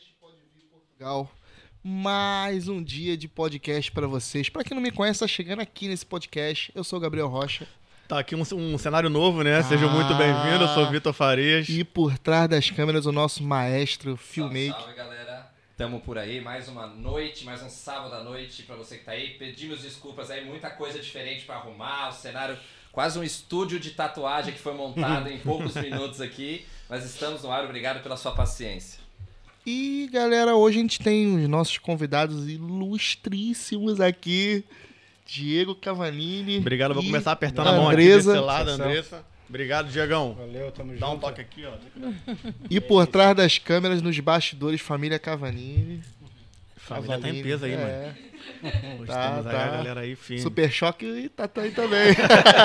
podcast Pode Vir Portugal. Mais um dia de podcast para vocês. Para quem não me conhece, tá chegando aqui nesse podcast. Eu sou o Gabriel Rocha. Tá aqui um cenário novo, né? Sejam muito bem-vindos. Eu sou o Vitor Farias. E por trás das câmeras, o nosso maestro, filmmaker. Salve, galera. Tamo por aí. Mais uma noite, mais um sábado à noite pra você que tá aí. Pedimos desculpas aí, muita coisa diferente pra arrumar. O cenário, quase um estúdio de tatuagem que foi montado em poucos minutos aqui. Mas estamos no ar. Obrigado pela sua paciência. E, galera, hoje a gente tem os nossos convidados ilustríssimos aqui. Diego Cavanini. Obrigado, eu vou e começar apertando a mão aqui Andressa. desse lado, Andressa. Obrigado, Diegão. Valeu, tamo junto. Dá um toque aqui, ó. E por trás das câmeras, nos bastidores, família Cavanini. Família tá em peso aí, mano. Hoje Tá, temos aí tá. a galera aí firme. Super Choque e tá aí também.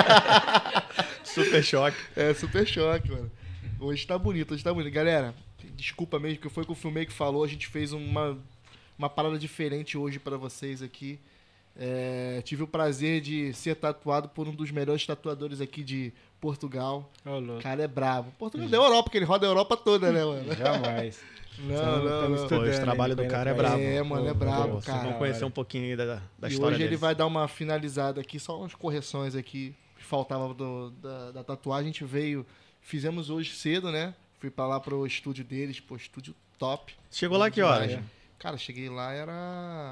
Super choque. É, Super Choque, mano. Hoje tá bonito, Galera, desculpa mesmo, que foi o que o filmmaker falou. A gente fez uma parada diferente hoje pra vocês aqui. Tive o prazer de ser tatuado por um dos melhores tatuadores aqui de Portugal. O cara é bravo. Portugal da Europa, porque ele roda a Europa toda, né, mano? Jamais. Não. Pô, esse trabalho do cara é brabo. É, mano, é brabo, Vocês cara. vão conhecer um pouquinho aí da E história hoje ele deles. vai dar uma finalizada aqui, só umas correções aqui que faltava da tatuagem. A gente veio, fizemos hoje cedo, né? Fui pra lá pro estúdio deles, pô, estúdio top. Chegou lá que horas? Demais. Cara, cheguei lá, era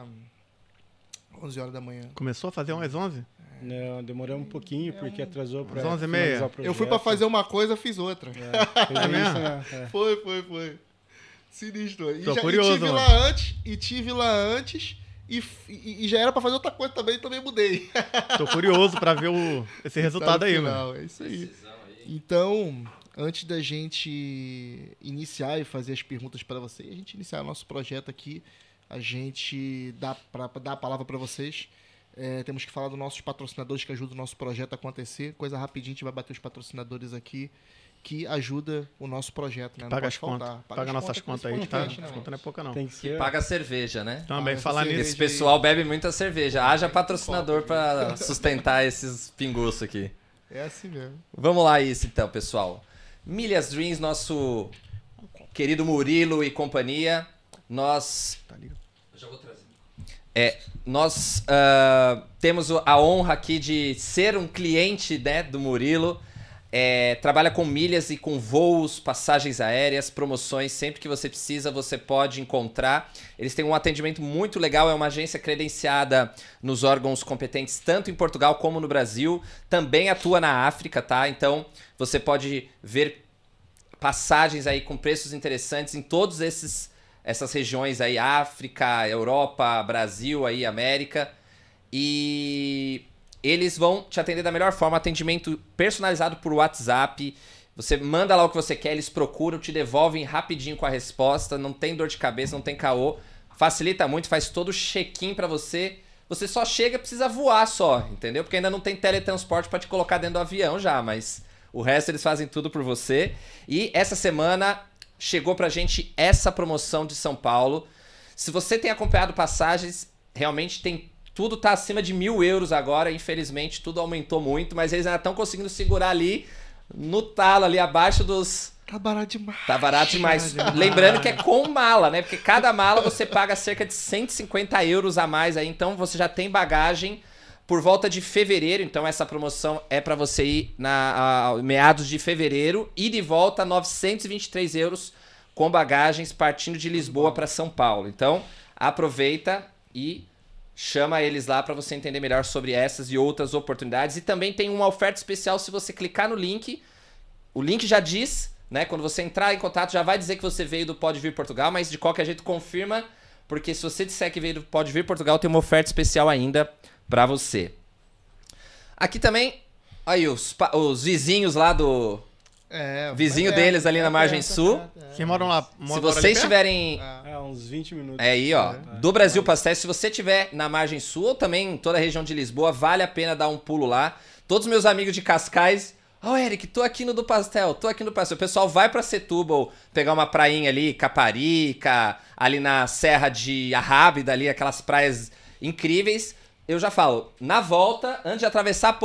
11 horas da manhã. Começou a fazer umas 11? Não, demorou um pouquinho porque atrasou pra 11h30. finalizar o projeto. Eu fui pra fazer uma coisa, fiz outra. Fez É mesmo? isso, né? É. Foi. Sinistro. Tô curioso, tive mano. lá antes e já era pra fazer outra coisa também mudei. Tô curioso pra ver esse resultado aí, mano. Final, é isso aí. Então, antes da gente iniciar e fazer as perguntas para vocês, a gente iniciar nosso projeto aqui, a gente dá para dar a palavra para vocês. Temos que falar dos nossos patrocinadores que ajudam o nosso projeto a acontecer. Coisa rapidinho, a gente vai bater os patrocinadores aqui que ajuda o nosso projeto, né? Não Paga pode as contas. faltar. Paga nossas contas aí, esse tá? podcast, né, As contas não é pouca, não. Tem que ser. Paga a cerveja, né? Também, Ah, falar essa nisso. Esse pessoal bebe muita cerveja. Haja patrocinador pra sustentar esses pinguços aqui. É assim mesmo. Vamos lá isso então, pessoal. Milhas Dreams, nosso querido Murilo e companhia. Nós... Eu já vou trazer. Nós temos a honra aqui de ser um cliente, né, do Murilo. Trabalha com milhas e com voos, passagens aéreas, promoções. Sempre que você precisa, você pode encontrar. Eles têm um atendimento muito legal. É uma agência credenciada nos órgãos competentes, tanto em Portugal como no Brasil. Também atua na África, tá? Então, você pode ver passagens aí com preços interessantes em todos essas regiões aí. África, Europa, Brasil, aí, América. E... eles vão te atender da melhor forma, atendimento personalizado por WhatsApp. Você manda lá o que você quer, eles procuram, te devolvem rapidinho com a resposta. Não tem dor de cabeça, não tem caô. Facilita muito, faz todo o check-in pra você. Você só chega e precisa voar só, entendeu? Porque ainda não tem teletransporte pra te colocar dentro do avião já, mas o resto eles fazem tudo por você. E essa semana chegou pra gente essa promoção de São Paulo. Se você tem acompanhado passagens, realmente tem... tudo tá acima de 1.000 euros agora, infelizmente tudo aumentou muito, mas eles ainda estão conseguindo segurar ali no talo, ali abaixo dos... Tá barato demais. Tá barato demais. Lembrando que é com mala, né? Porque cada mala você paga cerca de 150 euros a mais aí, então você já tem bagagem por volta de fevereiro, então essa promoção é pra você ir a meados de fevereiro e de volta 923 euros com bagagens partindo de Lisboa para São Paulo. Então aproveita e... chama eles lá para você entender melhor sobre essas e outras oportunidades. E também tem uma oferta especial se você clicar no link. O link já diz, né? Quando você entrar em contato, já vai dizer que você veio do Pode Vir Portugal, mas de qualquer jeito confirma, porque se você disser que veio do Pode Vir Portugal, tem uma oferta especial ainda para você. Aqui também, aí os vizinhos lá do... vizinho deles ali na margem sul. Vocês moram lá? Se vocês estiverem... Uns 20 minutos. aí, ó, do Brasil Pastéis, se você estiver na margem sul ou também em toda a região de Lisboa, vale a pena dar um pulo lá. Todos os meus amigos de Cascais, Eric, tô aqui no do Pastel, O pessoal vai pra Setúbal pegar uma prainha ali, Caparica, ali na Serra de Arrábida, ali, aquelas praias incríveis. Eu já falo, na volta, antes de atravessar a ponte,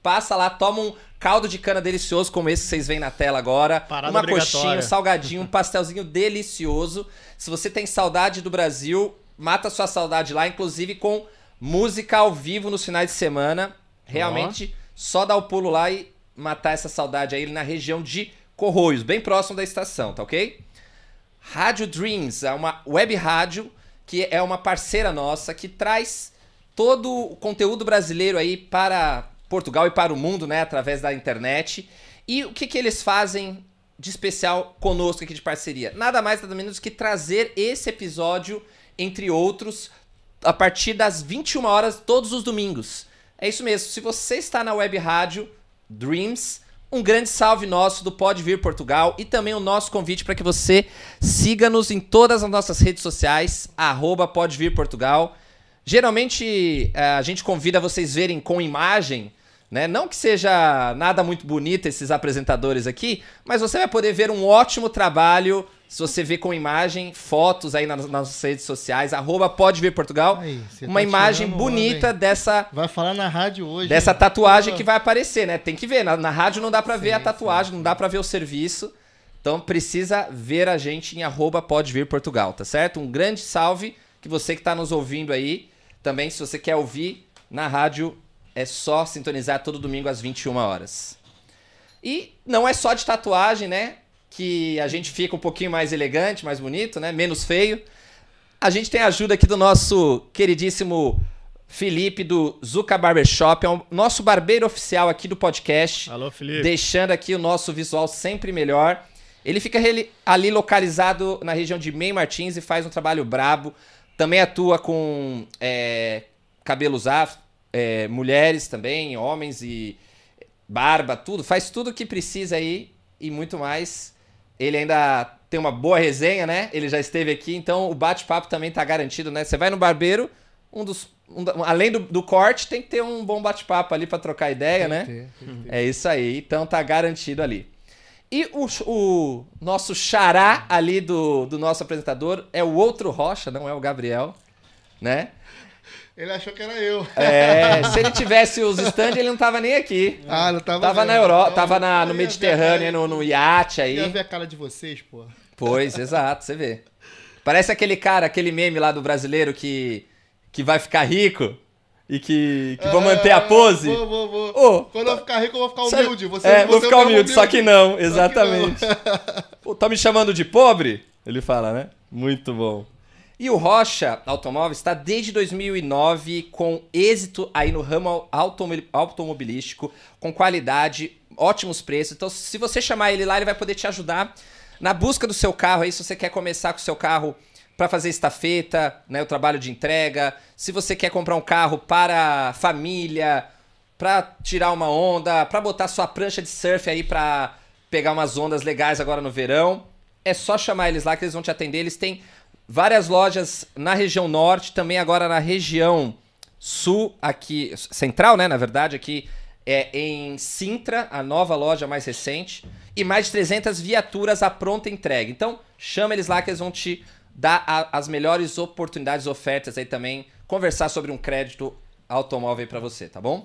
passa lá, toma um caldo de cana delicioso, como esse que vocês veem na tela agora. Parada uma obrigatória. coxinha, um salgadinho, um pastelzinho delicioso. Se você tem saudade do Brasil, mata sua saudade lá, inclusive com música ao vivo nos finais de semana. Realmente, só dar o pulo lá e matar essa saudade aí na região de Corroios, bem próximo da estação, tá ok? Rádio Dreams é uma web rádio que é uma parceira nossa que traz todo o conteúdo brasileiro aí para Portugal e para o mundo, né, através da internet. E o que eles fazem de especial conosco aqui de parceria? Nada mais, nada menos que trazer esse episódio, entre outros, a partir das 21 horas todos os domingos. É isso mesmo, se você está na web rádio Dreams, um grande salve nosso do Pode Vir Portugal e também o nosso convite para que você siga-nos em todas as nossas redes sociais, @Pode Vir Portugal. Geralmente a gente convida vocês verem com imagem, né? Não que seja nada muito bonito esses apresentadores aqui, mas você vai poder ver um ótimo trabalho se você vê com imagem, fotos aí nas nossas redes sociais, @Pode Vir Portugal. Aí, você uma tá imagem tirando bonita onda, hein? dessa... Vai falar na rádio hoje. Dessa hein? tatuagem Pô. que vai aparecer, né? Tem que ver. Na rádio não dá pra ver a Sim, tatuagem, não dá pra ver o serviço. Então precisa ver a gente em @Pode Vir Portugal, tá certo? Um grande salve que você que tá nos ouvindo aí. Também, se você quer ouvir na rádio, é só sintonizar todo domingo às 21 horas. E não é só de tatuagem, né? Que a gente fica um pouquinho mais elegante, mais bonito, né? Menos feio. A gente tem a ajuda aqui do nosso queridíssimo Felipe do Zuka Barbershop, é o nosso barbeiro oficial aqui do podcast. Alô, Felipe. Deixando aqui o nosso visual sempre melhor. Ele fica ali localizado na região de Meio Martins e faz um trabalho brabo. Também atua com cabelos afro, mulheres também, homens e barba, tudo. Faz tudo o que precisa aí e muito mais. Ele ainda tem uma boa resenha, né? Ele já esteve aqui, então o bate-papo também tá garantido, né? Você vai no barbeiro, além do corte, tem que ter um bom bate-papo ali pra trocar ideia, né? Tem que ter. É isso aí, então tá garantido ali. E o nosso xará ali do nosso apresentador é o outro Rocha, não é o Gabriel, né? Ele achou que era eu. Se ele tivesse os stands, ele não tava nem aqui. Ah, não tava. Tava na mesmo. Europa, Não, tava eu no ia Mediterrâneo, ver a no iate aí. Eu ia ver a cara de vocês, pô. Pois, exato, você vê. Parece aquele cara, aquele meme lá do brasileiro que vai ficar rico e que vão manter a pose. Vou. Ô, Quando eu ficar rico, eu vou ficar sabe- humilde. Você vou ficar humilde, só que não, Só que exatamente. Pô, tá me chamando de pobre? Ele fala, né? Muito bom. E o Rocha Automóvel está desde 2009 com êxito aí no ramo automobilístico, com qualidade, ótimos preços. Então, se você chamar ele lá, ele vai poder te ajudar na busca do seu carro aí, se você quer começar com o seu carro para fazer estafeta, né, o trabalho de entrega, se você quer comprar um carro para família, para tirar uma onda, para botar sua prancha de surf aí para pegar umas ondas legais agora no verão, é só chamar eles lá que eles vão te atender. Eles têm várias lojas na região norte, também agora na região sul, aqui, central, né, na verdade, aqui é em Sintra, a nova loja mais recente, e mais de 300 viaturas à pronta entrega. Então, chama eles lá que eles vão te dar as melhores oportunidades, ofertas aí também, conversar sobre um crédito automóvel aí pra você, tá bom?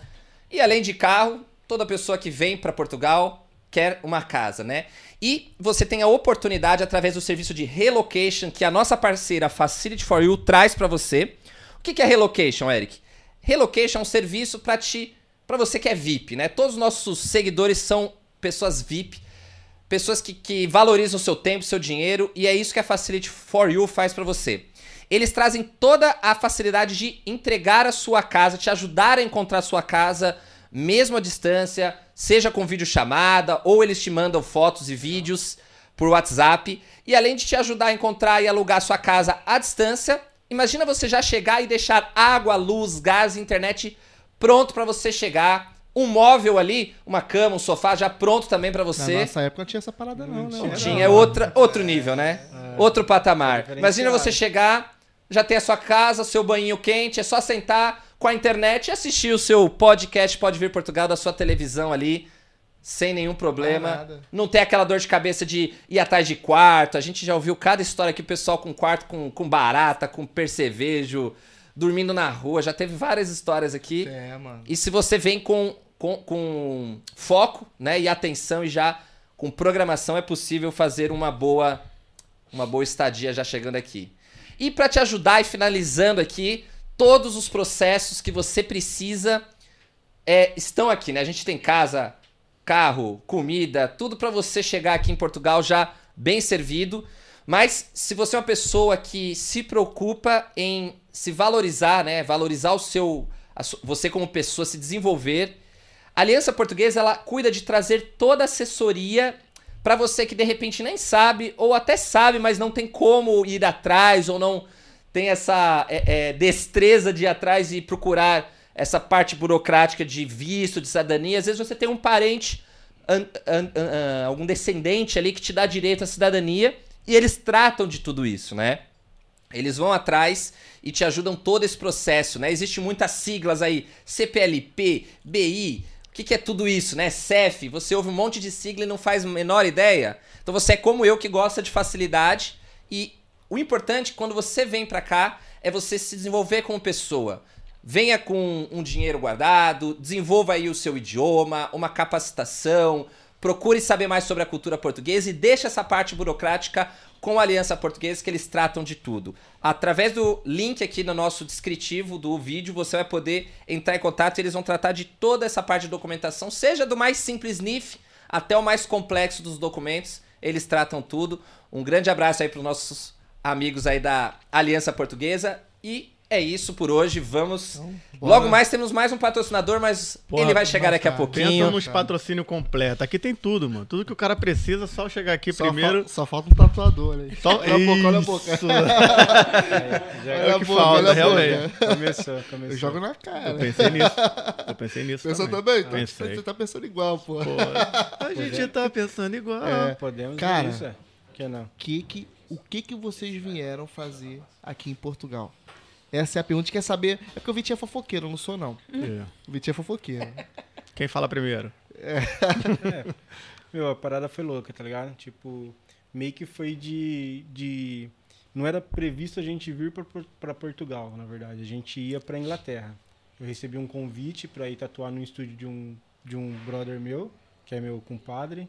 E além de carro, toda pessoa que vem para Portugal quer uma casa, né? E você tem a oportunidade através do serviço de relocation que a nossa parceira Facility for You traz para você. O que é relocation, Eric? Relocation é um serviço para você que é VIP, né? Todos os nossos seguidores são pessoas VIP, pessoas que valorizam o seu tempo, o seu dinheiro, e é isso que a Facility for You faz para você. Eles trazem toda a facilidade de entregar a sua casa, te ajudar a encontrar a sua casa, mesmo à distância, seja com videochamada, ou eles te mandam fotos e vídeos por WhatsApp. E além de te ajudar a encontrar e alugar a sua casa à distância, imagina você já chegar e deixar água, luz, gás e internet pronto para você chegar. Um móvel ali, uma cama, um sofá já pronto também para você. Na nossa época não tinha essa parada não, né? Tinha outro nível, né? Outro patamar. Imagina você chegar, já tem a sua casa, seu banhinho quente, é só sentar com a internet e assistir o seu podcast Pode Vir Portugal da sua televisão ali, sem nenhum problema. Não tem aquela dor de cabeça de ir atrás de quarto. A gente já ouviu cada história aqui, o pessoal com quarto com barata, com percevejo, dormindo na rua. Já teve várias histórias aqui. Mano. E se você vem com com foco, né, e atenção e já com programação é possível fazer uma boa estadia já chegando aqui. E para te ajudar e finalizando aqui, todos os processos que você precisa estão aqui, né? A gente tem casa, carro, comida, tudo para você chegar aqui em Portugal já bem servido. Mas se você é uma pessoa que se preocupa em se valorizar, né? Valorizar você como pessoa, se desenvolver, a Aliança Portuguesa ela cuida de trazer toda a assessoria para você que de repente nem sabe, ou até sabe, mas não tem como ir atrás, ou não tem essa destreza de ir atrás e procurar essa parte burocrática de visto, de cidadania. Às vezes você tem um parente, algum descendente ali que te dá direito à cidadania, e eles tratam de tudo isso, né? Eles vão atrás e te ajudam todo esse processo, né? Existem muitas siglas aí, CPLP, BI... O que é tudo isso, né? CEF, você ouve um monte de sigla e não faz a menor ideia. Então você é como eu que gosta de facilidade. E o importante quando você vem pra cá é você se desenvolver como pessoa. Venha com um dinheiro guardado, desenvolva aí o seu idioma, uma capacitação, procure saber mais sobre a cultura portuguesa e deixe essa parte burocrática com a Aliança Portuguesa que eles tratam de tudo. Através do link aqui no nosso descritivo do vídeo, você vai poder entrar em contato e eles vão tratar de toda essa parte de documentação, seja do mais simples NIF até o mais complexo dos documentos, eles tratam tudo. Um grande abraço aí para os nossos amigos aí da Aliança Portuguesa e é isso por hoje, vamos... Então, logo mais temos mais um patrocinador, mas ele vai chegar daqui a pouquinho. Pensa nos patrocínio completo. Aqui tem tudo, mano. Tudo que o cara precisa, só chegar aqui primeiro. Só falta um tatuador, né? Olha a boca. É o que falta, realmente. Começou. Eu jogo na cara. Eu pensei nisso. Pensou também? Pensei. Você tá pensando igual, pô. A gente tá pensando igual. Podemos cara, isso, que não. O que vocês vieram fazer aqui em Portugal? Essa é a pergunta que quer saber. É porque o Vitinho é fofoqueiro, eu não sou, não. O Vitinho é fofoqueiro. Quem fala primeiro? Meu, a parada foi louca, tá ligado? Tipo, meio que foi não era previsto a gente vir pra Portugal, na verdade. A gente ia pra Inglaterra. Eu recebi um convite pra ir tatuar no estúdio de um brother meu, que é meu compadre.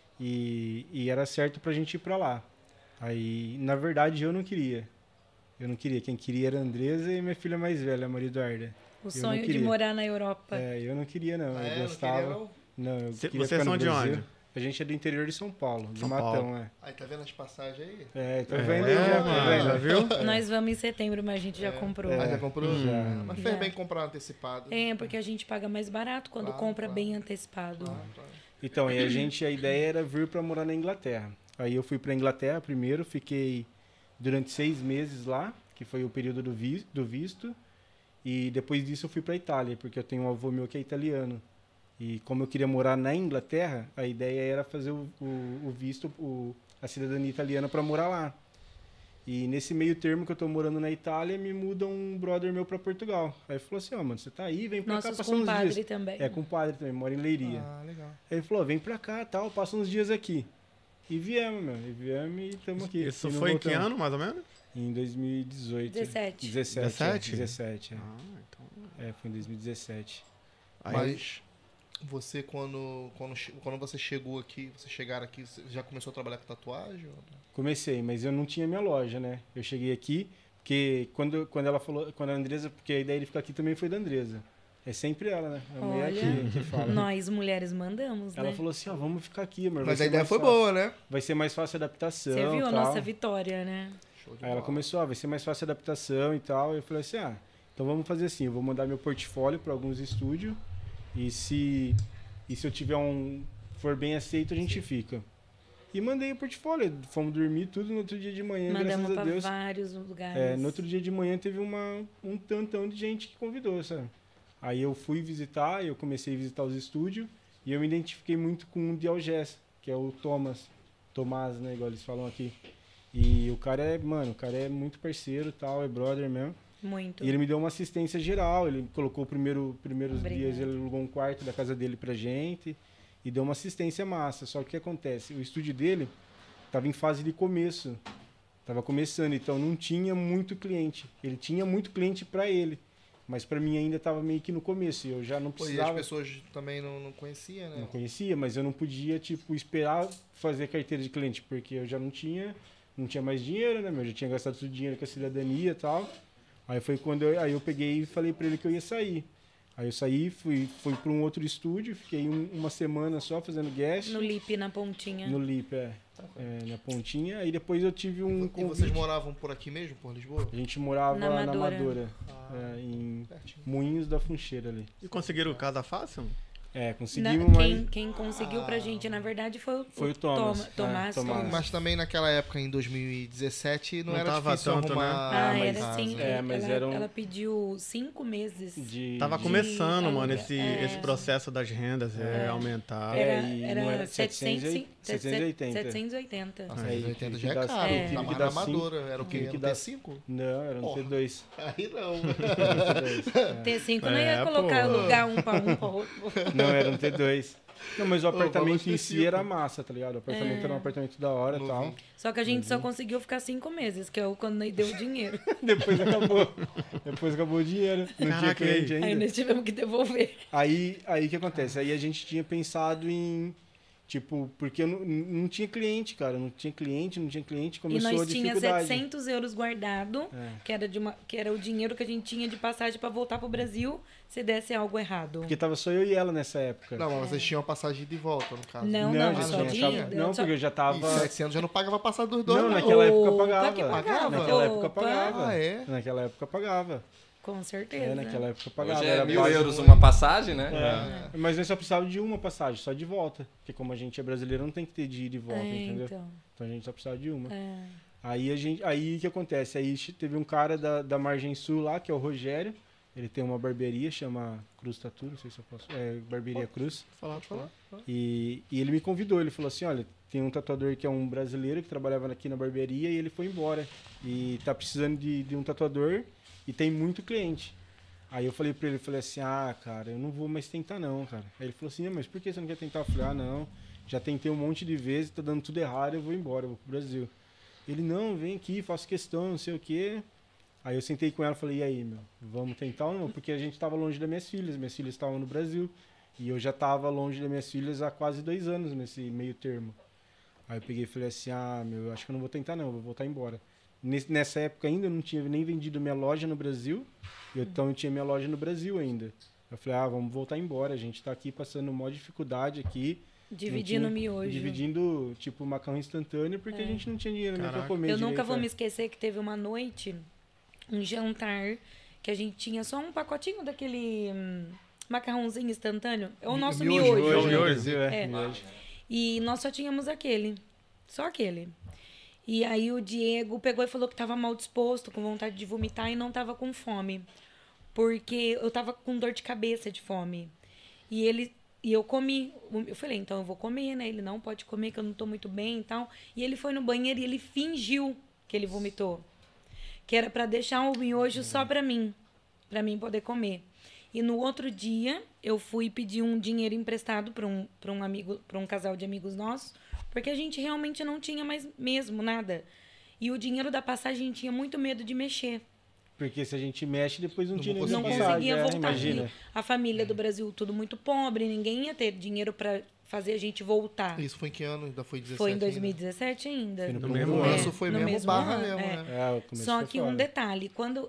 E era certo pra gente ir pra lá. Aí, na verdade, eu não queria. Quem queria era a Andresa e minha filha mais velha, a Maria Eduarda. O sonho de morar na Europa. Eu não queria, não. Eu gostava. Não, eu queria Vocês são de onde? A gente é do interior de São Paulo, de São Matão, Paulo. Aí, tá vendo as passagens aí? Tô vendo aí já, já viu? Nós vamos em setembro, mas a gente já comprou. Já comprou? Já. Mas fez bem comprar antecipado. Porque a gente paga mais barato quando compra bem antecipado. Então, e a ideia era vir pra morar na Inglaterra. Aí eu fui pra Inglaterra primeiro, fiquei durante 6 meses lá, que foi o período do visto. E depois disso eu fui pra Itália, porque eu tenho um avô meu que é italiano. E como eu queria morar na Inglaterra, a ideia era fazer o visto, a cidadania italiana para morar lá. E nesse meio termo que eu tô morando na Itália, me muda um brother meu para Portugal. Aí falou assim, mano, você tá aí, vem pra cá, passa uns dias. Também. Compadre também, mora em Leiria. Legal. Aí ele falou, vem pra cá, tal, passa uns dias aqui. E viemos, meu, e estamos aqui. Isso foi em que ano, mais ou menos? Em 2018. 17. Então... foi em 2017. Mas você, quando você chegou aqui, vocês chegaram aqui, você já começou a trabalhar com tatuagem? Comecei, mas eu não tinha minha loja, né? Eu cheguei aqui, porque quando ela falou, quando a Andresa, porque a ideia de ficar aqui também foi da Andresa. É sempre ela, né? A mulher Olha, que fala. Nós mulheres mandamos, ela né? falou assim, vamos ficar aqui, amor. Mas a ideia foi boa, né? Vai ser mais fácil a adaptação. Você viu tal. a nossa vitória, né? Aí ela começou, vai ser mais fácil a adaptação e tal. Eu falei assim, então vamos fazer assim, eu vou mandar meu portfólio para alguns estúdios e se eu tiver for bem aceito, a gente fica. E mandei o portfólio, fomos dormir tudo no outro dia de manhã, mandamos graças a Deus. Vários lugares. No outro dia de manhã teve um tantão de gente que convidou, sabe? Aí eu fui visitar, eu comecei a visitar os estúdios e eu me identifiquei muito com um de Algés, que é o Tomás, né, igual eles falam aqui. E o cara é muito parceiro e tal, é brother mesmo. Muito. E ele me deu uma assistência geral, ele colocou primeiros dias, ele alugou um quarto da casa dele pra gente e deu uma assistência massa. Só que o que acontece? O estúdio dele tava em fase de começo, tava começando, então não tinha muito cliente. Ele tinha muito cliente pra ele, Mas pra mim ainda tava meio que no começo. Eu já não Pô, e as precisava... pessoas também não conheciam, né? Não conhecia, mas eu não podia, tipo, esperar fazer carteira de cliente, porque eu já não tinha mais dinheiro, né, meu? Eu já tinha gastado todo o dinheiro com a cidadania e tal. Aí foi quando eu peguei e falei pra ele que eu ia sair. Aí eu saí, fui pra um outro estúdio, fiquei uma semana só fazendo guest. No Lip, na pontinha. No Lip, na pontinha. Aí depois eu tive um E vocês moravam por aqui mesmo, por Lisboa? A gente morava Na na Amadora. Amadora, em Moinhos da Funcheira ali. E conseguiram casa fácil? Conseguimos, mas... Quem conseguiu pra gente, na verdade, foi o Thomas. Tomás. Tomás. Mas também naquela época, em 2017, não Não era tava difícil tanto, arrumar Era casa. assim. mas Ela pediu 5 meses. Tava começando, mano, aluguel. esse processo das rendas, aumentar. não Era 780. 780. Nossa, Aí 80 tive já que é dar caro. cinco, Tá tive que mais dar na Amadora. Era o quê? tive Era que o dar- T5? Não, era um Porra. T2. Aí não. T5 não ia pô. colocar lugar um pra outro. Não, era um T2. Não, mas o apartamento vamos em si T5. era massa, tá ligado? O apartamento era um apartamento da hora e tal. Só que a gente só conseguiu ficar 5 meses, que é quando nós deu o dinheiro. Depois acabou. Depois acabou o dinheiro. Não tinha Caraca, cliente Aí ainda. nós tivemos que devolver. Aí o que acontece? Aí a gente tinha pensado em... Tipo, porque eu não tinha cliente, cara. Não tinha cliente, E começou a nós tinha dificuldade. 700 euros guardado, que era o dinheiro que a gente tinha de passagem pra voltar pro Brasil se desse algo errado. Porque tava só eu e ela nessa época. Não, mas vocês tinham a passagem de volta, no caso. Não, já só tinha de acabado- ida. Não, Só- porque eu já E tava... 700 já não pagava a passagem dos dois, Não, não. naquela época Opa, pagava. que pagava. Naquela época Opa. pagava. Ah, é? Naquela época pagava. Com certeza. Naquela época pagava. Hoje é Era 1.000 base- euros uma passagem, né? Mas nós só precisávamos de uma passagem, só de volta. Porque como a gente é brasileiro, não tem que ter de ida e volta, entendeu? Então. Então a gente só precisava de uma. É. Aí o que acontece? Aí teve um cara da Margem Sul lá, que é o Rogério. Ele tem uma barbearia, chama Cruz Tatu, não sei se eu posso. Barbearia Cruz. Pode falar. E ele me convidou, ele falou assim, olha, tem um tatuador que é um brasileiro que trabalhava aqui na barbearia e ele foi embora. E tá precisando de um tatuador e tem muito cliente. Aí eu falei pra ele, assim, cara, eu não vou mais tentar não, cara. Aí ele falou assim, mas por que você não quer tentar? Eu falei, não, já tentei um monte de vezes, tá dando tudo errado, eu vou embora, eu vou pro Brasil. Ele, não, vem aqui, faço questão, não sei o quê. Aí eu sentei com ela e falei, e aí, meu, vamos tentar ou não? Porque a gente tava longe das minhas filhas estavam no Brasil. E eu já tava longe das minhas filhas há quase 2 anos nesse meio termo. Aí eu peguei e falei assim, meu, eu acho que eu não vou tentar não, eu vou voltar embora. Nessa época ainda eu não tinha nem vendido minha loja no Brasil, então eu tinha minha loja no Brasil ainda. Eu falei, vamos voltar embora, a gente tá aqui passando uma dificuldade aqui. Dividindo não tinha- miojo. Dividindo, tipo, macarrão instantâneo, porque a gente não tinha dinheiro nem pra Caraca. comer Eu nunca direito, vou me esquecer que teve uma noite, um jantar, que a gente tinha só um pacotinho daquele macarrãozinho instantâneo. É o nosso Miojo, miojo. Hoje, Miojo. no Brasil, É. miojo. E nós só tínhamos aquele. Só aquele. E aí o Diego pegou e falou que tava mal disposto, com vontade de vomitar e não tava com fome. Porque eu tava com dor de cabeça de fome. E eu comi. Eu falei, então eu vou comer, né? Ele não pode comer, que eu não tô muito bem e tal. E ele foi no banheiro e ele fingiu que ele vomitou. Que era pra deixar o miojo só pra mim poder comer. E no outro dia, eu fui pedir um dinheiro emprestado para um casal de amigos nossos, porque a gente realmente não tinha mais mesmo nada. E o dinheiro da passagem a gente tinha muito medo de mexer. Porque se a gente mexe, depois não Não tinha vou nem Não conseguir. passagem, conseguia voltar. Imagina. A família do Brasil tudo muito pobre, ninguém ia ter dinheiro para fazer a gente voltar. Isso foi em que ano? Ainda foi 17 Foi em ainda? 2017 ainda. Foi no No primeiro mesmo ano. ano. Isso foi no mesmo mesmo barra ano, mesmo, é. né? O começo Só foi que foda. um detalhe, quando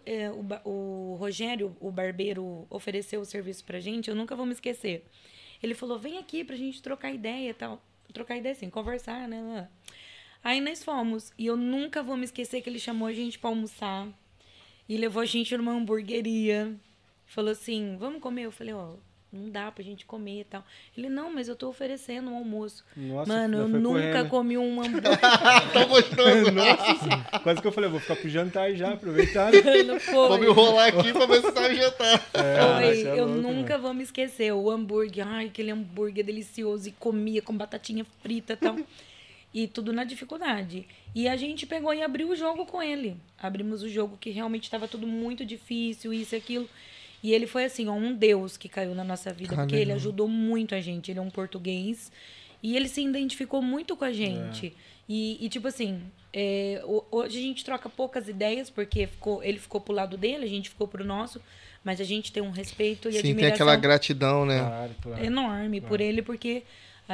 o Rogério, o barbeiro, ofereceu o serviço pra gente, eu nunca vou me esquecer. Ele falou, vem aqui pra gente trocar ideia e tal. Trocar ideia assim, conversar, né? Aí nós fomos. E eu nunca vou me esquecer que ele chamou a gente pra almoçar. E levou a gente numa hamburgueria. Falou assim, vamos comer? Eu falei, não dá pra gente comer e tal. Ele, não, mas eu tô oferecendo um almoço. Nossa, Mano, já eu foi nunca correndo. comi um hambúrguer. Tá gostoso. Nossa, quase que eu falei, vou ficar pro jantar já, aproveitar. né? Não foi. Vou me enrolar aqui pra ver se sai jantar. Foi, você é eu louco, nunca vou me esquecer. O hambúrguer, aquele hambúrguer delicioso. E comia com batatinha frita e tal. E tudo na dificuldade. E a gente pegou e abriu o jogo com ele. Abrimos o jogo que realmente estava tudo muito difícil, isso e aquilo. E ele foi assim, um deus que caiu na nossa vida. Porque ele ajudou muito a gente. Ele é um português. E ele se identificou muito com a gente. E tipo assim, hoje a gente troca poucas ideias, porque ele ficou pro lado dele, a gente ficou pro nosso, mas a gente tem um respeito e admiração. Sim, tem aquela gratidão, né? Claro. Enorme por ele, porque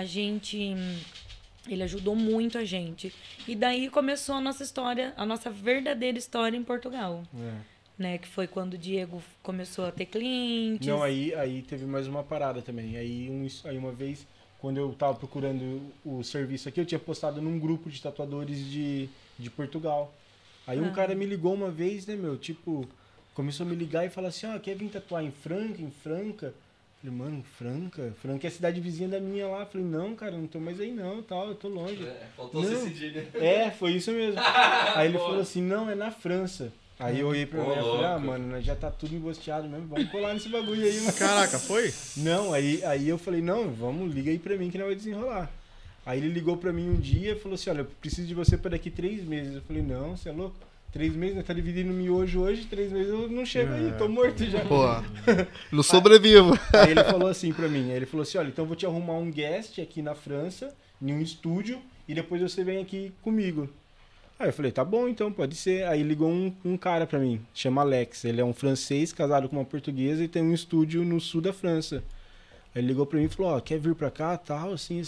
ele ajudou muito a gente. E daí começou a nossa história, a nossa verdadeira história em Portugal. Né? Que foi quando o Diego começou a ter clientes. Não, aí teve mais uma parada também. Aí uma vez, quando eu tava procurando o serviço aqui, eu tinha postado num grupo de tatuadores de Portugal. Aí um cara me ligou uma vez, né, meu? Tipo, começou a me ligar e falar assim, quer vir tatuar em Franca? Falei, mano, Franca é a cidade vizinha da minha lá. Falei, não, cara, não tô mais aí não, tal, eu tô longe. Faltou se decidir, né? Foi isso mesmo. Aí ele falou assim, não, é na França. Aí eu olhei pra ele e falei, mano, já tá tudo embosteado mesmo, vamos colar nesse bagulho aí, mano. Caraca, foi? Não, aí eu falei, não, liga aí pra mim que não vai desenrolar. Aí ele ligou pra mim um dia e falou assim, olha, eu preciso de você pra daqui 3 meses. Eu falei, não, você é louco? 3 meses, né? Tá dividindo miojo hoje, 3 meses eu não chego aí, tô morto já. Pô, não sobrevivo. Aí ele falou assim pra mim, olha, então eu vou te arrumar um guest aqui na França, em um estúdio, e depois você vem aqui comigo. Aí eu falei, tá bom então, pode ser. Aí ligou um cara pra mim, chama Alex, ele é um francês casado com uma portuguesa e tem um estúdio no sul da França. Aí ele ligou pra mim e falou, quer vir pra cá, tal, assim.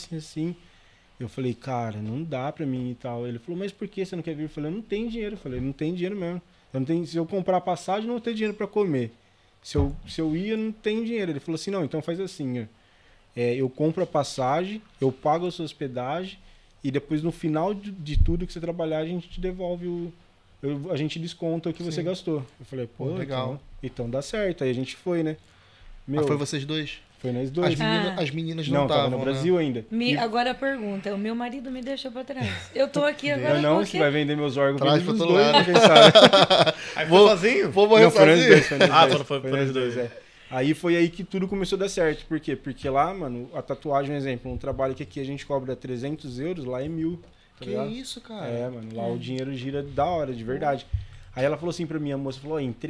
Eu falei, cara, não dá pra mim e tal. Ele falou, mas por que você não quer vir? Eu falei, eu não tenho dinheiro. Eu falei, não tenho dinheiro mesmo. Se eu comprar passagem, eu não vou ter dinheiro pra comer. Se eu ir, eu não tenho dinheiro. Ele falou assim, não, então faz assim, eu compro a passagem, eu pago a sua hospedagem e depois no final de tudo que você trabalhar, a gente te devolve a gente desconta o que você gastou. Eu falei, pô, legal. Então dá certo. Aí a gente foi, né? Foi vocês dois? Foi nós dois. As meninas não estavam, tava no Brasil ainda. Agora a pergunta, o meu marido me deixou pra trás. Eu tô aqui agora. Eu não, você vai vender meus órgãos. Traz pra todo lado. Aí foi sozinho? Vou morrer sozinho. Foi os dois. Aí foi aí que tudo começou a dar certo. Por quê? Porque lá, mano, a tatuagem, um exemplo, um trabalho que aqui a gente cobra 300 euros, lá é 1.000. Tá que ligado? Isso, cara? Mano, lá o dinheiro gira da hora, de verdade. Aí ela falou assim pra mim, a moça falou, em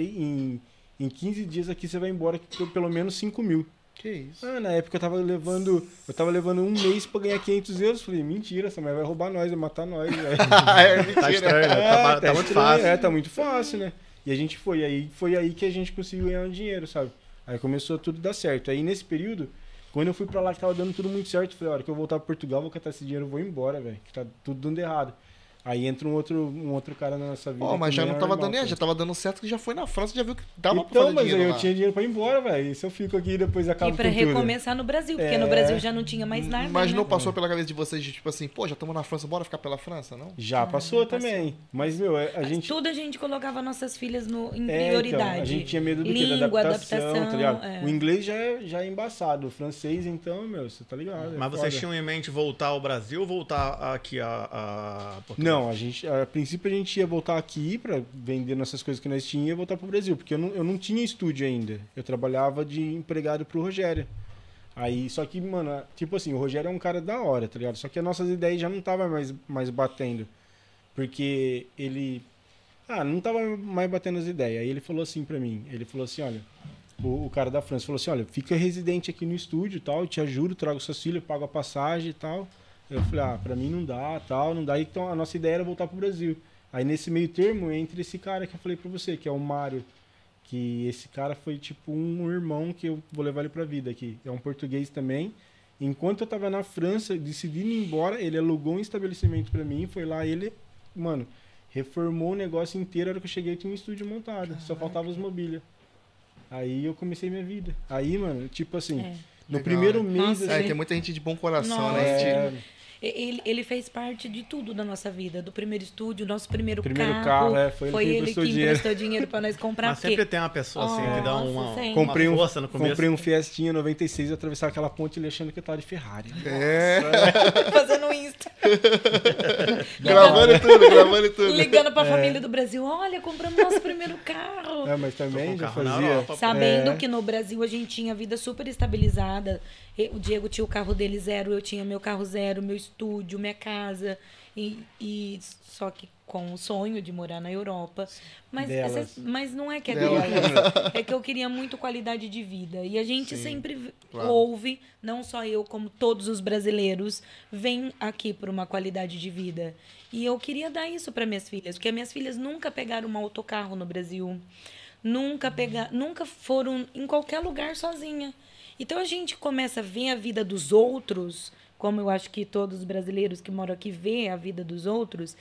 15 dias aqui você vai embora com pelo menos 5.000. Que isso? Na época eu tava levando 1 mês pra ganhar 500 euros. Falei, mentira, essa mulher vai roubar nós, vai matar nós. Mentira. Tá estranho, né? Tá muito fácil. Tá muito fácil, né? E a gente foi aí que a gente conseguiu ganhar um dinheiro, sabe? Aí começou tudo a dar certo. Aí nesse período, quando eu fui pra lá que tava dando tudo muito certo, eu falei, a hora que eu voltar pra Portugal, vou catar esse dinheiro e vou embora, velho. Que tá tudo dando errado. Aí entra um outro cara na nossa vida. Mas já não tava dando já tava dando certo, que já foi na França, já viu que dava pra fazer mas dinheiro aí eu lá. tinha dinheiro pra ir embora, velho. E se eu fico aqui e depois acabo com tudo? E pra recomeçar no Brasil, porque no Brasil já não tinha mais nada, Mas né? não passou pela cabeça de vocês, de, tipo assim, pô, já estamos na França, bora ficar pela França, não? Já passou também. Mas, meu, Tudo a gente colocava nossas filhas em prioridade. prioridade. A gente tinha medo do quê? Da adaptação, tá ligado? O inglês já é embaçado. O francês, então, meu, você tá ligado. Mas vocês tinham em mente voltar ao Brasil ou voltar aqui a Não, Portugal? a princípio a gente ia voltar aqui pra vender nossas coisas que nós tínhamos e voltar pro Brasil, porque eu não tinha estúdio ainda. Eu trabalhava de empregado pro Rogério. Aí, só que, mano, tipo assim, o Rogério é um cara da hora, tá ligado? Só que as nossas ideias já não estavam mais batendo. Porque ele... não tava mais batendo as ideias. Aí ele falou assim pra mim, olha... O cara da França falou assim, olha, fica residente aqui no estúdio e tal, eu te ajudo, trago suas filhas, pago a passagem e tal. Eu falei, pra mim não dá, tal, não dá. Então a nossa ideia era voltar pro Brasil. Aí nesse meio termo, entra esse cara que eu falei pra você, que é o Mário. Que esse cara foi tipo um irmão que eu vou levar ele pra vida aqui. É um português também. Enquanto eu tava na França, decidi ir embora, ele alugou um estabelecimento pra mim, foi lá, ele, mano, reformou o negócio inteiro. A hora que eu cheguei, eu tinha um estúdio montado, só faltava as mobílias. Aí eu comecei minha vida. Aí, mano, tipo assim, no legal, primeiro mês... Nossa, assim, tem muita gente de bom coração, Nossa. né? Ele fez parte de tudo da nossa vida, do primeiro estúdio, nosso primeiro carro. Foi ele que emprestou dinheiro pra nós comprar. Mas sempre tem uma pessoa assim que dá uma força no começo. Comprei um Fiestinha 96 e atravessar aquela ponte ele achando que eu tava de Ferrari. Fazendo Insta. Gravando tudo. Ligando pra família do Brasil. Olha, compramos nosso primeiro carro. Mas também já fazia. Europa, Sabendo que no Brasil a gente tinha vida super estabilizada. O Diego tinha o carro dele 0, eu tinha meu carro 0, meu estúdio, minha casa. E só que com o sonho de morar na Europa. Mas, Delas. mas não é que é Delas. delas. É que eu queria muito qualidade de vida. E a gente Sim, sempre claro. ouve, não só eu, como todos os brasileiros, vêm aqui por uma qualidade de vida. E eu queria dar isso para minhas filhas, porque minhas filhas nunca pegaram um autocarro no Brasil. Nunca foram em qualquer lugar sozinha. Então a gente começa a ver a vida dos outros, como eu acho que todos os brasileiros que moram aqui vê a vida dos outros,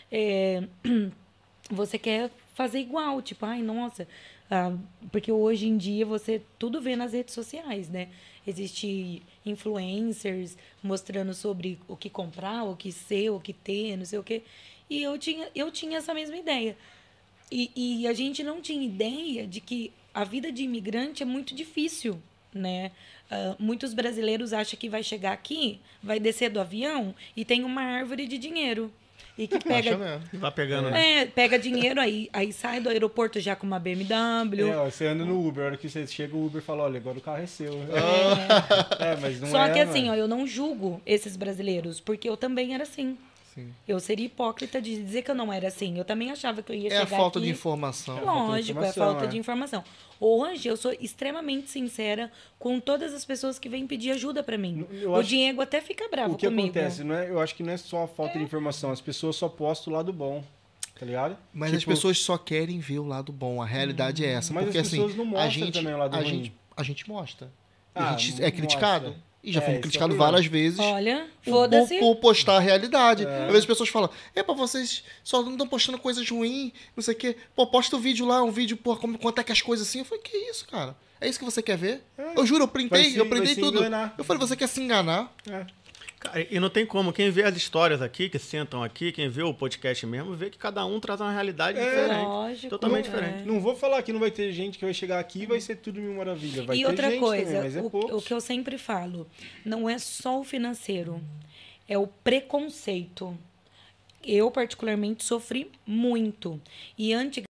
você quer fazer igual, tipo, ai, nossa, porque hoje em dia você tudo vê nas redes sociais, né? Existe influencers mostrando sobre o que comprar, o que ser, o que ter, não sei o quê. E eu tinha essa mesma ideia. E a gente não tinha ideia de que a vida de imigrante é muito difícil, né? Muitos brasileiros acham que vai chegar aqui, vai descer do avião e tem uma árvore de dinheiro. E que pega, Acha mesmo. E vai pegando, né? pega dinheiro, aí sai do aeroporto já com uma BMW. Ó, você anda no Uber, a hora que você chega, o Uber fala, olha, agora o carro é seu. Mas não Só é, que assim, mano. ó, eu não julgo esses brasileiros, porque eu também era assim. Sim. Eu seria hipócrita de dizer que eu não era assim. Eu também achava que eu ia É a chegar falta aqui... de informação. Lógico, é informação, falta de informação. Hoje eu sou extremamente sincera com todas as pessoas que vêm pedir ajuda pra mim. Eu O acho- Diego até fica bravo O que comigo. acontece, eu acho que não é só a falta de informação, as pessoas só postam o lado bom, tá ligado? Mas Tipo, as pessoas só querem ver o lado bom. A realidade é essa. Mas Porque as assim, pessoas não mostram a gente, também o lado ruim. a gente mostra. Ah, a gente não é criticado. mostra. E já É, fomos esse é o criticados problema. várias vezes. Olha, por- foda-se. por postar a realidade. Às vezes as pessoas falam, vocês só não estão postando coisas ruins, não sei o quê. Pô, posta o vídeo lá, quanto é que as coisas assim. Eu falei, que isso, cara? É isso que você quer ver? Eu juro, eu printei vai se tudo. enganar. Eu falei, você quer se enganar? Cara, e não tem como. Quem vê as histórias aqui, que sentam aqui, quem vê o podcast mesmo, vê que cada um traz uma realidade diferente. Lógico, Totalmente é. diferente. Não vou falar que não vai ter gente que vai chegar aqui e vai ser tudo mil maravilha. Vai E ter outra gente coisa, também, mas é o poucos. que eu sempre falo, não é só o financeiro, é o preconceito. Eu, particularmente, sofri muito. E antes,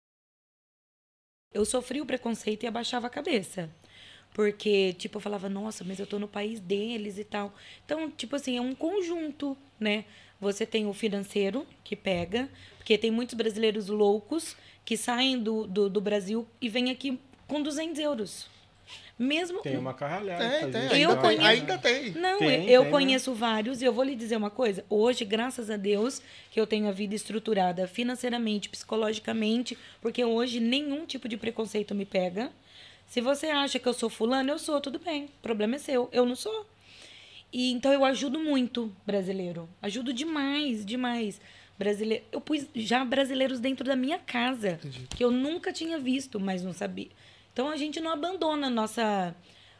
eu sofri o preconceito e abaixava a cabeça. Porque, tipo, eu falava, nossa, mas eu tô no país deles e tal. Então, tipo assim, é um conjunto, né? Você tem o financeiro, que pega, porque tem muitos brasileiros loucos que saem do Brasil e vêm aqui com 200 euros. Mesmo... Tem uma carralhada. Tem, faz tem. isso. Eu Ainda conheço- ainda tem. Não, Tem, eu tem, conheço vários e eu vou lhe dizer uma coisa. Hoje, graças a Deus, que eu tenho a vida estruturada financeiramente, psicologicamente, porque hoje nenhum tipo de preconceito me pega. Se você acha que eu sou fulano, eu sou, tudo bem. O problema é seu. Eu não sou. E então eu ajudo muito brasileiro. Ajudo demais, demais. Brasileiro. Eu pus já brasileiros dentro da minha casa, que eu nunca tinha visto, mas não sabia. Então a gente não abandona nossa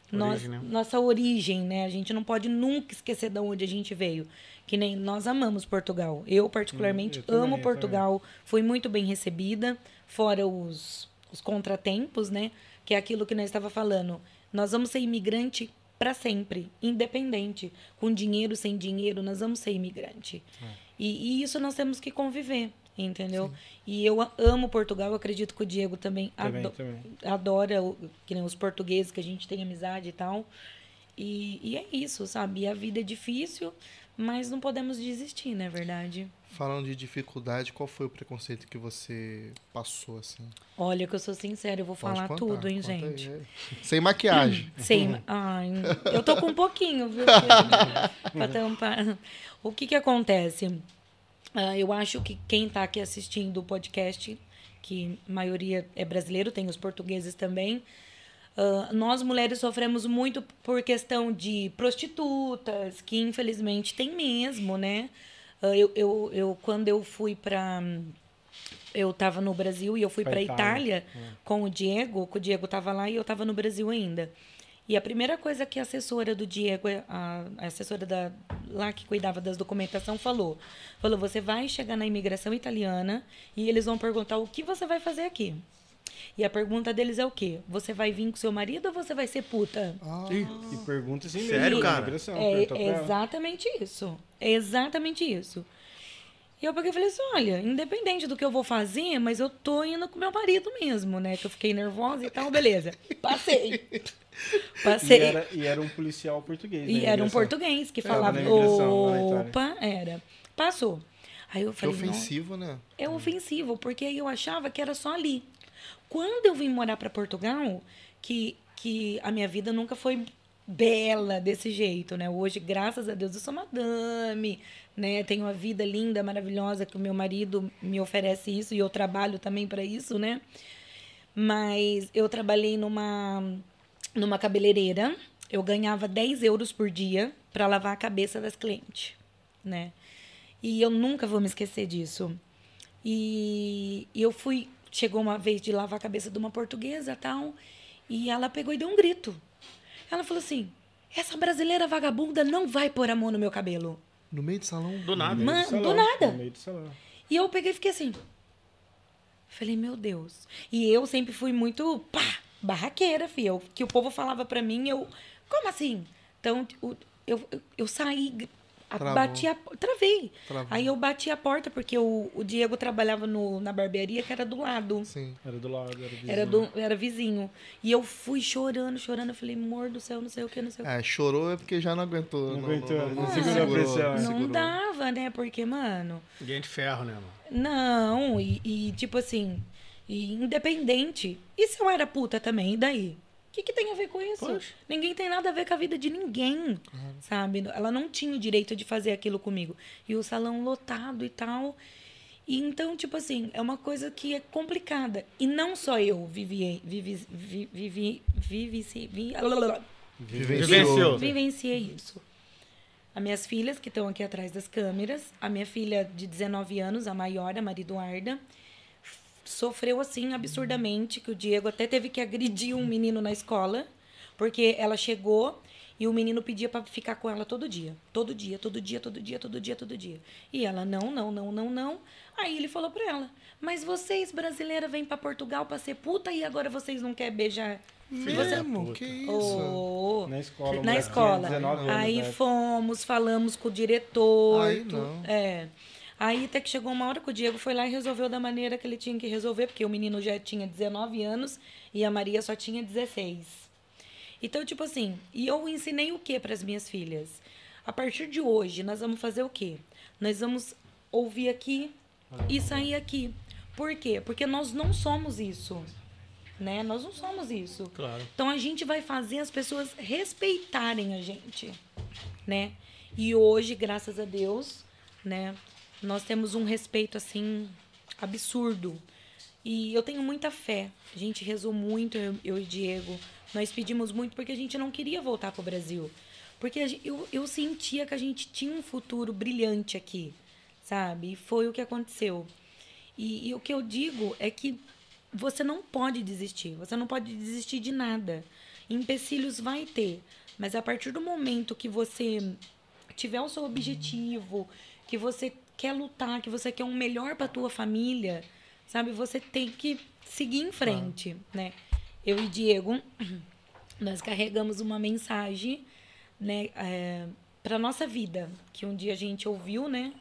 origem, né? A gente não pode nunca esquecer de onde a gente veio. Que nem nós amamos Portugal. Eu, particularmente, eu também, amo eu Portugal. Fui muito bem recebida, fora os contratempos, né? Que é aquilo que nós estava falando. Nós vamos ser imigrante para sempre, independente. Com dinheiro, sem dinheiro, nós vamos ser imigrante. E isso nós temos que conviver, entendeu? Sim. E eu amo Portugal, eu acredito que o Diego também adora, que nem os portugueses, que a gente tem amizade e tal. E é isso, sabe? E a vida é difícil, mas não podemos desistir, não é verdade? Falando de dificuldade, qual foi o preconceito que você passou, assim? Olha, que eu sou sincera, eu vou falar tudo, hein, gente? Aí. Sem maquiagem. Ai, eu tô com um pouquinho, viu? Pra tampar. O que acontece? Eu acho que quem tá aqui assistindo o podcast, que a maioria é brasileiro, tem os portugueses também, nós mulheres sofremos muito por questão de prostitutas, que infelizmente tem mesmo, né? Quando eu fui para... Eu estava no Brasil e eu fui para Itália com o Diego, que o Diego estava lá e eu estava no Brasil ainda. E a primeira coisa que a assessora do Diego, a assessora lá que cuidava das documentação, falou, você vai chegar na imigração italiana e eles vão perguntar o que você vai fazer aqui. E a pergunta deles é o quê? Você vai vir com seu marido ou você vai ser puta? E pergunta assim Sério, mesmo, cara? É exatamente isso. É exatamente isso. E eu peguei e falei assim, olha, independente do que eu vou fazer, mas eu tô indo com meu marido mesmo, né? Que eu fiquei nervosa e tal, beleza. Passei. E era um policial português. E era um português que falava, na imigração, lá na Itália. opa, era. Passou. Aí eu Que falei, ofensivo, né? é ofensivo, porque aí eu achava que era só ali. Quando eu vim morar para Portugal, que a minha vida nunca foi bela desse jeito, né? Hoje, graças a Deus, eu sou madame, né? Tenho uma vida linda, maravilhosa, que o meu marido me oferece isso e eu trabalho também para isso, né? Mas eu trabalhei numa cabeleireira, eu ganhava 10 euros por dia para lavar a cabeça das clientes, né? E eu nunca vou me esquecer disso. E eu chegou uma vez de lavar a cabeça de uma portuguesa e tal, e ela pegou e deu um grito. Ela falou assim, essa brasileira vagabunda não vai pôr a mão no meu cabelo. No meio do salão? Do nada. Do nada. No meio do salão. E eu peguei e fiquei assim. Falei, meu Deus. E eu sempre fui muito, barraqueira, filha. Que o povo falava pra mim, como assim? Então, eu saí, travei. Travou. Aí eu bati a porta, porque o Diego trabalhava na barbearia, que era do lado. Sim. Era do lado, era vizinho. Era vizinho. E eu fui chorando. Eu falei, amor do céu, não sei o que. Chorou é porque já não aguentou. Não aguentou, não segurou a pressão. Não dava, né? Porque, mano... Ninguém de ferro, né, mano? Não, e tipo assim, independente. E se eu era puta também, e daí? O que tem a ver com isso? Poxa. Ninguém tem nada a ver com a vida de ninguém, sabe? Ela não tinha o direito de fazer aquilo comigo. E o salão lotado e tal. E então, tipo assim, é uma coisa que é complicada. E não só eu vivenciei isso. As minhas filhas, que estão aqui atrás das câmeras, a minha filha de 19 anos, a maior, a Maria Eduarda, sofreu assim absurdamente, que o Diego até teve que agredir um menino na escola, porque ela chegou e o menino pedia para ficar com ela todo dia. Todo dia. E ela, não. Aí ele falou para ela, mas vocês, brasileiras, vêm para Portugal para ser puta e agora vocês não querem beijar... Mesmo? Que isso? Na escola. Na escola. 19 anos, aí né? falamos com o diretor. Aí não. Aí até que chegou uma hora que o Diego foi lá e resolveu da maneira que ele tinha que resolver, porque o menino já tinha 19 anos e a Maria só tinha 16. Então, tipo assim, e eu ensinei o que para as minhas filhas? A partir de hoje, nós vamos fazer o quê? Nós vamos ouvir aqui e sair aqui. Por quê? Porque nós não somos isso. Né? Nós não somos isso. Claro. Então a gente vai fazer as pessoas respeitarem a gente, né? E hoje, graças a Deus, né, nós temos um respeito assim absurdo. E eu tenho muita fé. A gente rezou muito, eu e Diego. Nós pedimos muito porque a gente não queria voltar para o Brasil. Porque eu sentia que a gente tinha um futuro brilhante aqui, sabe? E foi o que aconteceu. E o que eu digo é que você não pode desistir. Você não pode desistir de nada. Empecilhos vai ter. Mas a partir do momento que você tiver o seu objetivo, que você quer lutar, que você quer um melhor para a tua família, sabe? Você tem que seguir em frente, né? Eu e Diego, nós carregamos uma mensagem, né, para nossa vida, que um dia a gente ouviu, né?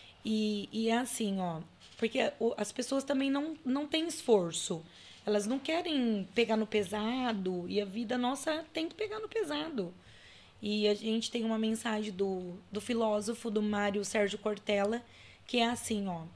E é assim, ó... Porque as pessoas também não têm esforço. Elas não querem pegar no pesado. E a vida nossa tem que pegar no pesado. E a gente tem uma mensagem do filósofo, do Mário Sérgio Cortella, que é assim, ó.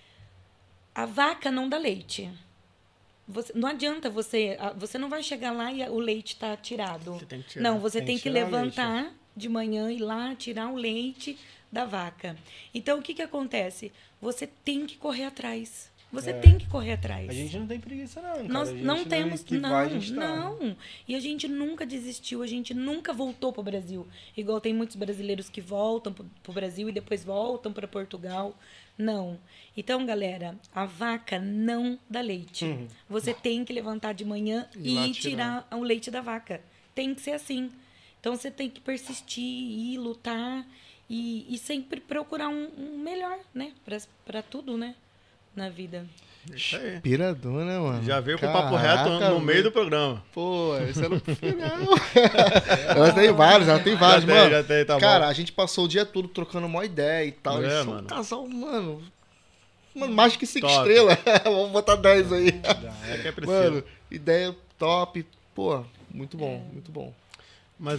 A vaca não dá leite. Não adianta você não vai chegar lá e o leite está tirado. Você tem que tirar. Não, você Tem tem que que tirar o levantar de manhã, ir lá, tirar o leite da vaca. Então, o que acontece? Você tem que correr atrás. Você tem que correr atrás. A gente não tem preguiça, não, cara. Nós A gente não temos, esquivar, a gente tá. não. E a gente nunca desistiu, a gente nunca voltou para o Brasil. Igual tem muitos brasileiros que voltam para o Brasil e depois voltam para Portugal. Não. Então, galera, a vaca não dá leite. Você tem que levantar de manhã e tirar o leite da vaca. Tem que ser assim. Então, você tem que persistir, ir, lutar e sempre procurar um melhor, né? Para tudo, né? Na vida. Isso aí. Inspiradona, mano. Já veio com o papo reto no meio do programa. Pô, esse era o final. Ela tem vários, mano. Já tem, tá cara, bom. a gente passou o dia todo trocando uma ideia e tal. Eles são um casal, mano, mais que 5 estrelas. Vamos botar 10 aí. É que é preciso. Mano, ideia top. Pô, muito bom, muito bom. Mas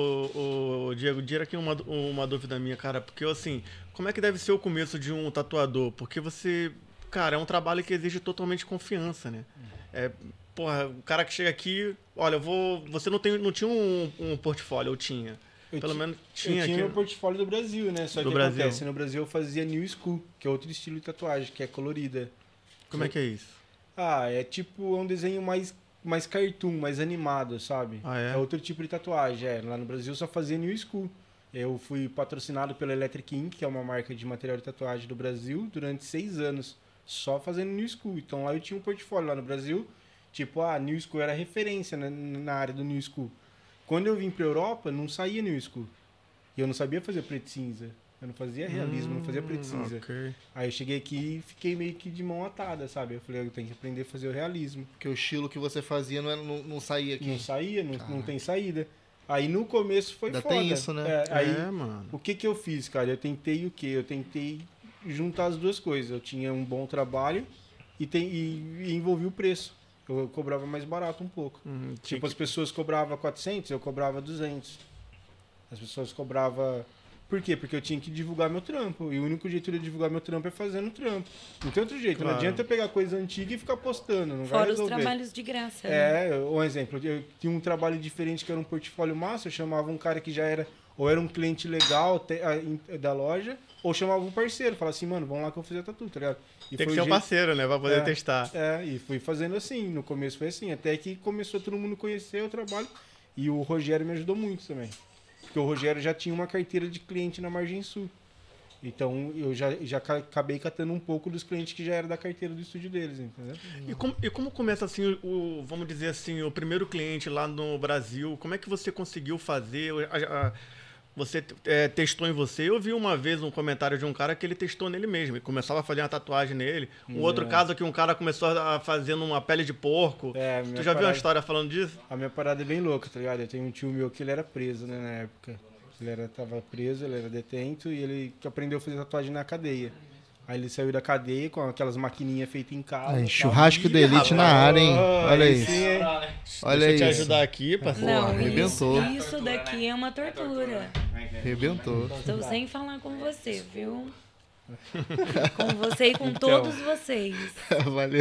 o Diego, tira aqui uma dúvida minha, cara, porque assim, como é que deve ser o começo de um tatuador? Porque você, cara, é um trabalho que exige totalmente confiança, né? Porra, o cara que chega aqui, olha, você não tinha um portfólio, eu tinha. Pelo menos tinha aqui. Eu tinha o portfólio do Brasil, né? Só que Brasil. Acontece, no Brasil eu fazia New School, que é outro estilo de tatuagem, que é colorida. Como é que é isso? É tipo um desenho mais cartoon, mais animado, sabe? É outro tipo de tatuagem. Lá no Brasil eu só fazia New School. Eu fui patrocinado pela Electric Ink, que é uma marca de material de tatuagem do Brasil, durante 6 anos, só fazendo New School. Então lá eu tinha um portfólio lá no Brasil, tipo, New School era referência na área do New School. Quando eu vim pra Europa, não saía New School. E eu não sabia fazer preto e cinza. Eu não fazia realismo, não fazia preto e cinza. Okay. Aí eu cheguei aqui e fiquei meio que de mão atada, sabe? Eu falei, eu tenho que aprender a fazer o realismo. Porque o estilo que você fazia não saía aqui. Não saía, não tem saída. Aí no começo foi ainda foda. Tem isso, né? Mano. O que eu fiz, cara? Eu tentei o quê? Eu tentei juntar as duas coisas. Eu tinha um bom trabalho e envolvi o preço. Eu cobrava mais barato um pouco. Tipo, as pessoas cobravam 400, eu cobrava 200. As pessoas cobravam... Por quê? Porque eu tinha que divulgar meu trampo. E o único jeito de divulgar meu trampo é fazendo trampo. Não tem outro jeito. Claro. Não adianta eu pegar coisa antiga e ficar postando. Não vai resolver. Fora os trabalhos de graça. Né? Um exemplo. Eu tinha um trabalho diferente que era um portfólio massa. Eu chamava um cara que já era... Ou era um cliente legal da loja, ou chamava um parceiro. Falava assim, mano, vamos lá que eu vou fazer tatu, tá ligado? E tem que ser um parceiro, né? Pra poder testar. E fui fazendo assim. No começo foi assim. Até que começou todo mundo conhecer o trabalho. E o Rogério me ajudou muito também. Porque o Rogério já tinha uma carteira de cliente na Margem Sul. Então eu já acabei catando um pouco dos clientes que já eram da carteira do estúdio deles, entendeu? E como começa assim, vamos dizer assim, o primeiro cliente lá no Brasil? Como é que você conseguiu fazer? Você testou em você? Eu vi uma vez um comentário de um cara que ele testou nele mesmo. Ele começava a fazer uma tatuagem nele. Outro caso que um cara começou a fazendo uma pele de porco. Tu já viu uma história falando disso? A minha parada é bem louca, tá ligado? Eu tenho um tio meu que ele era preso, né, na época. Ele tava preso, ele era detento e ele aprendeu a fazer tatuagem na cadeia. Aí ele saiu da cadeia com aquelas maquininhas feitas em casa. Churrasco da Elite na área, hein? Olha isso. Olha Deixa eu te isso. ajudar aqui, parceiro. Não, arrebentou. Isso daqui é uma tortura. Arrebentou. Estou sem falar com você, viu? Com você e com todos vocês. Valeu.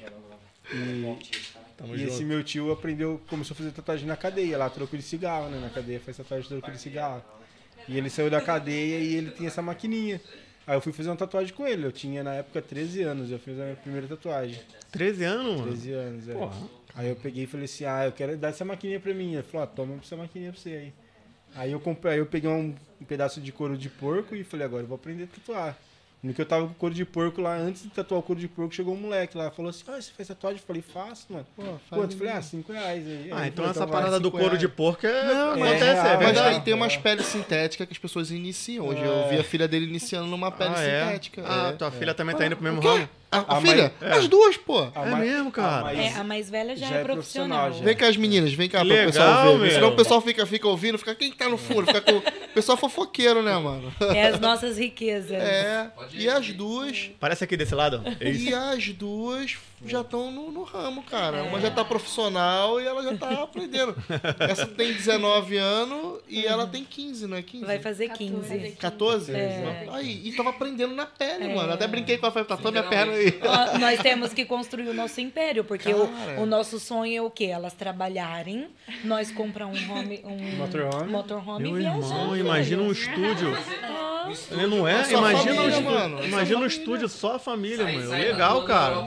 E esse meu tio começou a fazer tatuagem na cadeia, lá troco de cigarro, né? Na cadeia faz tatuagem de troco de cigarro. E ele saiu da cadeia e ele tinha essa maquininha. Aí eu fui fazer uma tatuagem com ele. Eu tinha, na época, 13 anos. Eu fiz a minha primeira tatuagem. 13 anos, mano? 13 anos, Porra. Aí eu peguei e falei assim, eu quero dar essa maquininha pra mim. Ele falou, toma essa maquininha pra você aí. Aí eu peguei um pedaço de couro de porco e falei, agora eu vou aprender a tatuar. No que eu tava com o couro de porco lá, antes de tatuar o couro de porco, chegou um moleque lá, falou assim, você faz tatuagem? Eu falei, faço, mano. Quanto? Eu falei, R$5. Aí então falei, essa parada do couro de porco acontece, é verdade. Mas tem umas peles sintéticas que as pessoas iniciam. Hoje eu vi a filha dele iniciando numa pele sintética. Tua filha também tá indo pro mesmo ramo? A filha? As duas, pô. É mesmo, cara? A mais velha já é profissional. Vem cá as meninas, vem cá Legal, pro pessoal ver. meu. Senão o pessoal fica ouvindo, quem tá no fundo? Fica com... O pessoal fofoqueiro, né, mano? É as nossas riquezas. E as duas... Parece aqui desse lado. E as duas já estão no ramo, cara. Uma já tá profissional e ela já tá aprendendo. Essa tem 19 anos e ela tem 15, não é 15? Vai fazer 15. 14? Aí, e tava aprendendo na pele, mano. Até brinquei com ela, falei, tá minha perna aí. Nós temos que construir o nosso império, porque o nosso sonho é o quê? Elas trabalharem, nós compramos um motorhome e viajar. Imagina um estúdio. Não é? Imagina um estúdio só a família, mano. Legal, cara.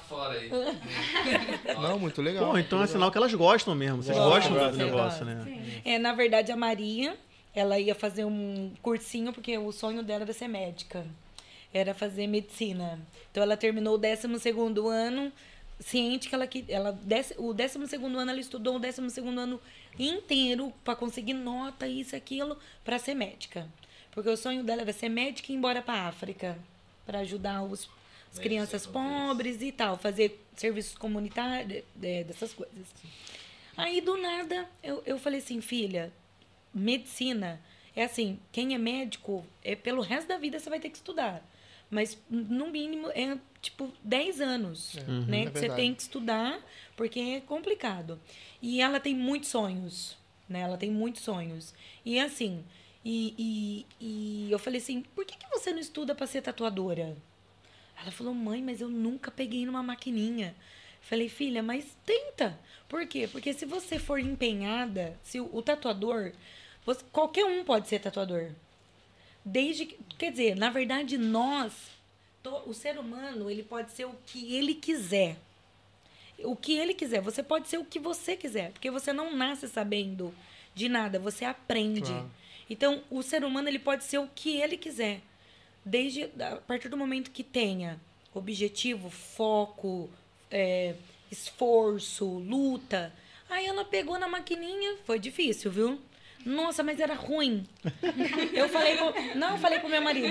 Não, muito legal. Pô, então é sinal que elas gostam mesmo. Vocês gostam do negócio, né? Na verdade, a Maria, ela ia fazer um cursinho, porque o sonho dela era ser médica. Era fazer medicina. Então, ela terminou o 12º ano, ciente que o 12º ano, ela estudou o 12º ano inteiro para conseguir nota, isso e aquilo, para ser médica. Porque o sonho dela era ser médica e ir embora para a África, para ajudar as crianças pobres e tal, fazer serviços comunitários, dessas coisas. Aí, do nada, eu falei assim, filha, medicina é assim, quem é médico, pelo resto da vida você vai ter que estudar. Mas, no mínimo, é tipo 10 anos, né? Que você tem que estudar, porque é complicado. E ela tem muitos sonhos. né? Ela tem muitos sonhos. E assim, e eu falei assim, por que você não estuda para ser tatuadora? Ela falou, mãe, mas eu nunca peguei numa maquininha. Falei, filha, mas tenta. Por quê? Porque se você for empenhada, se o tatuador, qualquer um pode ser tatuador. Quer dizer, na verdade, o ser humano, ele pode ser o que ele quiser. O que ele quiser. Você pode ser o que você quiser. Porque você não nasce sabendo de nada. Você aprende. Claro. Então, o ser humano, ele pode ser o que ele quiser. A partir do momento que tenha objetivo, foco, esforço, luta. Aí ela pegou na maquininha. Foi difícil, viu? Nossa, mas era ruim. Eu falei pro meu marido.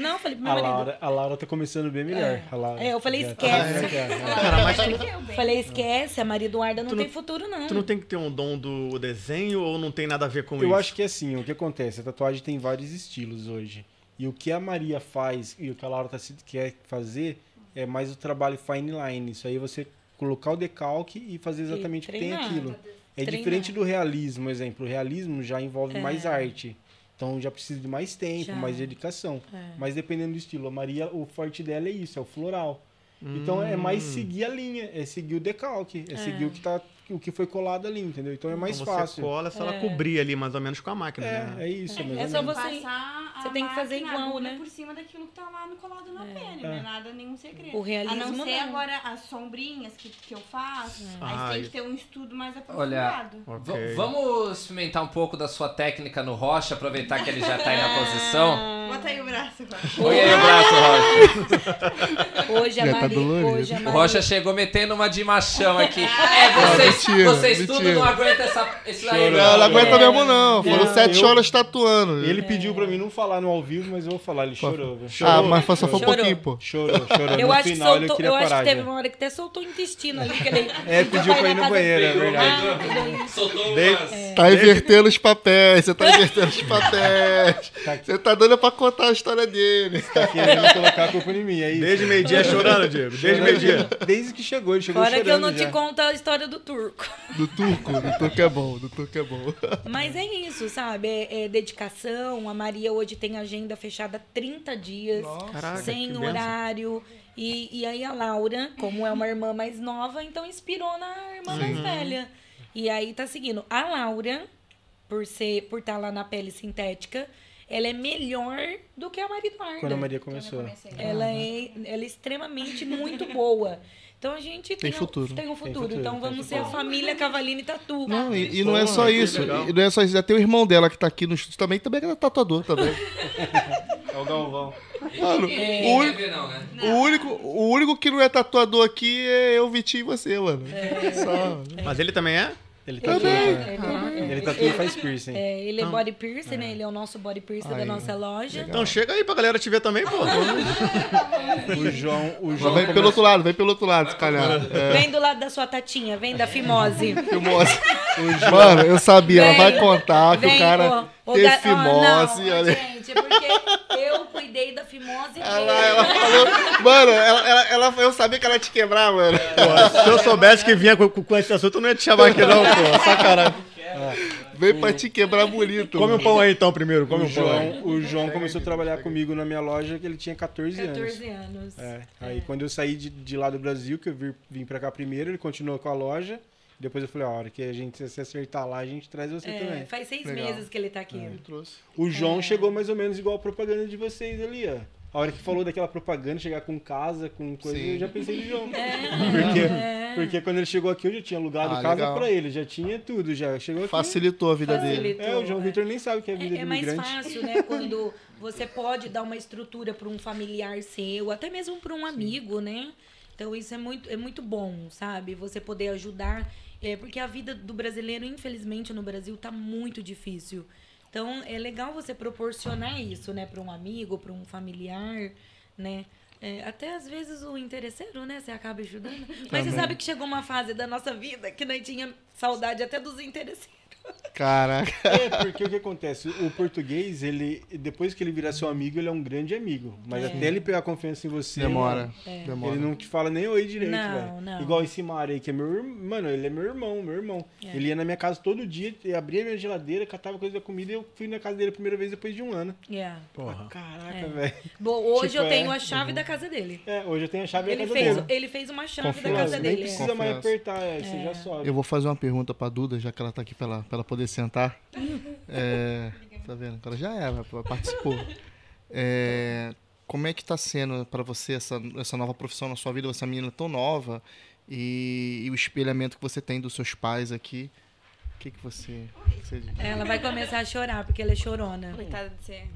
A Laura tá começando bem melhor. Eu falei, esquece. Falei, esquece, a Maria Eduarda não tem futuro, não. Tu não tem que ter um dom do desenho ou não tem nada a ver com isso? Eu acho que é assim, o que acontece? A tatuagem tem vários estilos hoje. E o que a Maria faz e o que a Laura quer fazer é mais o trabalho fine line. Isso aí você colocar o decalque e fazer exatamente o que tem aquilo. É diferente do realismo, exemplo. O realismo já envolve mais arte. Então já precisa de mais tempo, mais dedicação. Mas dependendo do estilo. A Maria, o forte dela é isso, é o floral. Então é mais seguir a linha, é seguir o decalque, é seguir o que foi colado ali, entendeu? Então é mais fácil. Você cola se ela cobrir ali mais ou menos com a máquina, né? É isso. É só você tem que fazer igual, né? Por cima daquilo que tá lá no colado na pele, não é nada, nenhum segredo. O realismo a não ser agora as sombrinhas que eu faço, aí tem que ter um estudo mais aprofundado. Olha, vamos experimentar um pouco da sua técnica no Rocha, aproveitar que ele já tá aí na posição. Bota aí o braço, Rocha. Põe aí o braço, Rocha. Hoje a Maria... O Rocha chegou metendo uma de machão aqui. Vocês tudo não aguentam esse daí. Não aguenta mesmo, não. Foram 7 horas tatuando. Ele pediu pra mim não falar no ao vivo, mas eu vou falar. Ele chorou. Mas só foi um pouquinho, pô. Chorou. Eu acho que soltou, eu acho que teve uma hora que até soltou o intestino ali. Que ele pediu pra ir no banheiro, é verdade. Soltou Tá invertendo os papéis, você tá invertendo os papéis. Você tá dando pra contar a história dele. Tá querendo colocar a culpa em mim, é isso. Desde meio-dia chorando, Diego. Desde meio-dia. Desde que chegou, ele chegou chorando. Fora que eu não já. te conto a história do turco. Do turco é bom, Mas é isso, sabe? É dedicação. A Maria hoje tem agenda fechada 30 dias, sem horário. E aí a Laura, como é uma irmã mais nova, então inspirou na irmã mais velha. E aí tá seguindo. A Laura, por estar lá na pele sintética, ela é melhor do que a Maria Eduarda. Quando a Maria começou. Ela é extremamente muito boa. Então a gente tem um futuro. Então vamos ser a família Cavalini Tatu. Não, e não é só isso. E não é só isso. Tem o irmão dela que tá aqui no estúdio também é tatuador também. É o Galvão. Mano, o único que não é tatuador aqui é eu, Vitinho e você, mano. Mas ele também é? Ele tatua. Ele tatua e faz piercing. Ele é body piercing, né? Ele é o nosso body piercing da nossa loja. Legal. Então chega aí pra galera te ver também, pô. O João vem pelo outro lado, se calhar. Vem do lado da sua tatinha, vem da fimose. Mano, eu sabia, ela vai contar que o cara teve fimose. Gente, é porque eu cuidei da fimose. Ela falou, mano, eu sabia que ela ia te quebrar, mano. Pô, se eu soubesse que vinha com esse assunto, eu não ia te chamar aqui não, pô. Sacanagem. Veio pra te quebrar bonito. Come um pão aí então primeiro, come um pão. O João começou a trabalhar comigo na minha loja que ele tinha 14 anos. 14 anos. Aí quando eu saí de lá do Brasil, que eu vim pra cá primeiro, ele continuou com a loja. Depois eu falei, a hora que a gente se acertar lá, a gente traz você também. Faz 6 meses que ele tá aqui. O João chegou mais ou menos igual a propaganda de vocês ali, ó. A hora que falou daquela propaganda, chegar com casa, com coisa, eu já pensei no João. Porque quando ele chegou aqui, eu já tinha alugado casa pra ele, já tinha tudo, já chegou aqui. Facilitou a vida dele. O João Vitor nem sabe o que é a vida de imigrante. É mais fácil, né, quando você pode dar uma estrutura para um familiar seu, até mesmo para um amigo, né? Então isso é muito bom, sabe? Você poder ajudar, porque a vida do brasileiro, infelizmente, no Brasil tá muito difícil. Então, é legal você proporcionar isso, né? Para um amigo, para um familiar, né? Até às vezes o interesseiro, né? Você acaba ajudando. Mas você sabe que chegou uma fase da nossa vida que nós tinha saudade até dos interesseiros. Caraca. É, porque o que acontece? O português, depois que ele virar seu amigo, ele é um grande amigo. Mas até ele pegar confiança em você... Demora. Ele não te fala nem oi direito, Não, velho. não. Igual esse Mário aí, que é meu irmão. Mano, ele é meu irmão. É. Ele ia na minha casa todo dia, abria minha geladeira, catava coisa da comida e eu fui na casa dele a primeira vez depois de um ano. Porra. Caraca, velho. Hoje Tipo, eu tenho a chave da casa dele. Hoje eu tenho a chave da Ele casa fez, dele. ele fez uma chave Confiança. da casa Nem dele. precisa mais Confiança. apertar, você já sobe. Eu vou fazer uma pergunta pra Duda, já que ela tá aqui pra ela poder sentar. Tá vendo? Agora já participou. Como é que tá sendo pra você essa nova profissão na sua vida? Você é uma menina tão nova e o espelhamento que você tem dos seus pais aqui. O que você diz? Ela vai começar a chorar, porque ela é chorona. Coitada de você.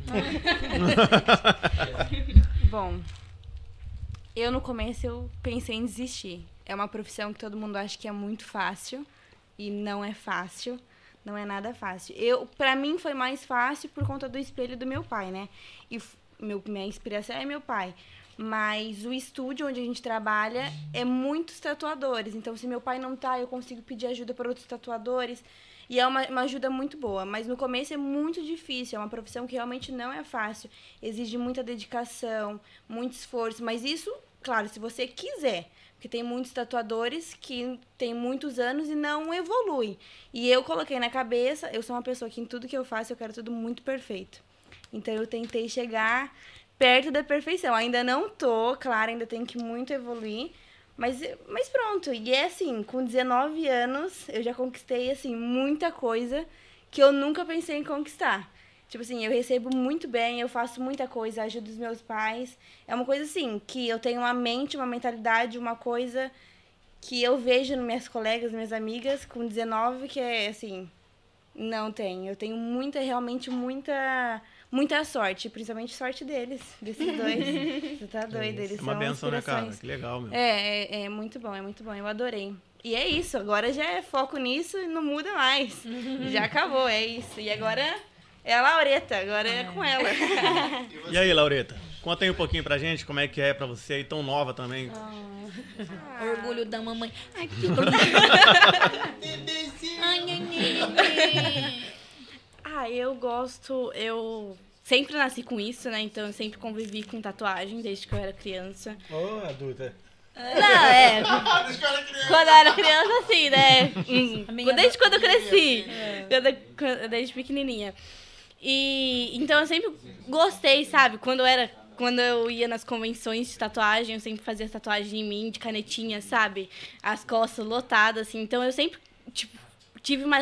Bom, eu no começo eu pensei em desistir. É uma profissão que todo mundo acha que é muito fácil e não é fácil. Não é nada fácil. Pra mim foi mais fácil por conta do espelho do meu pai, né? E minha inspiração é meu pai. Mas o estúdio onde a gente trabalha é muitos tatuadores. Então, se meu pai não tá, eu consigo pedir ajuda para outros tatuadores. E é uma ajuda muito boa. Mas no começo é muito difícil. É uma profissão que realmente não é fácil. Exige muita dedicação, muito esforço. Mas isso, claro, se você quiser. Porque tem muitos tatuadores que têm muitos anos e não evoluem. E eu coloquei na cabeça, eu sou uma pessoa que em tudo que eu faço, eu quero tudo muito perfeito. Então eu tentei chegar perto da perfeição. Ainda não tô, claro, ainda tenho que muito evoluir. Mas pronto. E é assim, com 19 anos, eu já conquistei, assim, muita coisa que eu nunca pensei em conquistar. Tipo assim, eu recebo muito bem, eu faço muita coisa, ajudo os meus pais. É uma coisa assim, que eu tenho uma mente, uma mentalidade, uma coisa que eu vejo nas minhas colegas, minhas amigas, com 19, que é assim, não tem. Eu tenho realmente muita sorte, principalmente sorte deles, desses dois. Você tá doido, eles É uma são benção, né, cara? inspirações. Que legal, meu. É muito bom, eu adorei. E é isso, agora já é foco nisso e não muda mais. Já acabou, é isso. E agora é a Laureta, agora é com ela. E aí, Laureta? Conta aí um pouquinho pra gente como é que é pra você aí, tão nova também. Orgulho da mamãe. Ai, que eu gosto, eu sempre nasci com isso, né? Então eu sempre convivi com tatuagem desde que eu era criança. Adulta. Não, quando eu era criança, assim, né? Desde quando eu cresci. Desde pequenininha. E então eu sempre gostei, sabe? Quando eu ia nas convenções de tatuagem, eu sempre fazia tatuagem em mim, de canetinha, sabe? As costas lotadas, assim. Então eu sempre, tipo, tive uma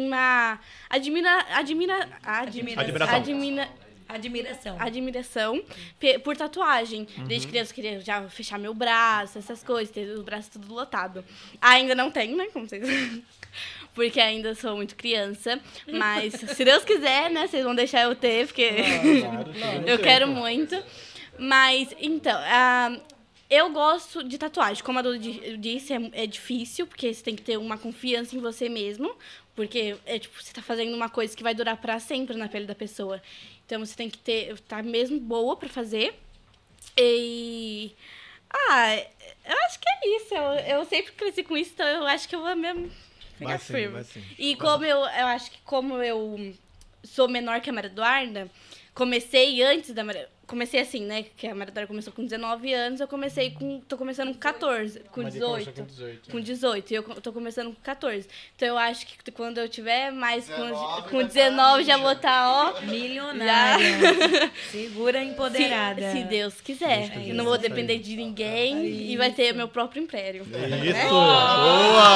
admiração por tatuagem. Desde criança eu queria já fechar meu braço, essas coisas, ter os braços tudo lotado. Ainda não tenho, né? Como vocês... Porque ainda sou muito criança. Mas se Deus quiser, né? Vocês vão deixar eu ter, porque eu quero muito. Mas, então... eu gosto de tatuagem. Como a Duda disse, é difícil, porque você tem que ter uma confiança em você mesmo. Porque você tá fazendo uma coisa que vai durar pra sempre na pele da pessoa. Então você tem que estar mesmo boa pra fazer. E... eu acho que é isso. Eu sempre cresci com isso, então eu acho que eu vou mesmo pegar firme. Vai sim. E como eu acho que como eu sou menor que a Maria Eduarda, comecei antes da Maria... Comecei assim, né? Que a Maria Eduarda começou com 19 anos, tô começando com 14, com 18. Com 18, e eu tô começando com 14. Então eu acho que quando eu tiver mais com 19, já vou estar, ó... milionária. Segura empoderada. Se Deus quiser. Eu não vou depender de ninguém e vai ter meu próprio império. Isso! Boa!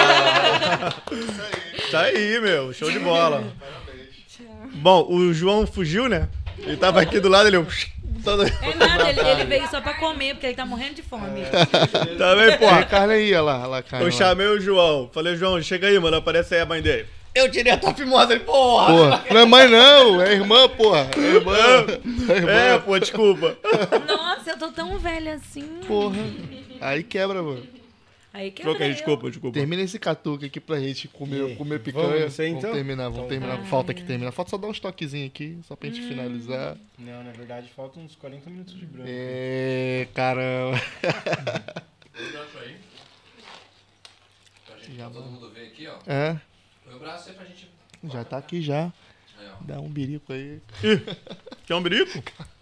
Isso aí, meu. Show de bola. Bom, o João fugiu, né? Ele tava aqui do lado, ele... É nada, ele veio só pra comer, porque ele tá morrendo de fome. Tá bem, pô. Tem carne aí, olha lá, carne. Eu chamei o João. Falei, João, chega aí, mano. Aparece aí a mãe dele. Eu tirei a tua fimosa. Ele, porra. Porra, não é mãe não, é irmã, porra. É irmã. É, pô, desculpa. Nossa, eu tô tão velha assim. Porra. Aí quebra, mano. Aí que Troca aí, desculpa. Termina esse catuque aqui pra gente comer picanha. Vamos terminar. Falta que terminar. Falta só dar uns toquezinhos aqui, só pra gente finalizar. Não, na verdade, faltam uns 40 minutos de branco. Caramba. Já todo mundo vê aqui, ó. É. Põe o braço aí pra gente... Já tá aqui já. Aí, ó. Dá um birico aí. Quer um birico?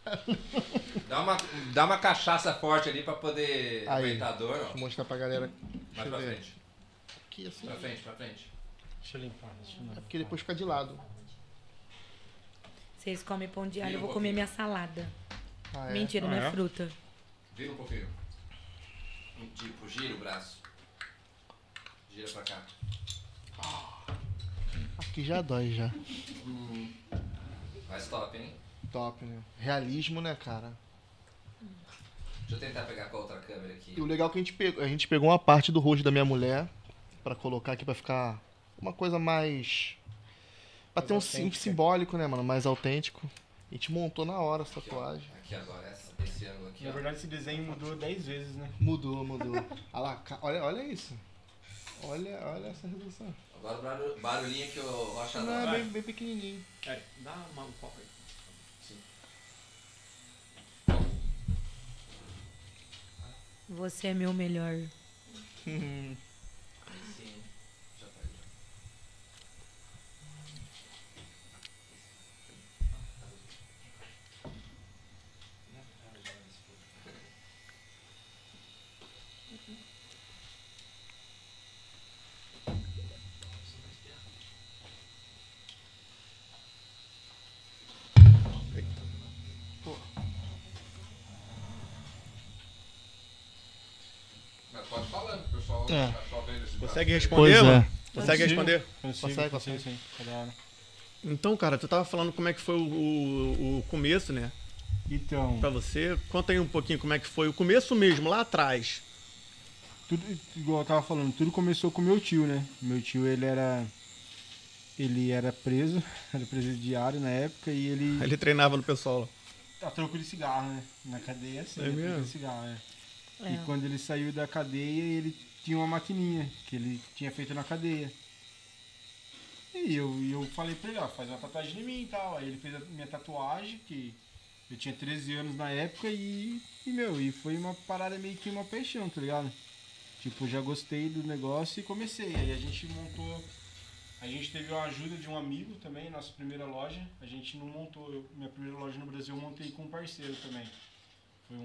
Dá uma cachaça forte ali pra poder Aí. aguentar a dor, ó. Deixa eu mostrar pra galera. Mais Deixa eu pra ver. frente. Aqui assim. Pra frente, pra frente. Deixa eu limpar. É porque depois fica de lado. Vocês comem pão de alho, Vira eu um vou comer pouquinho. minha salada. Ah, é? Mentira, minha fruta. Vira um pouquinho. Tipo, gira o braço. Gira pra cá. Aqui já dói já. Mais top, hein? Top, né? Realismo, né, cara? Deixa eu tentar pegar com a outra câmera aqui. E o legal é que a gente pegou uma parte do rosto da minha mulher pra colocar aqui pra ficar uma coisa mais... Pra ter um simbólico, né, mano? Mais autêntico. A gente montou na hora essa tatuagem. Aqui agora, esse ângulo aqui, Na ó. verdade, esse desenho mudou 10 vezes, né? Mudou. Olha lá, olha isso. Olha essa resolução. Agora o barulhinho que eu acho Não, adoro. é bem pequenininho. Dá um copo aí. Você é meu melhor. Sim. Já tá aí. Mas pode falando, pessoal. É. Pessoal vendo esse Consegue braço responder, Pois mano? é. Consegue responder? Consegue. Sim. Tá da hora. Então, cara, tu tava falando como é que foi o começo, né? Então, Pra você. Conta aí um pouquinho como é que foi o começo mesmo, lá atrás. tudo, igual eu tava falando, tudo começou com meu tio, né? Meu tio, ele era preso, era presidiário na época e ele... Aí ele treinava no pessoal lá. A troco de cigarro, né? Na cadeia, assim, É a troco mesmo? de cigarro, É. E quando ele saiu da cadeia, ele tinha uma maquininha que ele tinha feito na cadeia. E eu falei pra ele, ó, faz uma tatuagem em mim e tal. Aí ele fez a minha tatuagem, que eu tinha 13 anos na época e foi uma parada meio que uma paixão, tá ligado? Tipo, eu já gostei do negócio e comecei. Aí a gente teve uma ajuda de um amigo também, nossa primeira loja. A gente não montou, minha primeira loja no Brasil eu montei com um parceiro também. Foi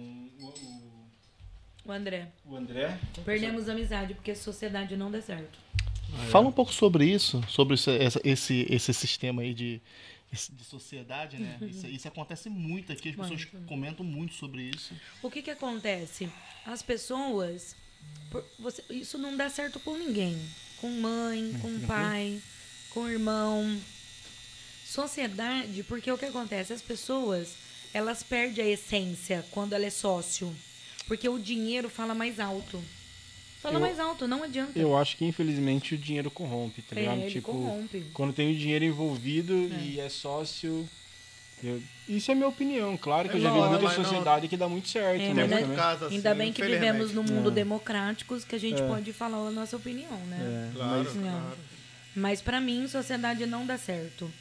O André. o André. Perdemos a amizade porque a sociedade não dá certo. Fala um pouco sobre isso, sobre esse sistema aí de sociedade, né? Isso acontece muito aqui, as pessoas comentam muito sobre isso. O que acontece? As pessoas... isso não dá certo com ninguém. Com mãe, com pai, com irmão. Sociedade, porque o que acontece? As pessoas, elas perdem a essência quando ela é sócio. Porque o dinheiro fala mais alto. Mais alto, não adianta. Eu acho que infelizmente o dinheiro corrompe, tá ligado? Ele Tipo, corrompe. quando tem o dinheiro envolvido e é sócio. Isso é minha opinião. Claro que eu já vi Não, muita mas não. sociedade que dá muito certo, É, né? mas Muito caso assim, Ainda bem que infelizmente. vivemos num mundo democrático que a gente pode falar a nossa opinião, né? É, Claro, mas- claro. Mas pra mim, sociedade não dá certo.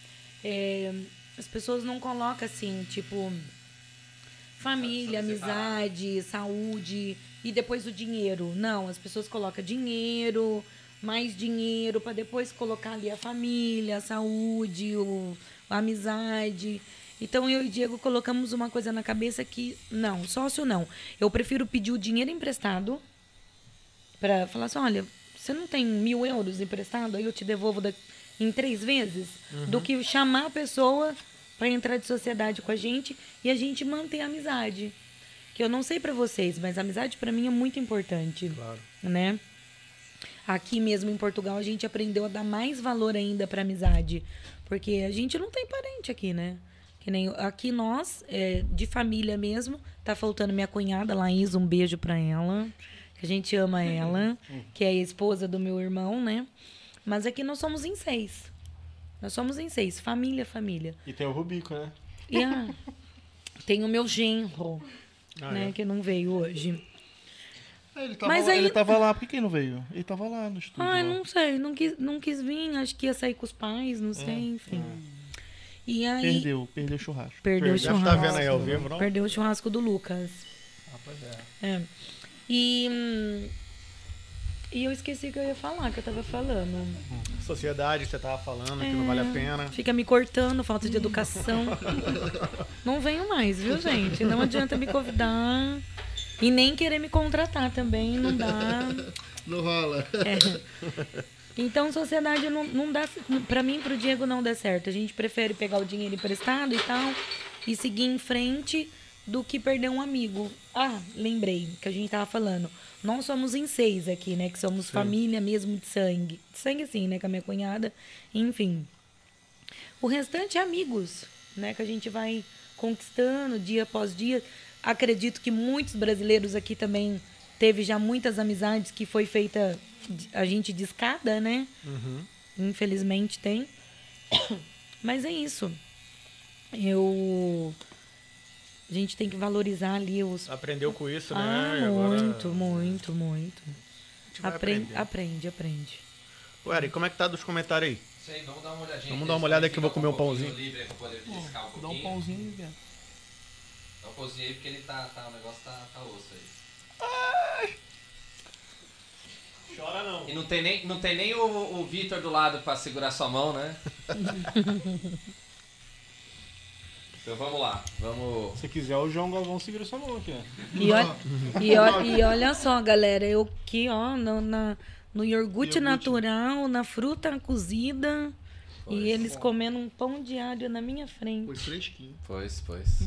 As pessoas não colocam assim, tipo, família, amizade, saúde e depois o dinheiro. Não, as pessoas colocam dinheiro, mais dinheiro, pra depois colocar ali a família, a saúde, a amizade. Então eu e o Diego colocamos uma coisa na cabeça que, não, sócio não. Eu prefiro pedir o dinheiro emprestado pra falar assim, olha, você não tem 1.000 euros emprestado, aí eu te devolvo em 3 vezes, do que chamar a pessoa para entrar de sociedade com a gente e a gente manter a amizade. Que eu não sei para vocês, mas a amizade para mim é muito importante. Claro. Né? Aqui mesmo em Portugal a gente aprendeu a dar mais valor ainda para amizade, porque a gente não tem parente aqui, né? Que nem aqui nós, de família mesmo, tá faltando minha cunhada, Laís, um beijo para ela, que a gente ama ela, que é a esposa do meu irmão, né? Mas aqui nós somos em 6. Nós somos em 6, família. E tem o Rubico, né? E tem o meu genro, né? É. Que não veio hoje. Ele tava, Mas lá, aí- ele tava lá, por que ele não veio? Ele tava lá no estúdio. Ai, lá. não sei, não quis vir, acho que ia sair com os pais, não sei, enfim. E aí... Perdeu o churrasco. Perdeu o Deve churrasco. estar vendo aí ao vivo, não? Perdeu o churrasco do Lucas. Ah, pois é. E E eu esqueci o que eu ia falar, que eu tava falando. Sociedade, que você tava falando, que não vale a pena. Fica me cortando, falta de educação. Não venho mais, viu, gente? Não adianta me convidar. E nem querer me contratar também, não dá. Não rola. Então, sociedade não dá... Pra mim e pro Diego não dá certo. A gente prefere pegar o dinheiro emprestado e tal, e seguir em frente do que perder um amigo. Ah, lembrei que a gente tava falando. Nós somos em 6 aqui, né? Que somos família mesmo de sangue. De sangue, sim, né? Com a minha cunhada. Enfim. O restante é amigos, né? Que a gente vai conquistando dia após dia. Acredito que muitos brasileiros aqui também teve já muitas amizades que foi feita a gente de escada, né? Infelizmente tem. Mas é isso. A gente tem que valorizar ali os... Aprendeu com isso, né? Ah, E agora muito. a gente vai aprender. Aprende. Ô, Eric, como é que tá dos comentários aí? Isso aí, vamos dar uma olhadinha. Vamos dar uma olhada aqui que eu vou comer um pãozinho. Livre pra poder beliscar um Dá um pouquinho. pãozinho, velho. Dá um pãozinho aí porque ele o negócio tá osso aí. Chora não. E não tem nem o Vitor do lado pra segurar sua mão, né? Então vamos lá, vamos... Se quiser, o João Galvão segura sua mão aqui, ó. E olha só, galera, eu aqui, ó, no iogurte natural, na fruta cozida, e eles comendo um pão diário na minha frente. Foi fresquinho. Pois.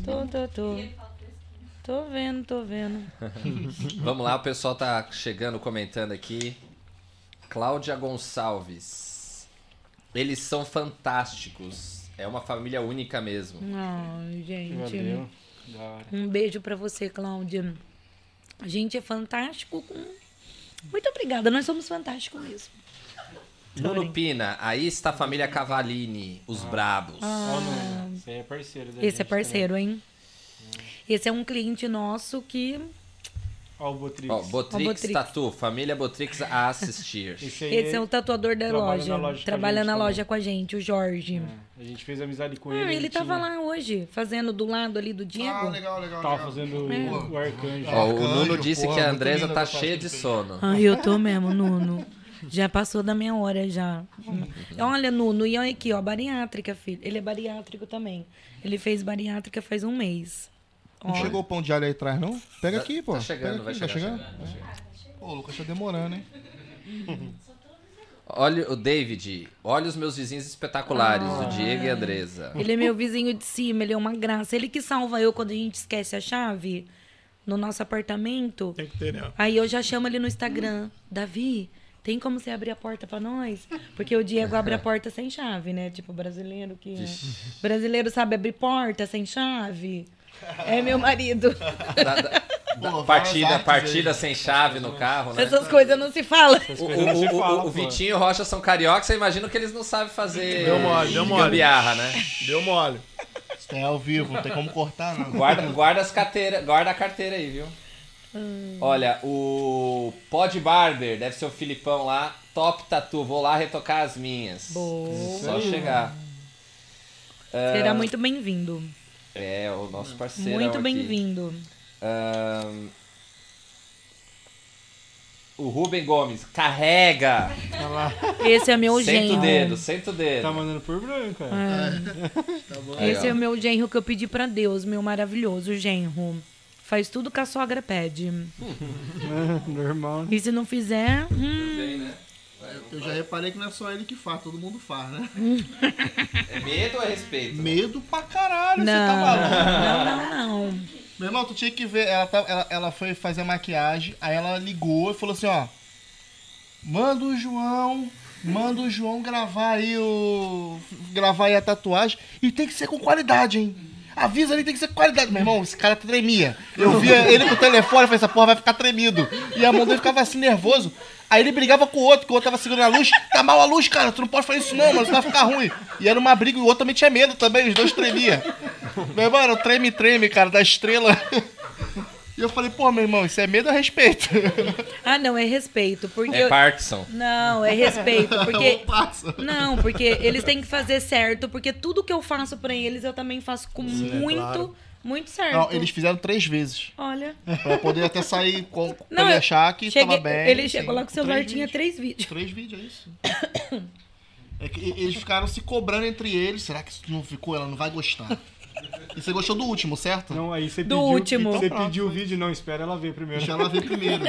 Tô vendo. Vamos lá, o pessoal tá chegando, comentando aqui. Cláudia Gonçalves. Eles são fantásticos. É uma família única mesmo. Ai, gente. Valeu. Da hora. Um beijo pra você, Cláudia. A gente é fantástico. Muito obrigada, nós somos fantásticos mesmo. Nuno Pina, aí está a família Cavalini, os brabos. Ó, Nuno, esse aí é parceiro da Esse gente é parceiro, hein? Esse é um cliente nosso que... Ó, o Botrix. Ó, Botrix Tatu, família Botrix a assistir. Esse é o tatuador da loja. Trabalha na loja com a gente, o Jorge. A gente fez amizade com ele. Ele tava lá hoje, fazendo do lado ali do Diego. Ah, legal. Tava fazendo o arcanjo. Ó, o Nuno Arcanjo, disse porra, que a muito Andresa linda tá a cheia tatuagem de que ele sono. Ai, eu tô mesmo, Nuno. Já passou da minha hora, já. Olha, Nuno, e olha aqui, ó, bariátrica, filho. Ele é bariátrico também. Ele fez bariátrica faz um mês. Não chegou o pão de alho aí atrás, não? Pega aqui, pô. Tá chegando, Pega aqui, vai tá chegar. chegando? Pô, o Lucas tá demorando, hein? Olha o David, olha os meus vizinhos espetaculares, o Diego e a Andresa. Ele é meu vizinho de cima, ele é uma graça. Ele que salva eu quando a gente esquece a chave no nosso apartamento. Tem que ter, né? Aí eu já chamo ele no Instagram. Davi, tem como você abrir a porta pra nós? Porque o Diego abre a porta sem chave, né? Tipo, brasileiro que... Brasileiro sabe abrir porta sem chave. É meu marido. Pô, Partida sem chave no carro, né? Essas coisas não se falam. O Vitinho e o Rocha são carioca, você imagina que eles não sabem fazer Deu mole. gambiarra, né? Deu mole. Isso é ao vivo, não tem como cortar, não. Guarda a carteira aí, viu? Olha, o Pod Barber, deve ser o Filipão lá, top tatu, vou lá retocar as minhas. Boa. Só chegar. Será muito bem-vindo. É, o nosso parceiro. Muito bem-vindo. O Rubem Gomes, carrega! Esse é meu genro. Senta o dedo. Tá mandando por branco, cara. Tá bom. Esse é o meu genro que eu pedi pra Deus, meu maravilhoso genro. Faz tudo que a sogra pede. Normal. E se não fizer... Eu já reparei que não é só ele que faz, todo mundo faz, né? É medo ou é respeito? Medo pra caralho, você Não, tá maluco. não. Meu irmão, tu tinha que ver, ela foi fazer maquiagem, aí ela ligou e falou assim, ó, manda o João gravar aí a tatuagem e tem que ser com qualidade, hein? Avisa ele, tem que ser com qualidade. Meu irmão, esse cara tremia. Eu via ele com o telefone, eu falei, essa porra vai ficar tremido. E a mão dele ficava assim, nervoso. Aí ele brigava com o outro, que o outro tava segurando a luz. Tá mal a luz, cara, tu não pode fazer isso não, mano, senão vai ficar ruim. E era uma briga, e o outro também tinha medo também, os dois tremiam. Meu irmão, era o treme, cara, da estrela. E eu falei, pô, meu irmão, isso é medo ou respeito? Ah, não, é respeito. Porque É Parkinson. Não, é respeito. Porque... Passa. Não, porque eles têm que fazer certo, porque tudo que eu faço pra eles eu também faço com muito Muito certo. Não, eles fizeram 3 vezes. Olha. Pra poder até sair com Não, ele achar que cheguei, estava bem. ele chegou lá com o celular, 3 tinha vídeos. 3 vídeos. 3 vídeos, é isso. É que eles ficaram se cobrando entre eles. Será que isso não ficou? Ela não vai gostar. E você gostou do último, certo? Não, aí você Do pediu, último. Você Então, pediu o vídeo, não, espera ela ver primeiro. Deixa ela ver primeiro.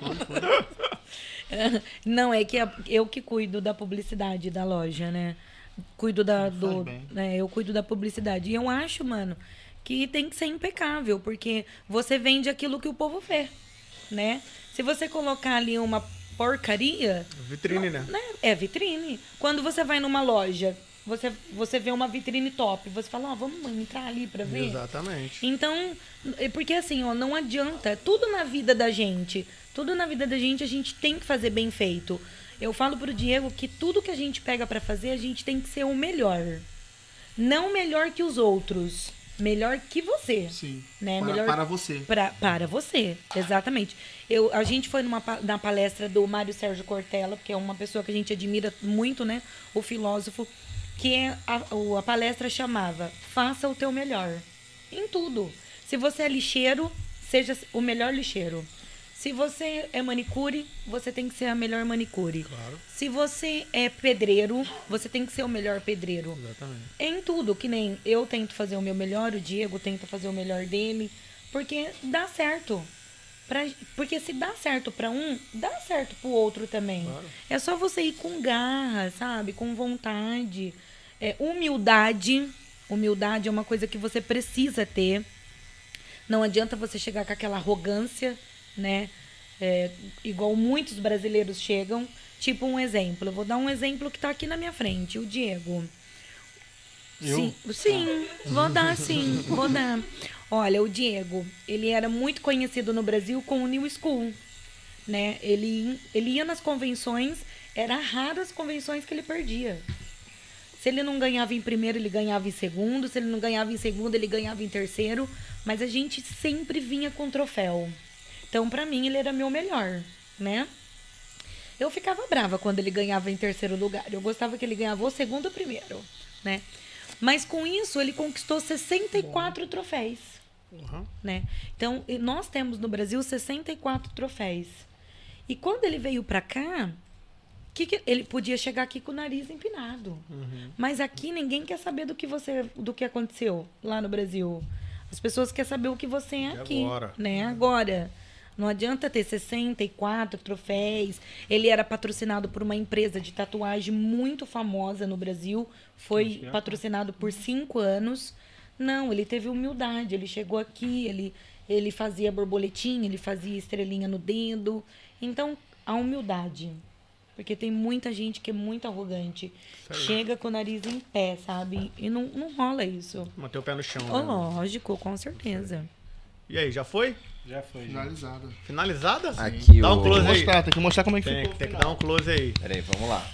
Não, é que eu que cuido da publicidade da loja, né? Cuido eu cuido da publicidade. E eu acho, mano, que tem que ser impecável, porque você vende aquilo que o povo vê, né? Se você colocar ali uma porcaria... Vitrine, né? É vitrine. Quando você vai numa loja, você vê uma vitrine top, você fala, vamos entrar ali pra ver? Exatamente. Então, porque assim, não adianta. Tudo na vida da gente a gente tem que fazer bem feito. Eu falo pro Diego que tudo que a gente pega pra fazer, a gente tem que ser o melhor. Não melhor que os outros. Melhor que você. Sim. Né? Para você. Para você, exatamente. A gente foi na palestra do Mário Sérgio Cortella, que é uma pessoa que a gente admira muito, né? O filósofo, que a palestra chamava Faça o teu melhor. Em tudo. Se você é lixeiro, seja o melhor lixeiro. Se você é manicure, você tem que ser a melhor manicure. Claro. Se você é pedreiro, você tem que ser o melhor pedreiro. Exatamente. Em tudo, que nem eu tento fazer o meu melhor, o Diego tenta fazer o melhor dele, porque dá certo. Porque se dá certo para um, dá certo pro outro também. Claro. É só você ir com garra, sabe? Com vontade. Humildade. Humildade é uma coisa que você precisa ter. Não adianta você chegar com aquela arrogância, né? Igual muitos brasileiros chegam. Tipo um exemplo. Eu vou dar um exemplo que tá aqui na minha frente. O Diego. Eu? Sim, vou dar sim. Vou dar. Olha, o Diego, ele era muito conhecido no Brasil com o New School, né? Ele ia nas convenções, era raras as convenções que ele perdia. Se ele não ganhava em primeiro, ele ganhava em segundo. Se ele não ganhava em segundo, ele ganhava em terceiro. Mas a gente sempre vinha com troféu. Então, pra mim, ele era meu melhor, né? Eu ficava brava quando ele ganhava em terceiro lugar. Eu gostava que ele ganhava o segundo ou o primeiro, né? Mas com isso, ele conquistou 64 troféus. Uhum. Né? Então, nós temos no Brasil 64 troféus. E quando ele veio pra cá, ele podia chegar aqui com o nariz empinado. Uhum. Mas aqui ninguém quer saber do que aconteceu lá no Brasil. As pessoas querem saber o que você é aqui. Agora. Né? Agora. Não adianta ter 64 troféus. Ele era patrocinado por uma empresa de tatuagem muito famosa no Brasil. Foi patrocinado por 5 anos. Não, ele teve humildade. Ele chegou aqui, ele fazia borboletinha, ele fazia estrelinha no dedo. Então, a humildade. Porque tem muita gente que é muito arrogante. Chega com o nariz em pé, sabe? E não rola isso. Manter o pé no chão. Oh, Né? lógico, com certeza. E aí, já foi? Já foi. Finalizada. Finalizada? Aqui Dá um o... close aí. Tem que mostrar como é que ficou. Tem que dar um close aí. Peraí, vamos lá.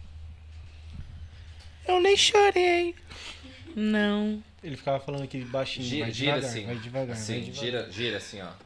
Eu nem chorei. Não. Ele ficava falando aqui baixinho, Gira, vai gira devagar, assim. vai devagar. Assim, vai devagar. gira assim, ó.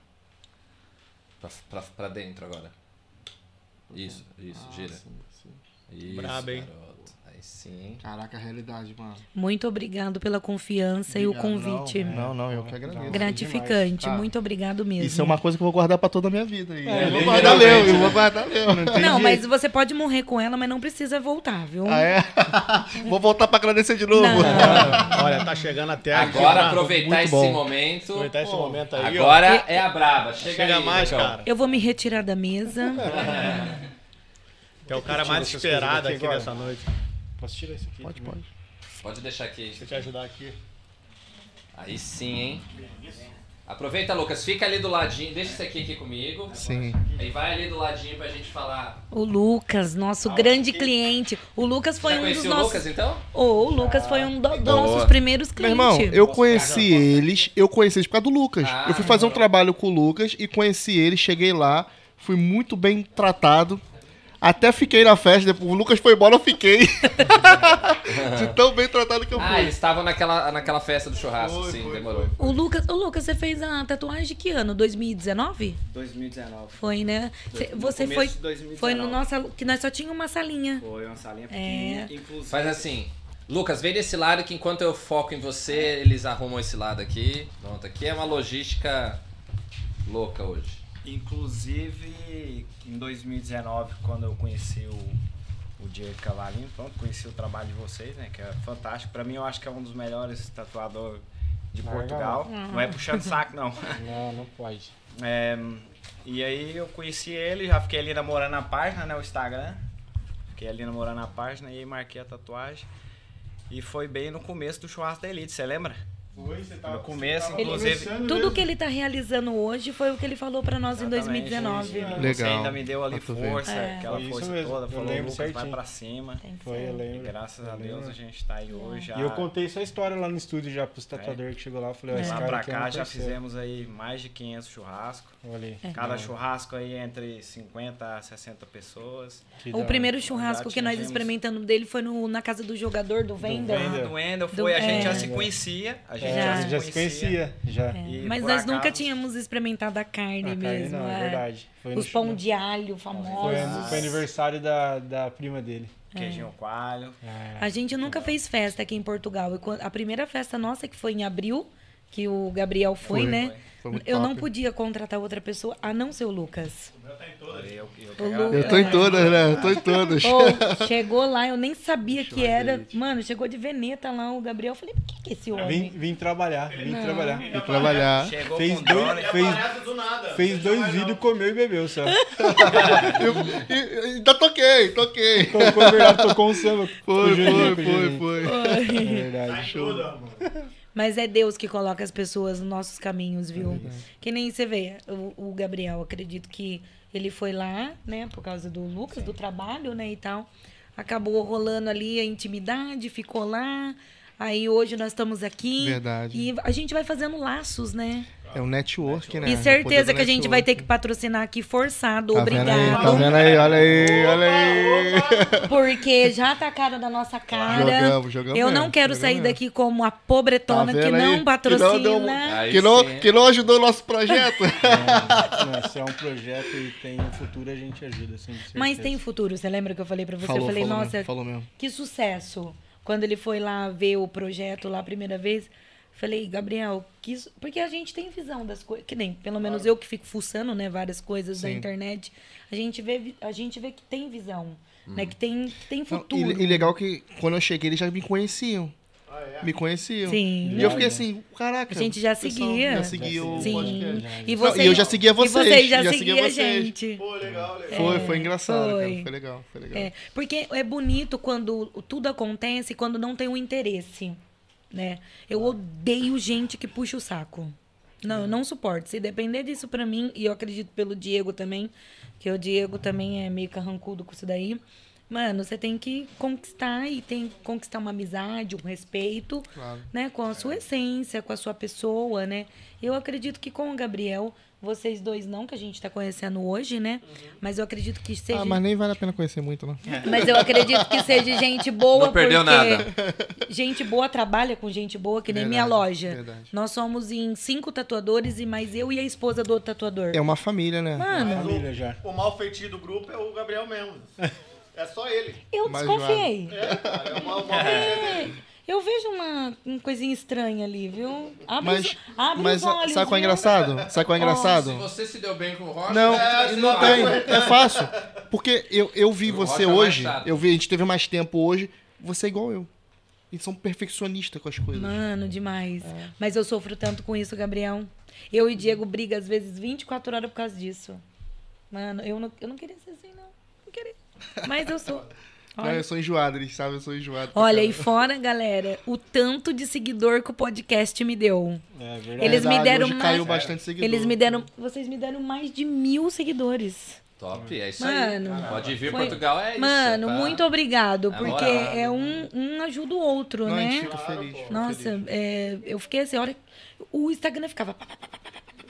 Pra dentro agora. Isso, gira. Isso, Brabo, hein? garoto. Aí sim. Caraca, a realidade, mano. Muito obrigado pela confiança e o convite. Não, eu que agradeço. Gratificante, Cara, muito obrigado mesmo. Isso é uma coisa que eu vou guardar pra toda a minha vida. Eu vou guardar mesmo. Não, mas você pode morrer com ela, mas não precisa voltar, viu? Ah, é? Vou voltar pra agradecer de novo. Não. Olha, tá chegando até Agora aqui. aproveitar muito esse bom. momento. Aproveitar esse momento aí, Agora é a braba. Chega aí, mais, Necão. cara. Eu vou me retirar da mesa. Que é o cara mais essas esperado coisas aqui agora? nessa noite. Posso tirar isso aqui? Pode. Pode deixar aqui. Deixa eu te ajudar aqui. Aí sim, hein? Aproveita, Lucas. Fica ali do ladinho. Deixa isso aqui comigo. Sim. Aí vai ali do ladinho pra gente falar. O Lucas, nosso grande cliente. O Lucas foi Já um dos conhecia o nossos... Lucas, então? O Lucas foi um dos Boa. nossos primeiros Meu clientes. irmão, eu conheci eles por causa do Lucas. Ah, Eu fui fazer um trabalho com o Lucas e conheci ele, cheguei lá, fui muito bem tratado. Até fiquei na festa, depois o Lucas foi embora, eu fiquei. De tão bem tratado que eu fui. Ah, eles estavam naquela festa do churrasco, Foi, sim, foi, demorou. O Lucas, você fez a tatuagem de que ano? 2019? 2019. Foi, né? Você começo foi, de 2019. foi no nosso... Que nós só tínhamos uma salinha. Foi uma salinha É. pequenininha, inclusive. Faz assim. Lucas, vem desse lado que enquanto eu foco em você, eles arrumam esse lado aqui. Pronto, aqui é uma logística louca hoje. Inclusive, em 2019, quando eu conheci o Diego Cavalinho, pronto, conheci o trabalho de vocês, né, que é fantástico. Pra mim, eu acho que é um dos melhores tatuadores de Portugal. Não é puxando saco, não. Não pode. E aí eu conheci ele, já fiquei ali namorando a página, né, o Instagram. Fiquei ali namorando a página e aí marquei a tatuagem. E foi bem no começo do churrasco da Elite, você lembra? Foi, você tava No começo, tava inclusive. Tudo que ele tá realizando hoje foi o que ele falou pra nós em 2019. Você Legal. ainda me deu ali Pra tu ver. força, aquela Foi isso força mesmo, toda, eu falou, lembro Lucas, vai certinho. pra cima. Tem que Foi, ser. eu E lembro. graças a Deus a gente tá aí hoje já. E eu contei sua história lá no estúdio já pros tatuadores que chegou lá. Eu falei, ó, esse Lá cara pra aqui é cá meu já parceiro. fizemos aí mais de 500 churrascos. Olha aí. Cada churrasco aí entre 50 a 60 pessoas. Que da O hora. primeiro churrasco Já que nós tivemos- experimentando dele foi na casa do jogador, do Wendel. Wendel. Do Wendel foi, a gente já é. se conhecia. A gente Já. Já se conhecia, já. E Mas por nós nunca acaso- tínhamos experimentado a carne A carne mesmo. não, é verdade. Foi Os no- pão de alho famosos. Foi aniversário da prima dele. Queijinho coalho. A gente nunca fez festa aqui em Portugal. A primeira festa nossa, que foi em abril, que o Gabriel foi, né? Foi muito Eu não top. podia contratar outra pessoa a não ser o Lucas. Eu O Lu- Eu tô em todas, né? Eu tô em todas. Ô, chegou lá, eu nem sabia que era. Mano, chegou de veneta lá o Gabriel. Eu falei, o que é esse homem? Vim trabalhar, vim trabalhar. E trabalhar. Chegou Fez com dois, drone. fez 2 vídeos, comeu e bebeu só. Ainda toquei. Tocou, verdade, tocou um samba. com o Juninho, com o Juninho. Foi. É verdade. Show. Mas é Deus que coloca as pessoas nos nossos caminhos, viu? Que nem você vê, o Gabriel, acredito que ele foi lá, né, por causa do Lucas, do trabalho, né, e tal. Acabou rolando ali a intimidade, ficou lá. Aí hoje nós estamos aqui. Verdade. E a gente vai fazendo laços, né? É um network, né? E O poder certeza do que a gente vai network. ter que patrocinar aqui forçado. Tá vendo Obrigado. aí? Tá vendo aí? Olha aí. Porque já tá cara da nossa cara. Jogamos Eu mesmo, não quero jogamos sair mesmo. daqui como a pobretona Tá que vendo aí? não patrocina. Que não deu- Aí sim. Que não ajudou o nosso projeto. Não, se é um projeto e tem um futuro, a gente ajuda, assim, de certeza. Mas tem futuro. Você lembra que eu falei pra você? Eu falei, nossa, Falou mesmo. que sucesso. Quando ele foi lá ver o projeto lá a primeira vez, falei, Gabriel, porque a gente tem visão das coisas, que nem, pelo menos eu que fico fuçando, né, várias coisas da Sim. internet, a gente vê que tem visão, né, que tem futuro. E legal que quando eu cheguei, eles já me conheciam. Me conheciam. Sim. E eu fiquei assim, caraca. A gente já o pessoal seguia. Já seguia o Sim. podcast. E, Não, e eu já seguia vocês. E vocês já seguia seguiam a vocês. gente. Pô, legal. Foi engraçado, foi. cara. Foi legal. É, porque é bonito quando tudo acontece, quando não tem um interesse, né? Eu odeio gente que puxa o saco. Não, eu não suporto. Se depender disso pra mim, e eu acredito pelo Diego também, que o Diego também é meio carrancudo com isso daí. Mano, você tem que conquistar e tem que conquistar uma amizade, um respeito, Claro. né? Com a sua essência, com a sua pessoa, né? Eu acredito que com o Gabriel, vocês dois não, que a gente tá conhecendo hoje, né? Mas eu acredito que seja... Ah, mas nem vale a pena conhecer muito, não. Mas eu acredito que seja gente boa, Não perdeu porque nada. gente boa trabalha com gente boa, que nem Verdade, minha loja. verdade. Nós somos em 5 tatuadores e mais eu e a esposa do outro tatuador. É uma família, né? Mano, Família já. O mal feitio do grupo é o Gabriel mesmo. É só ele. eu Mais desconfiei. Cara, é o mal feitio dele. Eu vejo uma coisinha estranha ali, viu? Mas abre os olhos, sabe qual é viu? engraçado? Sabe qual é engraçado? você se deu bem com o Rocha... Não, não tem. É fácil. Porque eu vi O você Rocha é mais hoje, chato. a gente teve mais tempo hoje, você é igual eu. Eles são perfeccionistas com as coisas. Mano, demais. Mas eu sofro tanto com isso, Gabriel. Eu e Diego briga às vezes 24 horas por causa disso. Mano, eu não queria ser assim, não. Não queria. Mas eu sou. Não, Olha, eu sou enjoado, eles sabem, eu sou enjoado. pra olha, e caramba. fora, galera, o tanto de seguidor que o podcast me deu. É verdade. Eles me Verdade, deram hoje mais. caiu bastante seguidor. Eles me deram. Vocês me deram mais de 1000 seguidores. Top, é isso Mano, aí. Pode vir, foi- Portugal é isso. Mano, tá? muito obrigado, Na porque moral. é um ajuda o outro, Não, a gente né? fica feliz. fica Nossa, feliz. eu fiquei assim, a hora. O Instagram ficava.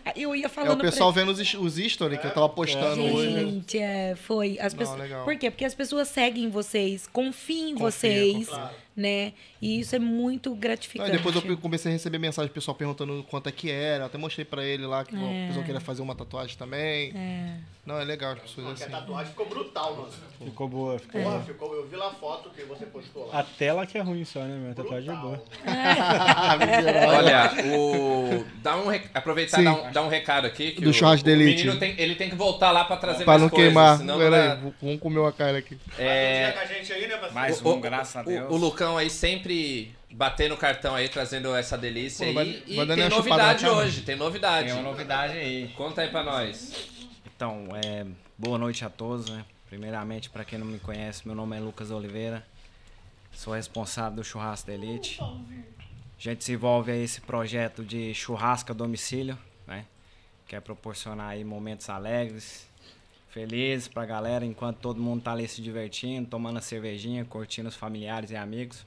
Eu ia É falando o pessoal vendo os stories que eu tava postando hoje. Gente, foi. As pessoas... legal. Por quê? Porque as pessoas seguem vocês, confiam em Confia, vocês, claro. né? E isso é muito Não, gratificante. e depois eu comecei a receber mensagem do pessoal perguntando quanto é que era. Até mostrei pra ele lá que o pessoal queria fazer uma tatuagem também. Não, é legal as pessoas Porque assim. a tatuagem ficou brutal, mano. Ficou boa, ficou Porra, boa. ficou, eu vi lá a foto que você postou lá. A tela que é ruim só, né? Minha tatuagem é boa. Olha, aproveitar Sim. e dar um recado aqui. Que Do churrasco da Elite. menino ele tem que voltar lá pra trazer Pra mais não coisas. queimar. Senão Pera não aí, dá. vamos comer uma carne aqui. É, Com a gente aí, né, parceiro? Mais um, graças a Deus. o Lucão aí sempre batendo o cartão aí, trazendo essa delícia Pô, aí. vai E dando tem uma chupada novidade na cara. hoje, tem novidade. Tem uma novidade aí. Conta aí pra nós. Então, boa noite a todos, né? Primeiramente, para quem não me conhece, meu nome é Lucas Oliveira. Sou responsável do Churrasco da Elite. A gente desenvolve aí esse projeto de churrasco a domicílio, né? Quer proporcionar aí momentos alegres, felizes pra galera, enquanto todo mundo tá ali se divertindo, tomando a cervejinha, curtindo os familiares e amigos.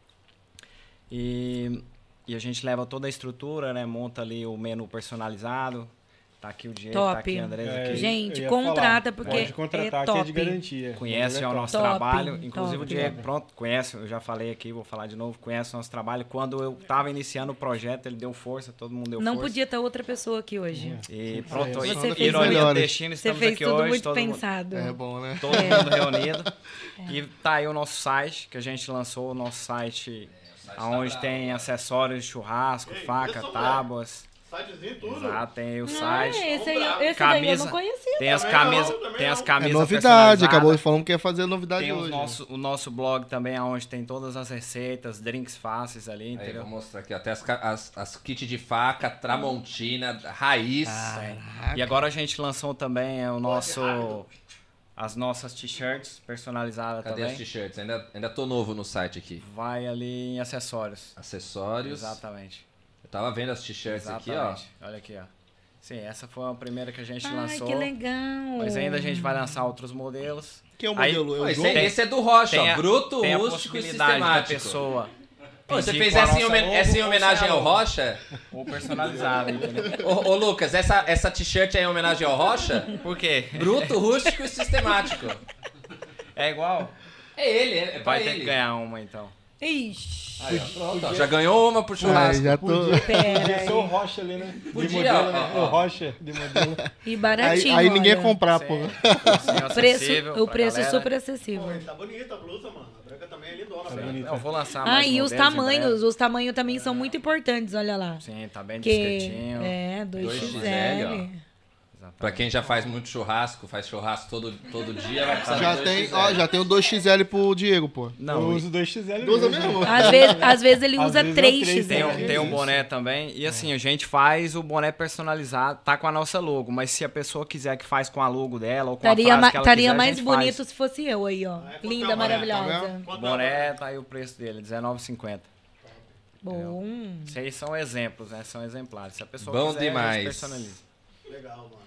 E a gente leva toda a estrutura, né? Monta ali o menu personalizado. Tá aqui o Diego, Top. tá aqui a Andresa aqui. Gente, Eu ia contrata, falar, porque pode contratar, é que é top. de garantia. Conhece já o nosso Top, trabalho, inclusive top. o Diego, pronto, conhece, eu já falei aqui, vou falar de novo, conhece o nosso trabalho. Quando eu tava iniciando o projeto, ele deu força, todo mundo deu Não força. podia ter outra pessoa aqui hoje. E pronto, Você aí, fez ironia muito- do destino, Você estamos fez aqui tudo hoje, muito todo mundo, pensado. É bom, né? todo mundo reunido. E tá aí o nosso site, que a gente lançou, o nosso site, onde tem acessórios de churrasco, faca, isso, tábuas. Sitezinho e tudo. Exato, tem o Ah, site. esse daí eu Camisa, não conhecia. tem as Também não, camisas, também tem as não. É camisas novidade, personalizadas. acabou de falando que ia fazer novidade Tem hoje. o nosso blog também, onde tem todas as receitas, drinks fáceis ali, Aí, entendeu? vou mostrar aqui, ó. Tem as kits de faca, Tramontina, Raiz. E agora a gente lançou também as nossas t-shirts personalizadas Cadê também. as t-shirts? Ainda tô novo no site aqui. Vai ali em acessórios. Acessórios. Exatamente. Eu tava vendo as t-shirts aqui, ó. Exatamente. Olha aqui, ó. Sim, essa foi a primeira que a gente Ai, lançou. que legal. Mas ainda a gente vai lançar outros modelos. Quem é o Aí- modelo? É Ó, o esse, João? esse é do Rocha, ó. Bruto, tem a rústico e possibilidade da sistemático. pessoa. Ô, você pedir fez com a essa em, nossa logo essa em ou homenagem sem a ao logo. Rocha? Ou personalizado, entendeu? Ô, Lucas, essa t-shirt aí é em homenagem ao Rocha? Por quê? Bruto, rústico e sistemático. É igual? É ele, é pra Vai ter ele. que ganhar uma, então. Ixi, Aí, ó, pronto, ó, já ganhou uma pro Ué, churrasco. já tô... pera Esse é o aí. Rocha ali, né? Podia, de modelo, ó, né? ó. O Rocha de modelo. E Aí, baratinho, aí ninguém ia olha. comprar, Sim. pô. Preço acessível O pra preço é galera. super acessível. Pô, tá bonita a blusa, mano. A branca também é lindona, velho. bonita. Eu vou lançar Ah, mais e os modelos em tamanhos. breve. Os tamanhos também são muito importantes, olha lá. Sim, tá bem Que discretinho. é 2XL, 2XL. Exatamente. Pra quem já faz muito churrasco, faz churrasco todo dia, vai precisar Já de tem, 2XL. ó, já tem o 2XL pro Diego, pô. Eu Não, uso 2XL Usa mesmo. mesmo? Às vezes ele Às usa vezes é 3x. tem um boné também. E assim, a gente faz o boné personalizado, tá com a nossa logo. Mas se a pessoa quiser que faz com a logo dela ou com a frase que ela Estaria quiser, a mais gente bonito faz. se fosse eu aí, ó. quanto é Linda, o boné? maravilhosa. O boné, tá aí o preço dele, R$19,50. Bom. Isso aí são exemplos, né? São exemplares. Se a pessoa Bom quiser, a demais. gente personaliza. Legal, mano.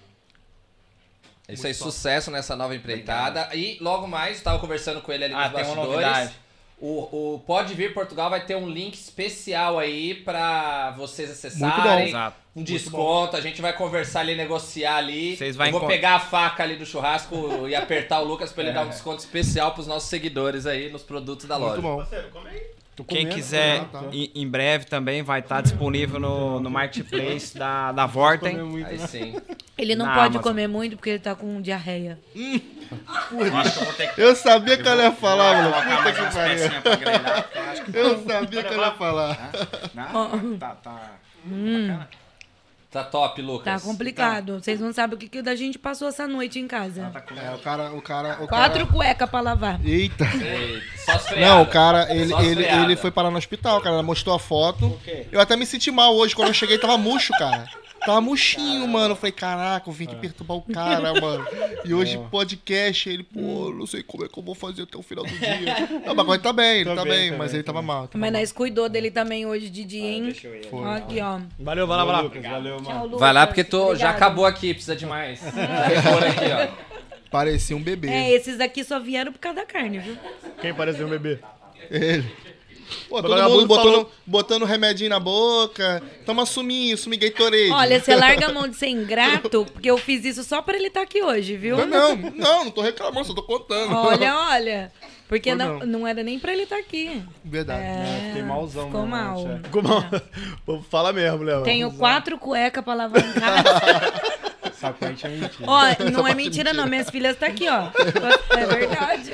Isso aí, sucesso nessa nova empreitada. E logo mais, estava conversando com ele ali nos Tem uma bastidores. novidade. O Pode Vir Portugal vai ter um link especial aí pra vocês Muito acessarem. bom. Exato. Um desconto, a gente vai conversar ali, negociar ali. Vocês vai Eu vou encont- pegar a faca ali do churrasco e apertar o Lucas pra ele dar um desconto especial pros nossos seguidores aí nos produtos da loja. Muito bom. Parceiro, come aí. Tô Quem comendo, quiser, tá. em breve também vai estar disponível no marketplace da Vorten. comendo muito, Aí né? sim. Ele não Na pode Amazon. comer muito porque ele tá com diarreia. Acho que eu vou ter que Eu sabia que ela ia falar, mano. colocar Puta mais que umas pariu. pecinhas pra grelhar, porque eu acho que Eu sabia que ela ia falar. não, tá bacana. Tá top, Lucas. Tá complicado. Vocês não sabem o que a gente passou essa noite em casa. É, o cara... 4 cuecas pra lavar. Eita. Ei, só as freadas. Não, o cara, ele, Só as ele, freadas. ele foi parar no hospital, cara. Ela mostrou a foto. Eu até me senti mal hoje, quando eu cheguei, tava murcho, cara. Tava murchinho, mano. Eu falei, caraca, eu vim aqui perturbar o cara, mano. E hoje, podcast, ele, pô, não sei como é que eu vou fazer até o final do dia. Não, mas agora ele tá bem, ele tá bem, mas ele tava mal. Mas nós cuidou dele também hoje de dia, hein? Ó, aqui, ó. Valeu, vai lá, vai lá. Lucas, valeu, mano. Tchau, Lucas. Vai lá porque já Obrigada. acabou aqui, precisa de mais. Por aqui, ó. Parecia um bebê. É, esses aqui só vieram por causa da carne, viu? Quem pareceu um bebê? Ele. Pô, todo mundo botando remedinho na boca. Toma suminho, Gatorade. Olha, você larga a mão de ser ingrato, porque eu fiz isso só pra ele estar aqui hoje, viu? Não tô reclamando, só tô contando. Olha. Porque não era nem pra ele estar aqui. Verdade. Fiquei malzão. Ficou mal. Fala mesmo, Léo. Tenho 4 cuecas pra lavar em casa. Sapete é mentira. Ó, não é mentira não, minhas filhas tá aqui, ó. É verdade.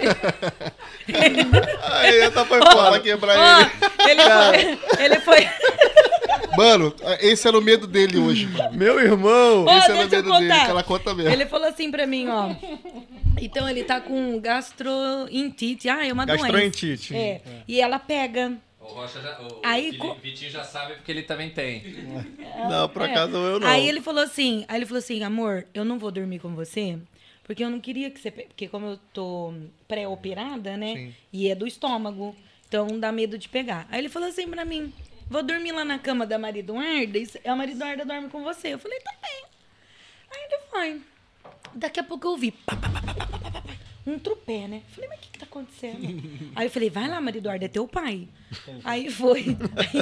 Aí, essa foi fora, quebrar ele foi... Mano, esse era o medo dele hoje. Meu irmão. Esse era o medo dele, que ela conta mesmo. Ele falou assim pra mim, ó. Então ele tá com gastroentite. É uma doença. Gastroentite. E ela pega. O Rocha Vitinho já sabe porque ele também tem. Não, por acaso eu não. Aí ele falou assim, amor, eu não vou dormir com você, porque eu não queria que você... Porque como eu tô pré-operada, né? Sim. E é do estômago, então dá medo de pegar. Aí ele falou assim pra mim, vou dormir lá na cama da Maria Eduarda, e a Maria Eduarda dorme com você. Eu falei, tá bem. Aí ele foi. Daqui a pouco eu ouvi um tropé, né? Falei, mas o que tá acontecendo? Aí eu falei, vai lá, Maria Eduarda, é teu pai. Aí foi.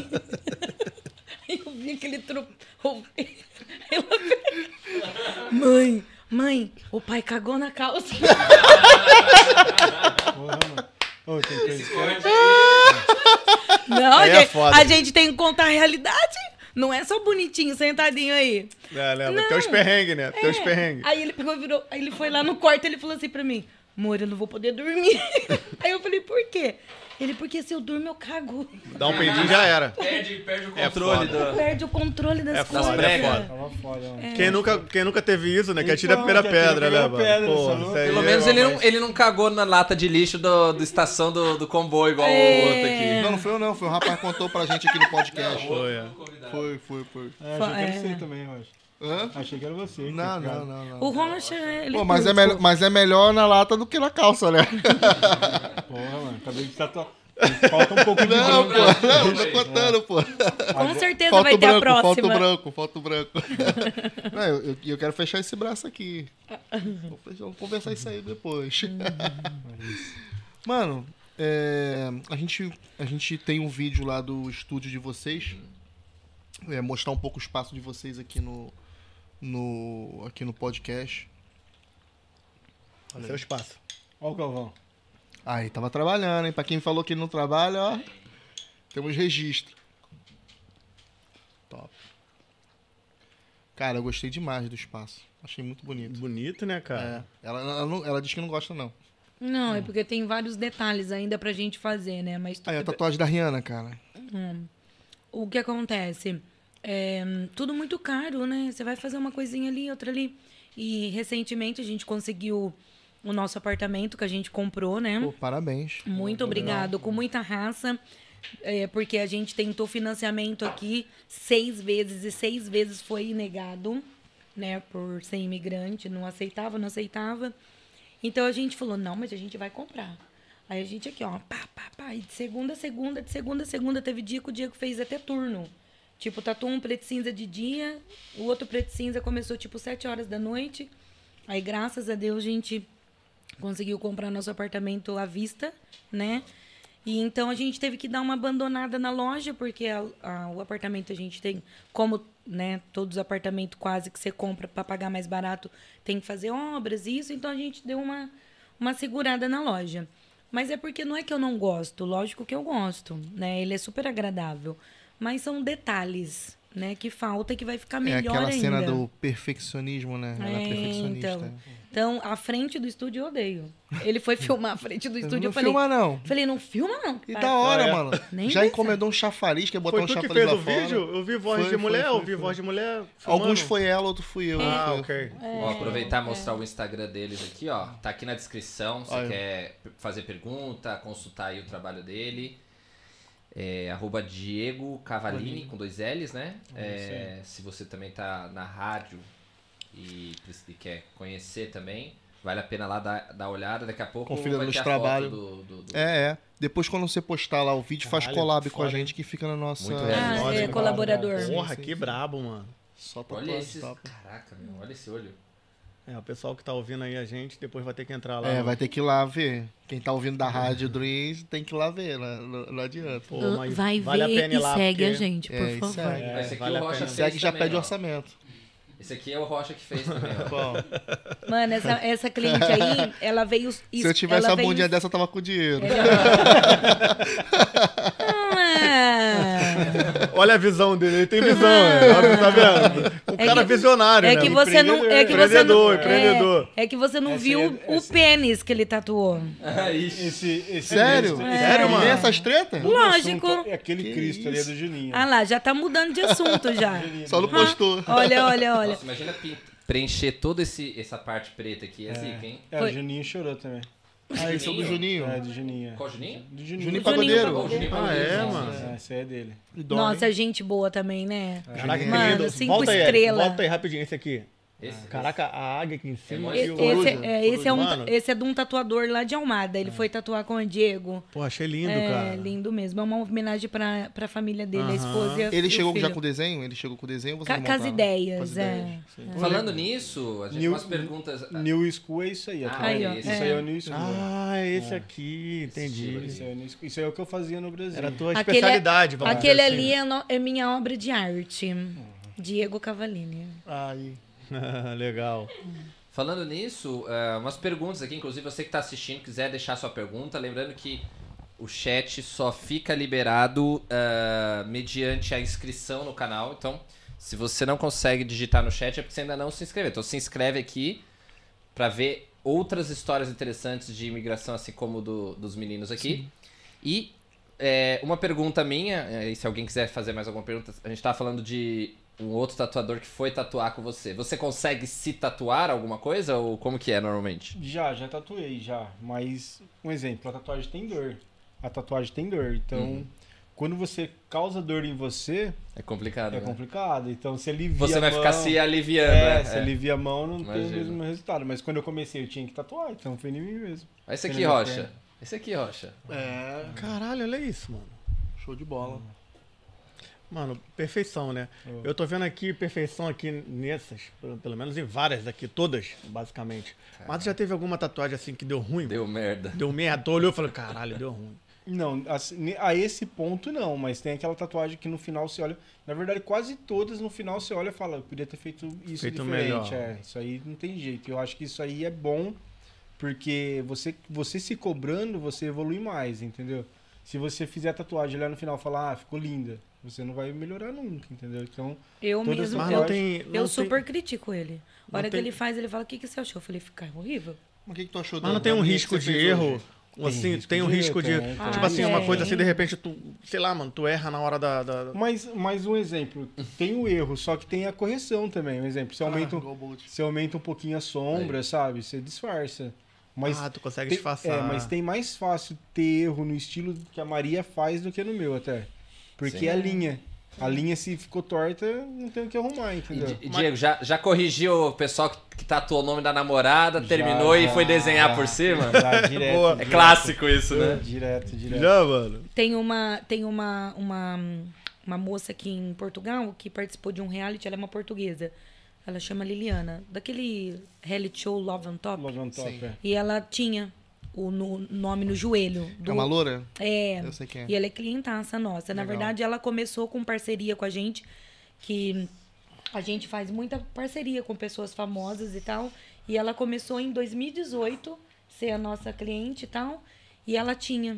Aí eu vi aquele tropé. Mãe, o pai cagou na calça. Porra, mano. Ô, tem coisa que... Não, foda. a gente tem que contar a realidade. Não é só bonitinho, sentadinho aí. Lembra? Tem os perrengues, né? Tem os perrengues. Aí ele pegou e virou. Aí ele foi lá no quarto e ele falou assim pra mim, amor, eu não vou poder dormir. Aí eu falei, por quê? Ele, porque se eu durmo, eu cago. Dá um peidinho já era. Perde o controle Perde o controle das coisas. Tava foda, mano. Quem nunca teve isso, né? Que atira a Então, primeira que atira a pedra, né, primeira pedra, mano? só não- Isso aí Pelo é menos uma- ele não cagou na lata de lixo do estação do comboio, igual o outro aqui. Não foi eu não. Foi o rapaz que contou pra gente aqui no podcast. Foi, é. Foi. Achei que era você também, Rocha. Hã? Achei que era você. Não. O Rocha, ele... Pô, mas é melhor na lata do que na calça, né? Porra, mano. Acabei de tatuar. Falta um pouco de Não, branco. pô. Não, tô contando, pô. Com certeza Falta vai o ter a branco, próxima. falta o branco. Não, eu quero fechar esse braço aqui. Vamos conversar isso aí depois. Mano, a gente tem um vídeo lá do estúdio de vocês. Mostrar um pouco o espaço de vocês aqui aqui no podcast. Olha o espaço. Olha o Galvão. Aí, tava trabalhando, hein? Pra quem falou que ele não trabalha, ó. Temos registro. Top. Cara, eu gostei demais do espaço. Achei muito bonito. Bonito, né, cara? Ela diz que não gosta, não. Não, é porque tem vários detalhes ainda pra gente fazer, né? Mas Aí, a tatuagem da Rihanna, cara. o que acontece? Tudo muito caro, né? Você vai fazer uma coisinha ali, outra ali. E recentemente a gente conseguiu o nosso apartamento que a gente comprou, né? Pô, parabéns. Muito obrigado, com muita raça. Porque a gente tentou financiamento aqui 6 vezes e 6 vezes foi negado, né? Por ser imigrante, não aceitava. Então a gente falou, não, mas a gente vai comprar. Aí a gente aqui, ó, pá. E de segunda a segunda, teve dia que o Diego fez até turno. Tipo, tatuou um preto cinza de dia, o outro preto cinza começou tipo 7 horas da noite. Aí, graças a Deus, a gente conseguiu comprar nosso apartamento à vista, né? E então a gente teve que dar uma abandonada na loja, porque o apartamento a gente tem, como, né, todos os apartamentos quase que você compra para pagar mais barato, tem que fazer obras e isso, então a gente deu uma segurada na loja. Mas é porque não é que eu não gosto, lógico que eu gosto, né? Ele é super agradável, mas são detalhes, né, que falta e que vai ficar melhor ainda. É aquela cena do perfeccionismo, né? Ela é perfeccionista. Então, a frente do estúdio eu odeio. Ele foi filmar a frente do estúdio, Não eu falei... filma, não. Falei, não filma, não. E da hora, mano. Nem Já pensar. encomendou um chafariz, quer botar Foi um tu que chafariz fez lá o fora. vídeo? Eu vi voz de mulher, voz de mulher filmando. Alguns foi ela, outro fui eu. Ah, ok. Ó, aproveitar e mostrar o Instagram deles aqui, ó. Tá aqui na descrição. Se Olha. quer fazer pergunta, consultar aí o trabalho dele. @Diego Cavalini, com 2 L's, né? Se você também tá na rádio e quer conhecer também, vale a pena lá dar olhada. Daqui a pouco Confira vai nos ter a trabalhos. foto do... Depois, quando você postar lá o vídeo, faz Caralho, collab com a foda, gente que fica na nossa... Muito real. Ah, é colaborador. Porra, que brabo, mano. Só Olha tatuagem esses... top. Caraca, meu. Olha esse olho. O pessoal que tá ouvindo aí a gente, depois vai ter que entrar lá. Vai ter que ir lá ver. Quem tá ouvindo da Rádio Dreams tem que ir lá ver, não adianta. Pô, mas Vai vale a ver pena ir e lá, segue porque- a gente, por e favor. segue. Esse aqui vale o a Rocha pena. fez Segue e já também, pede ó. orçamento. Esse aqui é o Rocha que fez também, ó. Bom, Mano, essa cliente aí, ela veio... se eu tivesse uma bundinha dessa, eu tava com dinheiro. Olha a visão dele, ele tem visão, tá vendo? O cara que- visionário, É né? que você não... É que você não, Empreendedor. É que você não Essa viu aí é- o pênis que ele tatuou. Sério? Sério, mano? Tem essas tretas? Lógico. É aquele Cristo ali é do Juninho. Ah lá, já tá mudando de assunto já. Só não postou. Olha. Nossa, imagina preencher toda essa parte preta aqui. É zica, hein? É, Foi. o Juninho chorou também. Ah, esse é o do Juninho. É, do Juninho. Qual Juninho? Do Juninho. Juninho Juninho Pagodeiro. Ô, Juninho Ah, Pagodeiro, é, nossa. mano? Esse aí é dele. E dói. Nossa, gente boa também, né? Caraca, que Mano, lindo. 5 Volta aí, Eric, estrelas. volta aí rapidinho, esse aqui. Esse? Caraca, a águia aqui em cima. É e o- muito- Esse é de um tatuador lá de Almada. Ele foi tatuar com o Diego. Pô, achei lindo, É, cara. lindo mesmo. É uma homenagem pra família dele, a esposa e Ele o chegou filho. já com o desenho? Ele chegou com o desenho ou você Com não as montava? ideias, Com as é. ideias. Falando nisso, a gente tem New- umas perguntas. New School é isso aí. Aí, ó, esse. Isso aí é o New School. Ah, esse aqui, entendi. Isso aí é o New School. Isso aí é o que eu fazia no Brasil. Era a tua Aquele- especialidade, vamos Aquele dizer ali é minha obra de arte. Diego Cavallini. Ai. assim. Legal. Falando nisso, umas perguntas aqui, inclusive você que está assistindo, quiser deixar sua pergunta, lembrando que o chat só fica liberado mediante a inscrição no canal. Então, se você não consegue digitar no chat, é porque você ainda não se inscreveu. Então, se inscreve aqui para ver outras histórias interessantes de imigração, assim como dos meninos aqui. Sim. E uma pergunta minha, e se alguém quiser fazer mais alguma pergunta, a gente estava falando de um outro tatuador que foi tatuar com você. Você consegue se tatuar alguma coisa ou como que é normalmente? Já tatuei, mas, um exemplo, a tatuagem tem dor. Então, quando você causa dor em você, é complicado, é né? complicado. Então, se alivia você a vai mão, ficar se aliviando, se alivia a mão, não Imagino. tem o mesmo resultado. Mas quando eu comecei, eu tinha que tatuar, então foi em mim mesmo. Esse aqui, Rocha. Esse aqui, Rocha. Caralho, olha isso, mano. Show de bola. Mano, perfeição, né? Eu tô vendo aqui perfeição aqui nessas, pelo menos em várias aqui, todas, basicamente. Mas já teve alguma tatuagem assim que deu ruim? Deu merda. Deu merda, tu olhou e falou, caralho, deu ruim. Não, assim, a esse ponto não, mas tem aquela tatuagem que no final você olha. Na verdade, quase todas no final você olha e fala, eu podia ter feito isso Feito diferente. melhor. Isso aí não tem jeito. Eu acho que isso aí é bom, porque você se cobrando, você evolui mais, entendeu? Se você fizer a tatuagem e olhar no final e falar, ficou linda, você não vai melhorar nunca, entendeu? Então, Eu todas mesmo, as Mas tatuagens- não tem, super critico ele. A hora que tem- ele faz, ele fala, o que você achou? Eu falei, fica horrível. Mas o que tu achou Mas não tem um da minha risco que você de fez erro? hoje? Assim, tem um risco de. tem. Tipo assim, uma tem. coisa assim, de repente, tu. Sei lá, mano, tu erra na hora da. Mas um exemplo, tem o erro, só que tem a correção também. Um exemplo, você aumenta, Go Bolt. você aumenta um pouquinho a sombra, sabe? Você disfarça. Mas tu consegue tem, disfarçar. mas tem mais fácil ter erro no estilo que a Maria faz do que no meu até. Porque Sim. é a linha. A linha, se ficou torta, não tem o que arrumar, E, entendeu? Diego, já corrigiu o pessoal que tatuou o nome da namorada, terminou e foi desenhar por cima? Já, direto, Boa. É clássico isso, né? Direto. Já, mano. Tem uma moça aqui em Portugal que participou de um reality, ela é uma portuguesa. Ela chama Liliana, daquele reality show Love on Top. Love on top, Sim. é. E ela tinha o nome no joelho. É uma loura? É. Eu sei quem é. E ela é clientaça nossa. Na Legal. verdade, ela começou com parceria com a gente, que a gente faz muita parceria com pessoas famosas e tal. E ela começou em 2018 ser a nossa cliente e tal. E ela tinha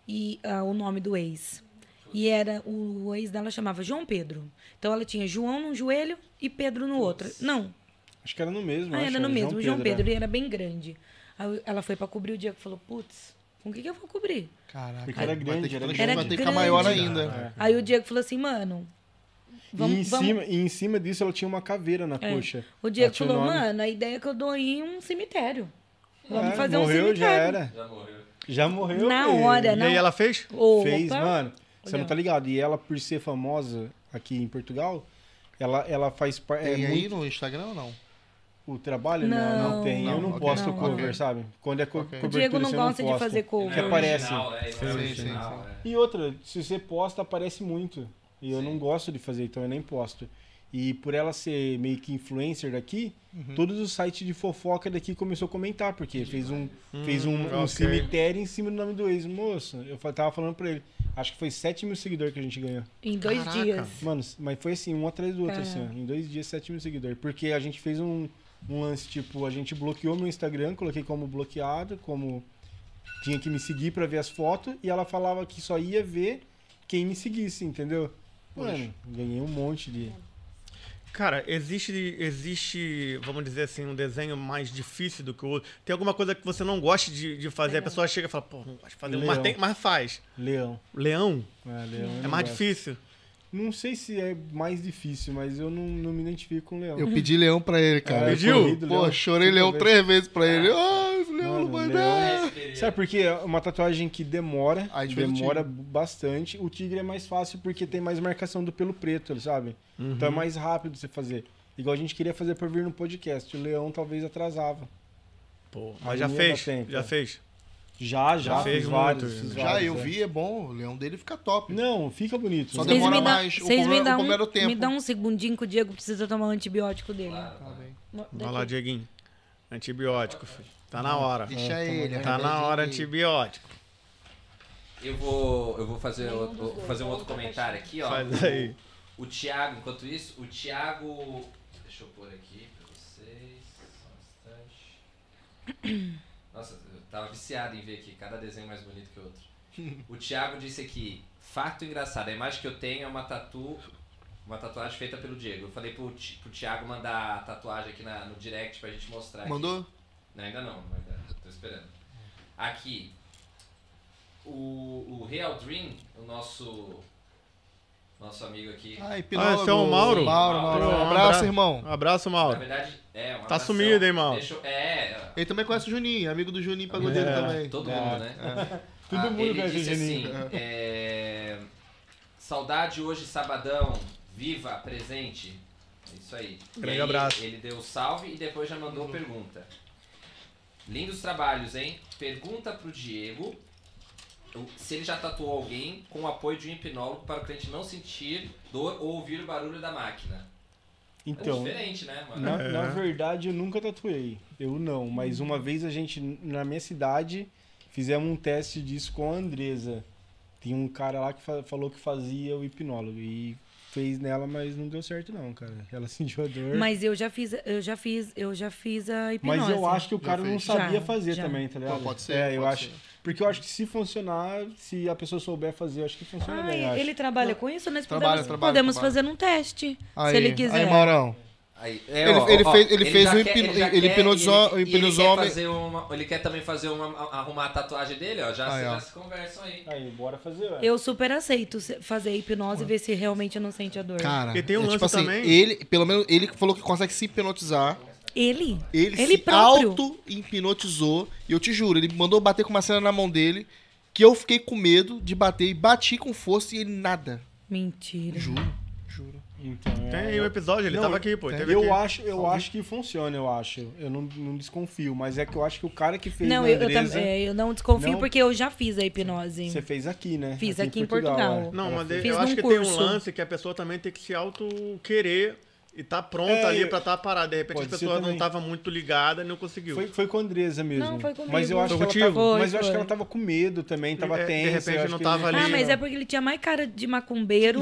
o nome do ex. E o ex dela chamava João Pedro. Então ela tinha João num joelho e Pedro no outro. Não, Acho que era no mesmo. era no mesmo, João é. Pedro. E era bem grande. Aí ela foi pra cobrir o Diego e falou, putz, com o que eu vou cobrir? Caraca. Porque era vai ter grande, que era transformar, grande. vai ter que ficar maior Grande. ainda. Aí o Diego falou assim, mano, vamos... E em cima disso ela tinha uma caveira na coxa. O Diego Ela tinha falou, o nome. mano, a ideia é que eu dou aí um cemitério. Vamos fazer um morreu, cemitério. já era. Já morreu. Na filho. hora, E não. aí ela fez? Fez, Opa. mano. Você Olha. não tá ligado? E ela, por ser famosa aqui em Portugal, ela faz parte. Tem aí no Instagram ou não? O trabalho? Não, não tem. Eu não ok. posto Não, cover, ok. sabe? Quando é Ok. O cobertura, Diego não você gosta de posto. fazer cover. Que aparece. Sim. E outra, se você posta, aparece muito. E eu não gosto de fazer, então eu nem posto. E por ela ser meio que influencer daqui, todos os sites de fofoca daqui começou a comentar, porque fez um ok. cemitério em cima do nome do ex-moço. Eu tava falando pra ele, acho que foi 7 mil seguidores que a gente ganhou. Em 2 Caraca. dias. Mano, mas foi assim, um atrás do outro, Caramba. assim, ó. Em 2 dias, 7 mil seguidores. Porque a gente fez um lance, tipo, a gente bloqueou meu Instagram, coloquei como bloqueado, como tinha que me seguir pra ver as fotos, e ela falava que só ia ver quem me seguisse, entendeu? Mano, ganhei um monte de... Cara, existe, vamos dizer assim, um desenho mais difícil do que o outro? Tem alguma coisa que você não gosta de fazer? A pessoa chega e fala, pô, não gosto de fazer, mas faz. Leão. Leão? Leão eu É não mais gosto. difícil? Não sei se é mais difícil, mas eu não me identifico com leão. Eu pedi leão pra ele, cara. Pediu? corrido, Pô, leão, chorei 5 leão vezes. 3 vezes pra ele. Ah, esse leão não Mano, vai leão- dar. Sabe por quê? É uma tatuagem que demora, A gente fez o demora tigre. bastante. O tigre é mais fácil porque tem mais marcação do pelo preto, sabe? Então é mais rápido você fazer. Igual a gente queria fazer pra vir no podcast. O leão talvez atrasava. Pô, Mas mas já não ia fez? dar tempo, Já é. fez? Já fez fiz muito, vários. já. fiz Já vários, eu é. vi, é bom. O leão dele fica top. Não, fica bonito. Só né? Vocês demora me dão- mais. O vocês me problema- dão o problema era o tempo. me dão um segundinho que o Diego precisa tomar um antibiótico dele. Tá bem. Vai lá, Dieguinho. Antibiótico, filho. Tá na hora. Deixa ele. Tá na hora remedinho. antibiótico. Eu vou fazer um outro comentário aqui, ó. Faz aí. O Thiago, enquanto isso, o Thiago... Deixa eu pôr aqui pra vocês. Só um instante. Nossa, eu tava viciado em ver aqui, cada desenho mais bonito que o outro. O Thiago disse aqui, fato engraçado, a imagem que eu tenho é uma tatuagem feita pelo Diego. Eu falei pro Thiago mandar a tatuagem aqui no direct pra gente mostrar. Mandou? Aqui. Não, ainda não, tô esperando. Aqui, o Real Dream, o nosso amigo aqui. Ah, hipnólogo. esse é o Mauro? Mauro. Um Abraço, irmão. Abraço, Na Mauro. verdade, um Tá abração. sumido, hein, Mauro? Ele também conhece o Juninho, amigo do Juninho Pagodeiro também. Todo mundo, né? Todo mundo ele conhece o disse Juninho. assim, saudade hoje, sabadão, viva, presente. É isso aí. Grande E aí, abraço. Ele deu salve e depois já mandou pergunta. Lindos trabalhos, hein? Pergunta pro Diego se ele já tatuou alguém com o apoio de um hipnólogo para o cliente não sentir dor ou ouvir o barulho da máquina. Então, É diferente, né, mano? na verdade, eu nunca tatuei. Eu não. Mas uma vez a gente, na minha cidade, fizemos um teste disso com a Andresa. Tinha um cara lá que falou que fazia o hipnólogo. E fez nela, mas não deu certo não, cara. Ela sentiu a dor. Mas eu já fiz a hipnose. Mas eu acho que o Já cara não fez? sabia Já, fazer já. também, tá ligado? Pode ser, É, eu pode acho. ser. Porque eu acho que se funcionar, se a pessoa souber fazer, eu acho que funciona bem. acho. Ele trabalha com isso? Nós Trabalha, podemos trabalha. fazer um teste, Aí, se ele quiser. Aí, Maurão. Aí, Ele fez já um quer- hipno- já ele quer- hipnotizou- ele hipnotizou quer fazer ele quer também fazer arrumar a tatuagem dele, ó. Já, Aí, ó. já se conversam aí. Aí, bora fazer, ué. Eu super aceito fazer a hipnose e ver se realmente não sente a dor. Cara, E tem um é lance tipo assim, também- ele, pelo menos, ele falou que consegue se hipnotizar. Ele Ele se próprio. auto-hipnotizou. E eu te juro, ele mandou bater com uma cena na mão dele, que eu fiquei com medo de bater e bati com força e ele nada. Mentira. Juro. Então, Tem um episódio, ele Não, tava aqui, pô. tem. Teve Eu aqui. acho que funciona, eu acho. Eu não desconfio, mas é que eu acho que o cara que fez Não, na eu Andresa, eu não desconfio Não. porque eu já fiz a hipnose. você fez aqui, né? Fiz aqui em Portugal. é. Não, mas Fiz eu acho num que tem um curso. lance que a pessoa também tem que se auto-querer e tá pronta É, ali pra estar parada. De repente a pode ser pessoa não também. tava muito ligada e não conseguiu. Foi com a Andresa mesmo. Não, foi comigo. Mas eu acho Foi que ela contigo? tava, mas eu acho Foi. que ela tava com medo também, tava De tensa. repente eu acho não que tava ele- ali. Ah, mas é porque ele tinha mais cara de macumbeiro.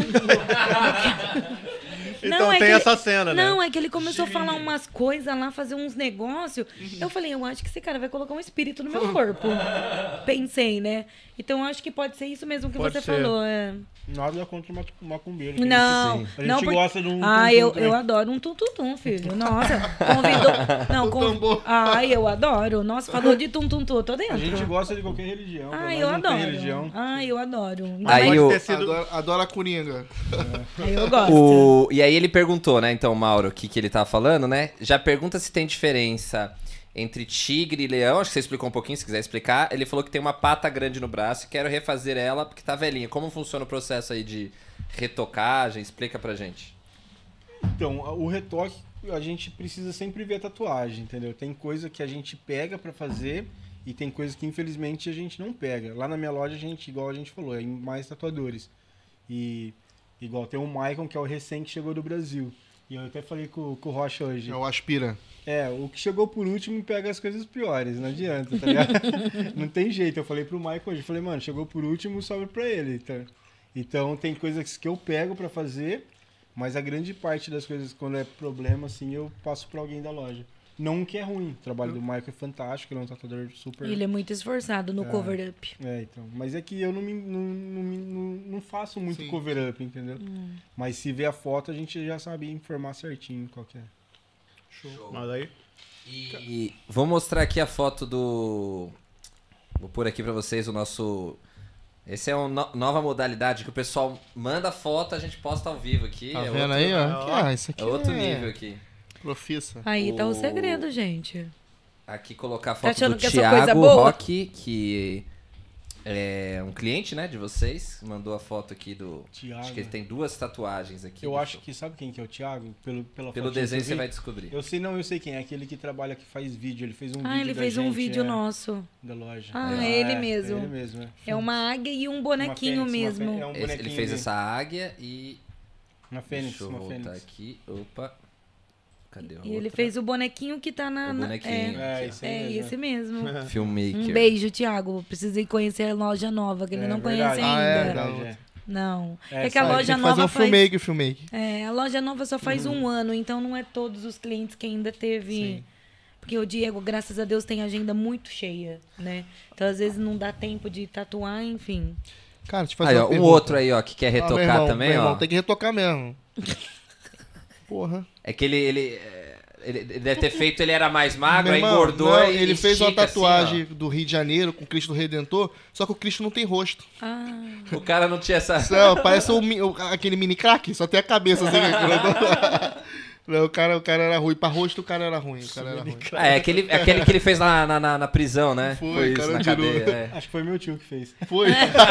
Então é tem que essa cena, né? Não, é que ele começou a falar umas coisas lá, fazer uns negócios. Eu falei, eu acho que esse cara vai colocar um espírito no meu corpo. Pensei, né? Então eu acho que pode ser isso mesmo que Pode você ser. falou. É. Nada contra o macumbeiro. que Não, a gente não porque... gosta de um Ah, tum-tum eu também. adoro um tum-tum-tum, filho. Nossa, convidou... Não, Ai, eu adoro. Nossa, falou de tum-tum-tum, eu tô dentro. A gente gosta de qualquer religião. pelo Ai, menos eu não tem adoro. religião. Ai, eu adoro. Aí Pode o- ter sido... Adoro a Coringa. Ai, eu gosto. E aí ele perguntou, né, então, Mauro, o que ele tava falando, né? Já pergunta se tem diferença entre tigre e leão. Acho que você explicou um pouquinho, se quiser explicar. Ele falou que tem uma pata grande no braço e quero refazer ela porque tá velhinha. Como funciona o processo aí de retocagem? Explica pra gente. Então, o retoque, a gente precisa sempre ver a tatuagem, entendeu? Tem coisa que a gente pega pra fazer e tem coisa que infelizmente a gente não pega. Lá na minha loja, igual a gente falou, é mais tatuadores. E igual tem o Maicon, que é o recém que chegou do Brasil. E eu até falei com o Rocha hoje. É o Aspira. O que chegou por último pega as coisas piores, não adianta, tá ligado? Não tem jeito. Eu falei pro Michael hoje, falei, mano, chegou por último, sobra pra ele. Então tem coisas que eu pego pra fazer, mas a grande parte das coisas, quando é problema, assim, eu passo pra alguém da loja. Não que é ruim, o trabalho do Michael é fantástico, ele é um tatuador super... Ele é muito esforçado no cover-up. Então. Mas é que eu não faço muito cover-up, entendeu? Mas se ver a foto, a gente já sabe informar certinho qual que é. Show. Mas aí... E vou mostrar aqui a foto do... Vou pôr aqui pra vocês o nosso... Essa é uma nova modalidade que o pessoal manda foto, a gente posta ao vivo aqui. Tá vendo aí, ó? Isso aqui é outro nível aqui. Profissa. Aí tá o segredo, gente. Aqui colocar a foto do que Thiago Roque, que é um cliente, né, de vocês. Mandou a foto aqui do... Thiago. Acho que ele tem 2 tatuagens aqui. Eu acho que... Sabe quem que é o Thiago? Pelo desenho você vai descobrir. Eu sei quem é. Aquele que trabalha, que faz vídeo. Ele fez um vídeo ele fez um vídeo nosso. Da loja. É ele mesmo. É ele mesmo, É uma águia e um bonequinho mesmo. É um bonequinho ele fez essa águia e... Uma fênix. Deixa eu voltar aqui. Opa. Cadê o E ele fez o bonequinho que tá na... O bonequinho. Esse mesmo. Filmmaker. Um beijo, Thiago. Precisei conhecer a loja nova, que ele não conhece ainda. Não. É que a loja nova faz um filmmaker. A loja nova só faz um ano, então não é todos os clientes que ainda teve... Sim. Porque o Diego, graças a Deus, tem agenda muito cheia, né? Então, às vezes, não dá tempo de tatuar, enfim. Cara, deixa eu fazer uma pergunta. Outro aí, ó, que quer retocar também, meu irmão, ó. Tem que retocar mesmo. Porra. É que ele deve ter feito, ele era mais magro, aí irmão, engordou não, e ele fez uma tatuagem assim, do Rio de Janeiro com o Cristo Redentor, só que o Cristo não tem rosto. O cara não tinha essa... Não, parece aquele mini crack, só tem a cabeça assim. Não, o cara era ruim. Pra rosto o cara era ruim. Aquele que ele fez na prisão, né? Foi isso, na cadeia. Acho que foi meu tio que fez. Foi.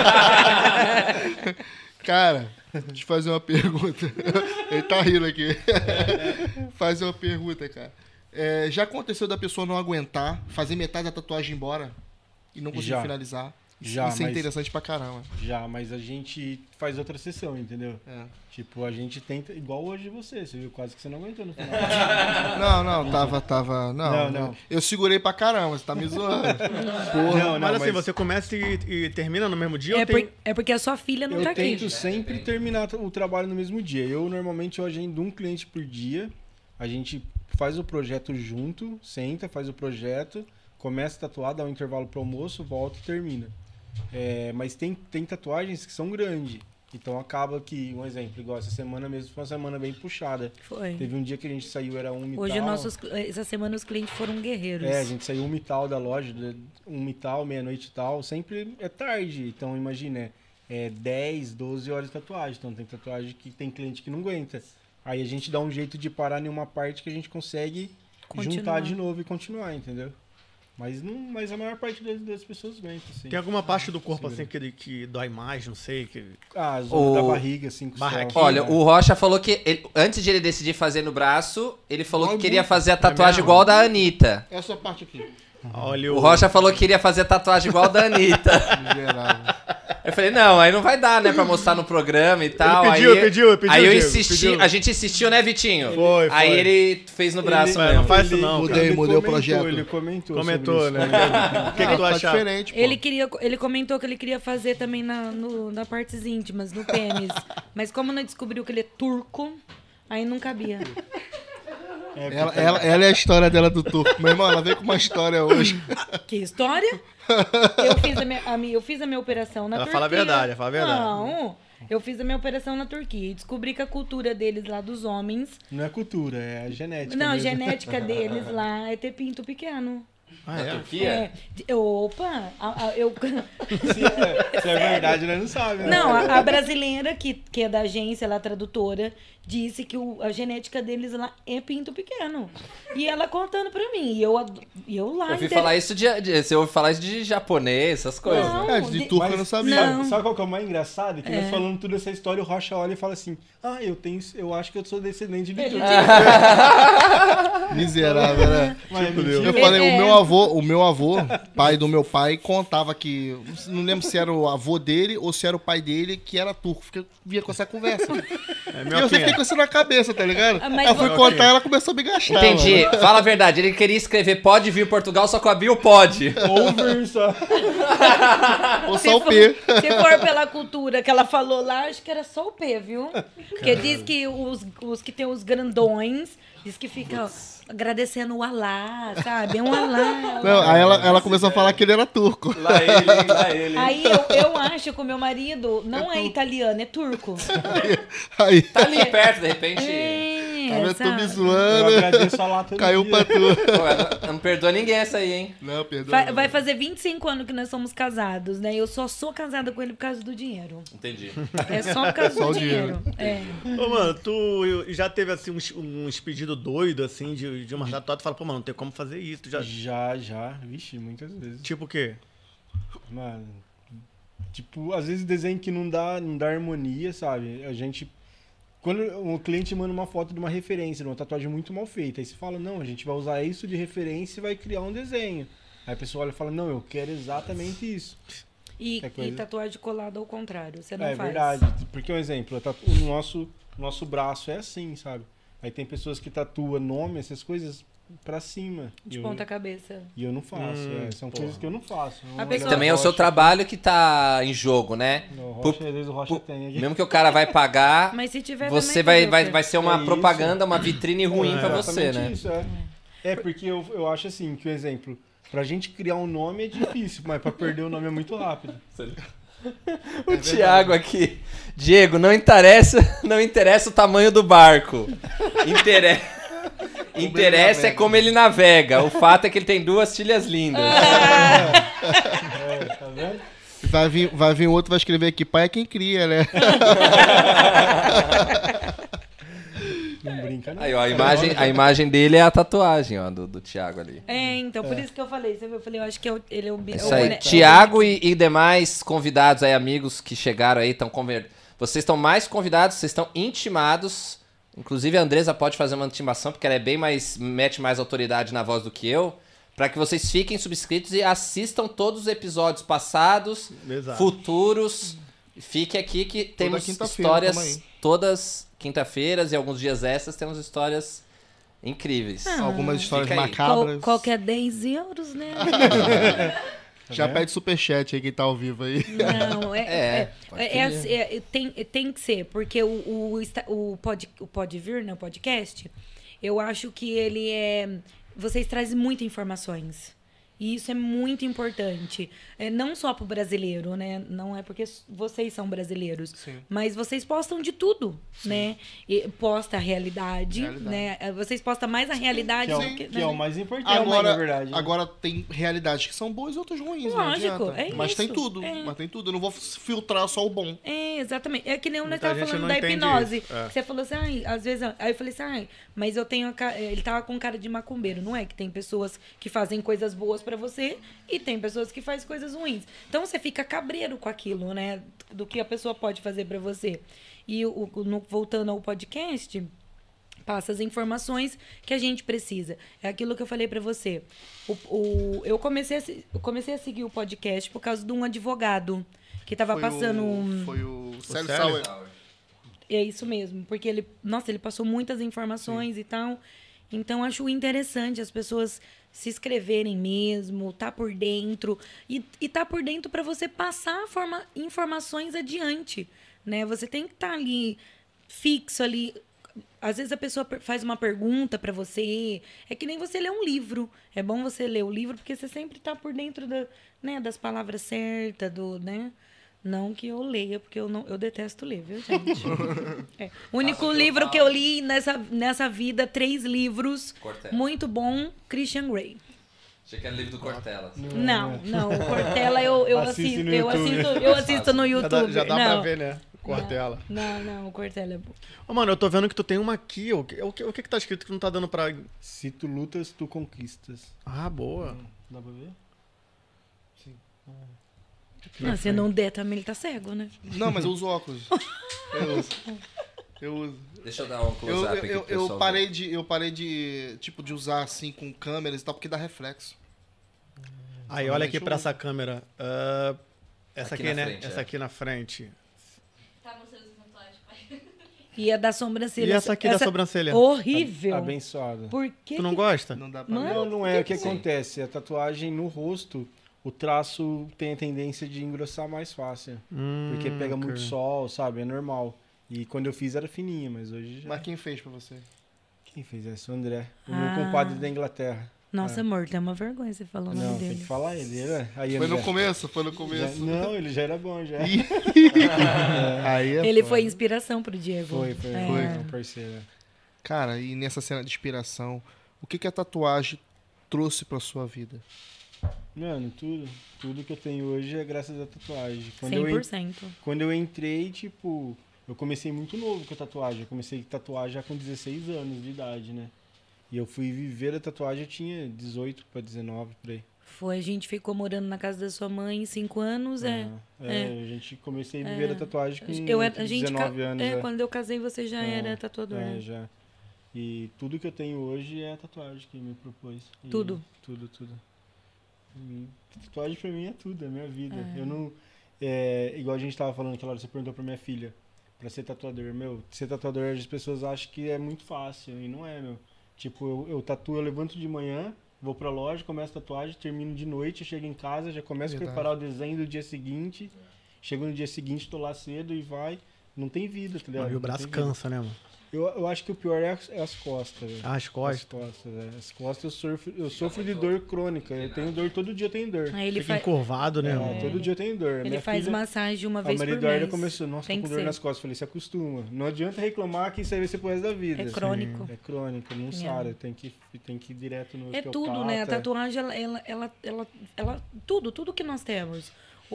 Cara, deixa eu fazer uma pergunta. Ele tá rindo aqui. Fazer uma pergunta, cara. Já aconteceu da pessoa não aguentar, fazer metade da tatuagem embora e não conseguir finalizar? Isso é interessante pra caramba. Mas a gente faz outra sessão, entendeu? Tipo, a gente tenta... Igual hoje você viu? Quase que você não aguentou no final. Não, tava... Não. Eu segurei pra caramba, você tá me zoando. Porra. Mas assim, você começa e termina no mesmo dia? É porque a sua filha não tá aqui. Eu tento sempre terminar o trabalho no mesmo dia. Normalmente, eu agendo um cliente por dia. A gente faz o projeto junto, senta, faz o projeto, começa a tatuar, dá um intervalo pro almoço, volta e termina. Mas tem tatuagens que são grandes. Então acaba que, um exemplo, igual essa semana mesmo foi uma semana bem puxada. Foi. Teve um dia que a gente saiu, era 1h Hoje essa semana os clientes foram guerreiros. A gente saiu 1h da loja, 1h, meia-noite e tal. Sempre é tarde. Então imagina, 10, 12 horas de tatuagem. Então tem tatuagem que tem cliente que não aguenta. Aí a gente dá um jeito de parar em uma parte que a gente consegue juntar de novo e continuar, entendeu? Mas a maior parte das pessoas aguenta, assim. Tem alguma parte do corpo, assim, que dói mais, não sei? A zona da barriga, assim. Olha, o Rocha falou que, antes de ele decidir fazer no braço, ele falou que queria fazer a tatuagem igual da Anitta. Essa parte aqui. Olha o Rocha falou que queria fazer tatuagem igual da Anitta. Eu falei, não, aí não vai dar, né, pra mostrar no programa e tal. Ele pediu. Aí eu insisti, a gente insistiu, né, Vitinho? Foi. Aí ele fez no braço mesmo. Não faz isso não. Mudei o projeto. Ele comentou, né? O que tu achava? Diferente, pô. Ele comentou que ele queria fazer também na partes íntimas, no pênis. Mas como não descobriu que ele é turco, aí não cabia. Ela é a história dela do turco. Meu irmão, ela veio com uma história hoje. Que história? Eu fiz a minha operação na Turquia. Fala a verdade. Não, eu fiz a minha operação na Turquia e descobri que a cultura deles lá, dos homens... Não é cultura, é a genética. Não, mesmo. A genética deles lá é ter pinto pequeno. Turquia? Opa! Se é verdade, nós não sabemos. Não, a brasileira, que é da agência lá, tradutora, disse que a genética deles lá é pinto pequeno. E ela contando pra mim. E eu lá... Eu ouvi falar isso você ouve falar isso de japonês, essas coisas. Não, de turco eu não sabia. Não. Sabe qual que é o mais engraçado? Que nós falando toda essa história, o Rocha olha e fala assim, eu acho que eu sou descendente de turco. Miserável, né? Mas, eu falei, o meu meu avô, pai do meu pai, contava que... Não lembro se era o avô dele ou se era o pai dele que era turco. Porque eu via com essa conversa. E eu sempre fiquei com isso na cabeça, tá ligado? Mas Eu fui contar e ela começou a me gastar. Entendi. Mano. Fala a verdade. Ele queria escrever pode vir Portugal, só que o Abil pode. Over só. Ou só o P. Se for pela cultura que ela falou lá, acho que era só o P, viu? Porque diz que os que tem os grandões, diz que fica agradecendo o Alá, sabe? É um Alá. Não, aí ela começou a falar que ele era turco. Lá ele. Aí eu acho que o meu marido não é italiano, é turco. Aí, Tá ali perto, de repente. eu tô me sabe? Eu zoando. agradeço a lá todo Caiu dia. pra tu. Pô, não perdoa ninguém essa aí, hein? Não, perdoa. Vai fazer 25 anos que nós somos casados, né? Eu só sou casada com ele por causa do dinheiro. Entendi. É só por causa Só do o dinheiro. dinheiro. É. Ô, mano, tu já teve, assim, uns pedidos doidos, assim, de uma tatuagem? Tu fala, pô, mano, não tem como fazer isso. Tu já... Já. Vixe, muitas vezes. Tipo o quê? Mano, tipo, às vezes desenho que não dá harmonia, sabe? A gente... Quando o cliente manda uma foto de uma referência, de uma tatuagem muito mal feita, aí você fala, não, a gente vai usar isso de referência e vai criar um desenho. Aí a pessoa olha e fala, não, eu quero exatamente isso. E coisa. tatuagem colada ao contrário, você não É faz. verdade, porque um exemplo, o nosso braço é assim, sabe? Aí tem pessoas que tatuam nome, essas coisas, pra cima. De Eu- ponta cabeça. E eu não faço, são coisas que eu não faço. A pessoa- Também é o seu trabalho que tá em jogo, né? Não, Por- Rocha, às vezes o Rocha tem aqui. Mesmo que o cara vai pagar, Mas se tiver você também, vai ser uma É isso. propaganda, uma vitrine ruim pra você, Exatamente né? Isso, é porque eu acho assim, que o exemplo, pra gente criar um nome é difícil, mas pra perder o nome é muito rápido. O Thiago aqui. Diego, não interessa o tamanho do barco. Interessa é como ele navega. O fato é que ele tem 2 tilhas lindas. Tá vendo? Vai vir outro, vai escrever aqui, pai é quem cria, né? Não brinca, não. Aí, ó, a imagem dele é a tatuagem, ó, do Thiago ali. É, então, por isso que eu falei. Você viu? Eu falei, eu acho que ele é o... É isso aí. Thiago e demais convidados aí, amigos que chegaram aí, vocês estão mais convidados, vocês estão intimados. Inclusive a Andresa pode fazer uma intimação, porque ela mete mais autoridade na voz do que eu. Pra que vocês fiquem subscritos e assistam todos os episódios passados, Exato. futuros. Fique aqui que temos quinta-feira, tamo histórias aí. todas quinta-feiras e alguns dias extras temos histórias incríveis. Algumas histórias Fica aí. macabras. Qualquer 10 euros, né? Já pede superchat aí quem tá ao vivo aí. Não, pode pedir. tem que ser, porque o Pode Vir, né, o podcast, eu acho que ele é... Vocês trazem muitas informações. E isso é muito importante. Não só pro brasileiro, né? Não é porque vocês são brasileiros. Sim. Mas vocês postam de tudo, né? E posta a realidade, né? Vocês postam mais a realidade do que... Que é o mais importante, Agora, na verdade. agora tem realidades que são boas e outras ruins, Lógico, não adianta. é Mas isso, tem tudo, é. mas tem tudo. Eu não vou filtrar só o bom. É, exatamente. É que nem o nós Muita tava gente falando não da entende hipnose. isso, é. Que você falou assim, ai, às vezes... Aí eu falei assim, ai, mas eu tenho... Ele tava com cara de macumbeiro, não é? Que tem pessoas que fazem coisas boas pra você e tem pessoas que fazem coisas ruins. Então você fica cabreiro com aquilo, né? Do que a pessoa pode fazer pra você. E voltando ao podcast... Passa as informações que a gente precisa. É aquilo que eu falei pra você. Eu comecei a seguir o podcast por causa de um advogado que tava passando... Foi o Célio Célio? Sauer. É isso mesmo, porque ele passou muitas informações e tal. Então, acho interessante as pessoas se inscreverem mesmo, tá por dentro. E tá por dentro para você passar informações adiante, né? Você tem que estar ali, fixo ali. Às vezes a pessoa faz uma pergunta para você. É que nem você ler um livro. É bom você ler o livro porque você sempre tá por dentro das palavras certas, né? Não que eu leia, porque eu detesto ler, viu, gente? O único livro que eu li nessa vida, 3 livros. Cortella. Muito bom, Christian Grey. Achei que era livro do Cortella. Não, o Cortella eu Assiste no assisto no YouTube. Já dá não. pra ver, né? Cortella. Não, o Cortella é bom. Ô, mano, eu tô vendo que tu tem uma aqui. O que tá escrito que não tá dando pra... Se tu lutas, tu conquistas. Ah, boa. Dá pra ver? Não, se não der também, ele tá cego, né? Não, mas eu uso óculos. Eu uso. Deixa eu dar um close-up aqui pro pessoal. Eu parei de usar assim com câmeras e tal, porque dá reflexo. Aí, olha aqui pra essa câmera. Essa aqui, né? Frente, essa aqui na frente. Tá mostrando essa tatuagem, pai. E a da sobrancelha. E essa aqui da sobrancelha? Horrível. Abençoada. Por que? Tu não gosta? Não dá pra Mano, ver. Não é o que acontece. A tatuagem no rosto, o traço tem a tendência de engrossar mais fácil. Porque pega muito sol, sabe? É normal. E quando eu fiz era fininha, mas hoje já... Mas quem fez pra você? Quem fez essa? O André. O meu compadre da Inglaterra. Nossa, amor, tem uma vergonha você falou o nome Não, tem dele. que falar ele, né? Aí, Foi no André, começo? Não, ele já era bom, já. Aí é Ele foda. foi inspiração pro Diego. Foi. É. Um parceiro. Cara, e nessa cena de inspiração, o que a tatuagem trouxe pra sua vida? Mano, tudo que eu tenho hoje é graças à tatuagem. 100%. Quando eu entrei, tipo, eu comecei muito novo com a tatuagem. Eu comecei a tatuar já com 16 anos de idade, né? E eu fui viver a tatuagem, eu tinha 18 para 19, por aí. Foi, a gente ficou morando na casa da sua mãe 5 anos, A gente comecei a viver a tatuagem com 19 anos. Quando eu casei, você já era tatuador. Já. E tudo que eu tenho hoje é a tatuagem que me propôs. Tudo? Tudo. Tatuagem pra mim é tudo, é minha vida. Eu não... igual a gente tava falando aquela hora, você perguntou pra minha filha, pra ser tatuador. Meu, ser tatuador, as pessoas acham que é muito fácil, e não é, meu. Tipo, eu tatuo, eu levanto de manhã, vou pra loja, começo a tatuagem, termino de noite, eu chego em casa, já começo a preparar o desenho do dia seguinte. Chego no dia seguinte, tô lá cedo e vai. Não tem vida, tá ligado? E o braço cansa, né, mano? Eu acho que o pior é as costas, velho. As costas? As costas eu sofro de dor crônica. Eu tenho dor, todo dia eu tenho dor. Aí ele Fica encurvado, né, mano? Todo dia eu tenho dor. Ele Minha faz filha, massagem uma a vez por Maria mês. Eduarda começou, nossa, Tem tô com que dor ser. nas costas. Eu falei, se acostuma. Não adianta reclamar que isso aí vai ser pro resto da vida. É crônico. É crônico, não sara. Tem que ir direto no É osteopata. tudo, né? A tatuagem, ela tudo que nós temos.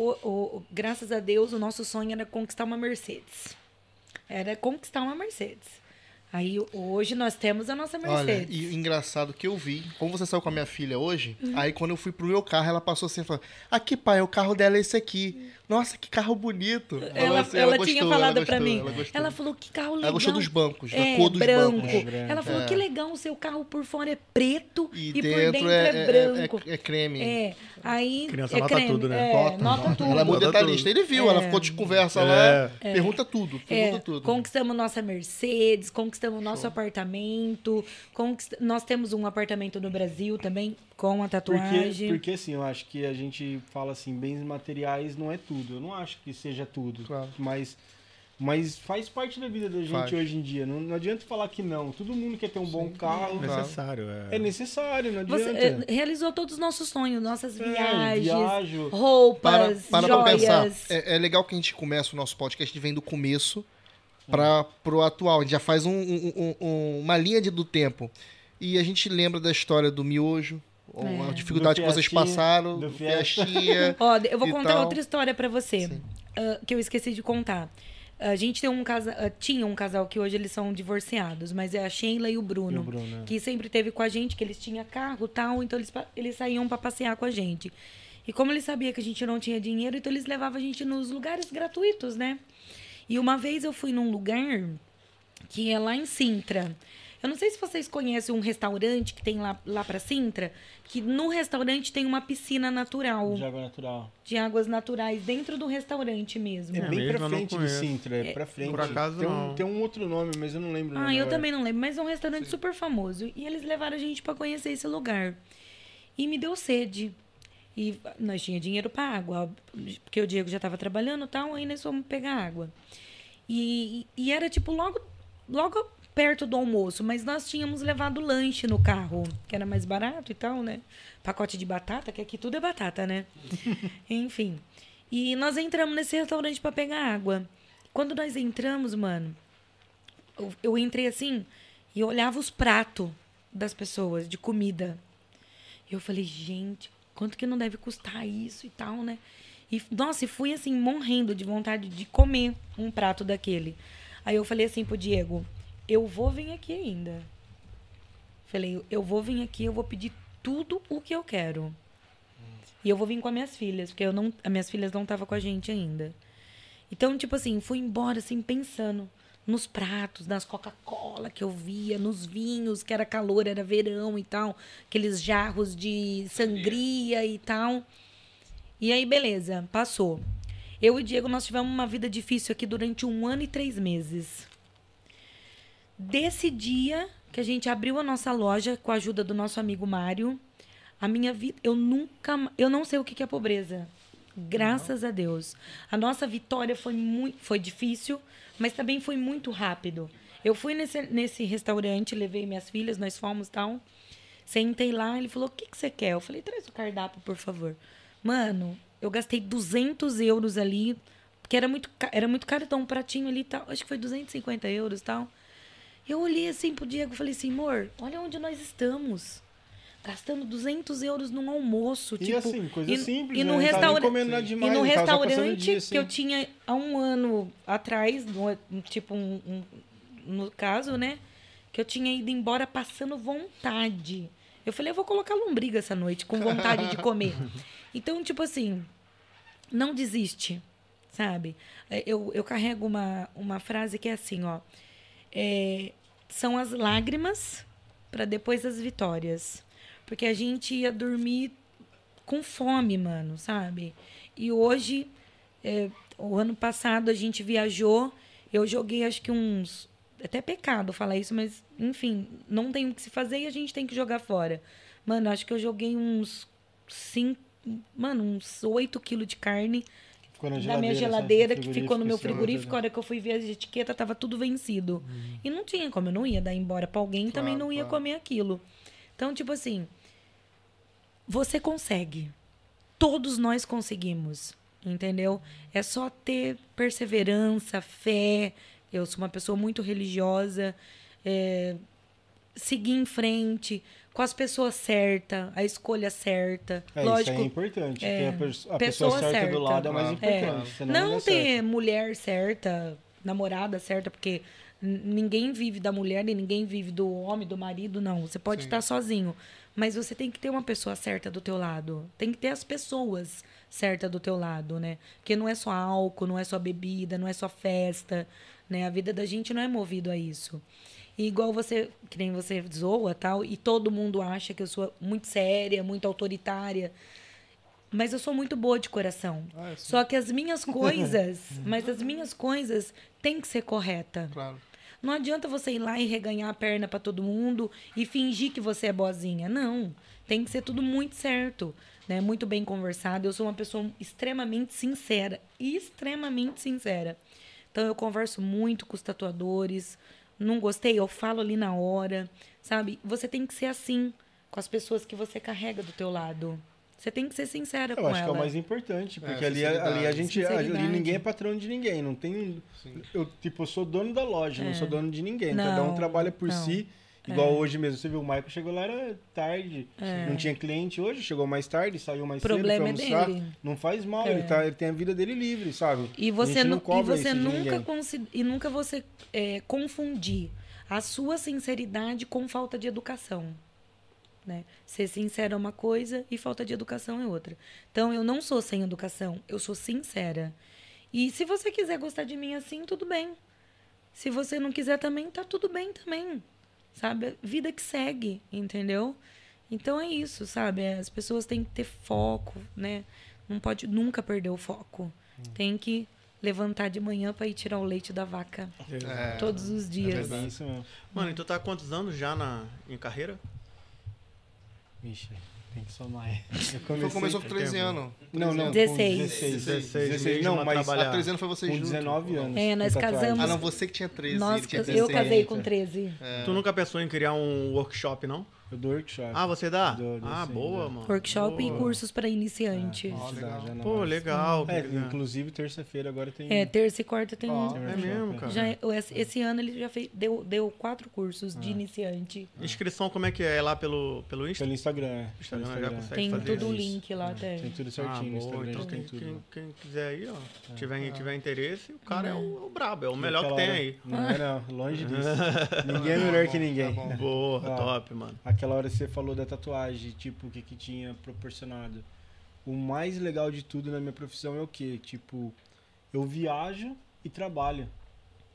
Graças a Deus, o nosso sonho era conquistar uma Mercedes. Era conquistar uma Mercedes. Aí hoje nós temos a nossa Olha, Mercedes. e o engraçado que eu vi, como você saiu com a minha filha hoje, aí quando eu fui pro meu carro, ela passou assim e falou: aqui, pai, o carro dela é esse aqui. Nossa, que carro bonito. Ela gostou, tinha falado pra mim. Ela Ela falou que carro legal. Ela gostou dos bancos, da É, cor dos branco. bancos. Ela falou que legal, o seu carro por fora é preto e por dentro é branco. É creme. É, aí... Criança é nota creme, tudo, né? Nota tudo. Ela é muito Nota detalhista. tudo. Ele viu, ela ficou de conversa lá, pergunta tudo, pergunta tudo. Conquistamos nossa Mercedes, conquistamos nosso apartamento, nós temos um apartamento no Brasil também com a tatuagem. Porque assim, eu acho que a gente fala assim, bens materiais não é tudo. Eu não acho que seja tudo. Claro. Mas faz parte da vida da gente Faz. hoje em dia. Não adianta falar que não. Todo mundo quer ter um bom carro. Necessário, É necessário, não Você adianta. realizou todos os nossos sonhos, nossas viagens, viajo. roupas, Para joias. pra pensar. É legal que a gente começa o nosso podcast, a gente vem do começo pro atual. A gente já faz uma linha do tempo. E a gente lembra da história do miojo, a dificuldade que vocês passaram, do Fiestinha. Ó, eu vou e contar tal. outra história pra você, que eu esqueci de contar. A gente tem tinha um casal que hoje eles são divorciados, mas é a Sheila e o Bruno, que sempre teve com a gente, que eles tinham carro e tal, então eles saíam pra passear com a gente. E como eles sabiam que a gente não tinha dinheiro, então eles levavam a gente nos lugares gratuitos, né? E uma vez eu fui num lugar que é lá em Sintra. Eu não sei se vocês conhecem um restaurante que tem lá pra Sintra, que no restaurante tem uma piscina natural. De água natural. De águas naturais, dentro do restaurante mesmo. É bem mesmo, eu pra não frente de conheço. Sintra, é pra frente. Por acaso, não. Tem um outro nome, mas eu não lembro o nome Eu agora. também não lembro, mas é um restaurante super famoso. E eles levaram a gente pra conhecer esse lugar. E me deu sede. E nós tínhamos dinheiro pra água, porque o Diego já tava trabalhando e tal, aí nós fomos pegar água. E era tipo logo perto do almoço, mas nós tínhamos levado lanche no carro, que era mais barato e tal, né? Pacote de batata, que aqui tudo é batata, né? Enfim. E nós entramos nesse restaurante pra pegar água. Quando nós entramos, mano, eu entrei assim e eu olhava os pratos das pessoas de comida. E eu falei, gente, quanto que não deve custar isso e tal, né? E, nossa, e fui assim, morrendo de vontade de comer um prato daquele. Aí eu falei assim pro Diego, eu vou vir aqui ainda. Falei, eu vou vir aqui, eu vou pedir tudo o que eu quero. E eu vou vir com as minhas filhas, porque as minhas filhas não estavam com a gente ainda. Então, tipo assim, fui embora, assim, pensando nos pratos, nas Coca-Cola que eu via, nos vinhos, que era calor, era verão e tal, aqueles jarros de sangria e tal. E aí, beleza, passou. Eu e o Diego, nós tivemos uma vida difícil aqui durante 1 ano e 3 meses. Desse dia que a gente abriu a nossa loja com a ajuda do nosso amigo Mário, a minha vida, eu não sei o que é pobreza. Graças a Deus. A nossa vitória foi difícil, mas também foi muito rápido. Eu fui nesse restaurante, levei minhas filhas, nós fomos e tal. Sentei lá, ele falou, o que você quer? Eu falei, traz o cardápio, por favor. Mano, eu gastei 200 euros ali, porque era muito caro, então um pratinho ali e tal. Acho que foi 250 euros e tal. Eu olhei assim pro Diego e falei assim, amor, olha onde nós estamos. Gastando 200 euros num almoço. E tipo, assim, coisa simples, e no né? restaurante, Demais, e no restaurante dia, assim. que eu tinha há 1 ano atrás, tipo, no caso, né? Que eu tinha ido embora passando vontade. Eu falei, eu vou colocar lombriga essa noite, com vontade de comer. Então, tipo assim, não desiste, sabe? Eu carrego uma frase que é assim, ó. São as lágrimas para depois as vitórias. Porque a gente ia dormir com fome, mano, sabe? E hoje, o ano passado, a gente viajou. Eu joguei, acho que uns... Até pecado falar isso, mas, enfim, não tem o que se fazer e a gente tem que jogar fora. Mano, acho que eu joguei uns 8 quilos de carne da minha geladeira, que ficou no meu frigorífico. A hora que eu fui ver as etiquetas, tava tudo vencido. E não tinha como, eu não ia dar embora pra alguém, também não ia comer aquilo. Então, tipo assim, você consegue. Todos nós conseguimos, entendeu? É só ter perseverança, fé. Eu sou uma pessoa muito religiosa. Seguir em frente, com as pessoas certas, a escolha certa. Lógico, isso é importante. Ter a pessoa certa do lado é mais importante. Não ter mulher certa, namorada certa, porque... Ninguém vive da mulher e ninguém vive do homem, do marido, não. Você pode estar sozinho, mas você tem que ter uma pessoa certa do teu lado. Tem que ter as pessoas certas do teu lado, né? Porque não é só álcool, não é só bebida, não é só festa, né? A vida da gente não é movido a isso. E igual você, que nem você zoa, tal, e todo mundo acha que eu sou muito séria, muito autoritária. Mas eu sou muito boa de coração. Só que as minhas coisas, têm que ser correta. Claro. Não adianta você ir lá e reganhar a perna para todo mundo e fingir que você é boazinha. Não. Tem que ser tudo muito certo, né? Muito bem conversado. Eu sou uma pessoa extremamente sincera. Extremamente sincera. Então, eu converso muito com os tatuadores. Não gostei? Eu falo ali na hora, sabe? Você tem que ser assim com as pessoas que você carrega do teu lado. Você tem que ser sincera com ela. Eu acho que é o mais importante, porque ali a gente... Ali ninguém é patrão de ninguém, não tem... Eu sou dono da loja, não sou dono de ninguém. Não, cada um trabalha por si. Igual hoje mesmo, você viu, o Michael chegou lá, era tarde, não tinha cliente hoje, chegou mais tarde, saiu mais cedo, foi almoçar. Dele. Não faz mal, ele tem a vida dele livre, sabe? E você nunca você confundir a sua sinceridade com falta de educação. Né? Ser sincero é uma coisa e falta de educação é outra. Então, eu não sou sem educação, eu sou sincera. E se você quiser gostar de mim assim, tudo bem. Se você não quiser também, tá tudo bem também. Sabe? Vida que segue, entendeu? Então, é isso, sabe? As pessoas têm que ter foco, né? Não pode nunca perder o foco. Tem que levantar de manhã para ir tirar o leite da vaca. Todos os dias. É isso mesmo. Mano, e tu tá há quantos anos já em carreira? Vixe, tem que somar. Começou com 13 anos. Não, 16. Não, mas há 13 anos foi vocês com juntos. 19 anos. Nós casamos. Ah, não, você que tinha 13. Eu casei com 13. Tu nunca pensou em criar um workshop, não? Eu dou workshop. Ah, você dá? Sim, boa, mano. Workshop boa. E cursos para iniciante. Pô, legal. Inclusive, terça-feira agora tem... Terça e quarta tem É mesmo, cara. Esse ano ele já deu 4 cursos de iniciante. Inscrição, como é que é? É lá pelo Insta? Pelo Instagram. Já consegue tem fazer tudo o isso. link lá até. Tem tudo certinho no Instagram. Então, tem tudo. Quem quiser aí, ó, tiver interesse, o cara é o brabo, é o melhor que tem aí. Não, longe disso. Ninguém é melhor que ninguém. Boa, top, mano. Aquela hora você falou da tatuagem, tipo, o que tinha proporcionado. O mais legal de tudo na minha profissão é o quê? Tipo, eu viajo e trabalho.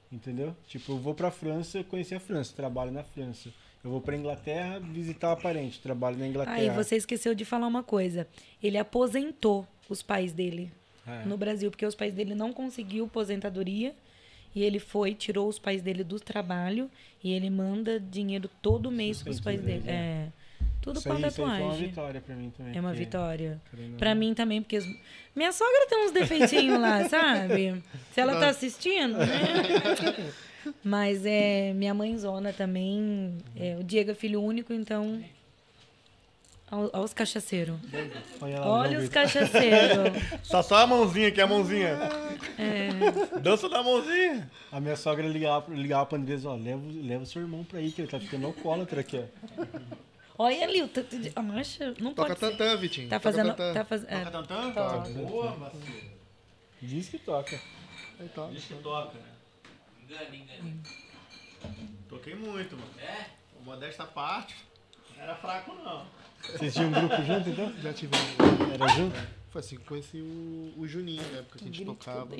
Entendeu? Tipo, eu vou pra França conhecer a França, trabalho na França. Eu vou pra Inglaterra visitar a parente, trabalho na Inglaterra. Aí você esqueceu de falar uma coisa. Ele aposentou os pais dele É. no Brasil, porque os pais dele não conseguiu aposentadoria. E ele tirou os pais dele do trabalho e ele manda dinheiro todo mês pros pais dele. É. Tudo Isso com a aí foi uma tatuagem. vitória pra mim também. É uma porque, vitória. querendo ou Pra não, mim também, porque minha sogra tem uns defeitinhos lá, sabe? Se ela tá assistindo, né? Mas minha mãezona também. O Diego é filho único, então. Olha os cachaceiros. Olha lá, Olha João os Vitor. Só cachaceiros. a mãozinha aqui, a mãozinha. Dança da mãozinha. A minha sogra ligava pra Andrés, ó, leva o seu irmão pra aí, que ele tá ficando alcoólatra aqui, ó. Olha ali, a marcha. Não Toca pode ser. tantã, Vitinho. Tá toca fazendo. tantã. Tá fazendo. Toca tantã? toca. Boa, vacilo. Diz que toca. Aí toca. Diz que toca, né? Engane. Toquei muito, mano. O modesta parte, não era fraco, não. Vocês tinham um grupo junto, então? Já tivemos. Era junto? Foi assim que conheci o Juninho, na época que a gente tocava.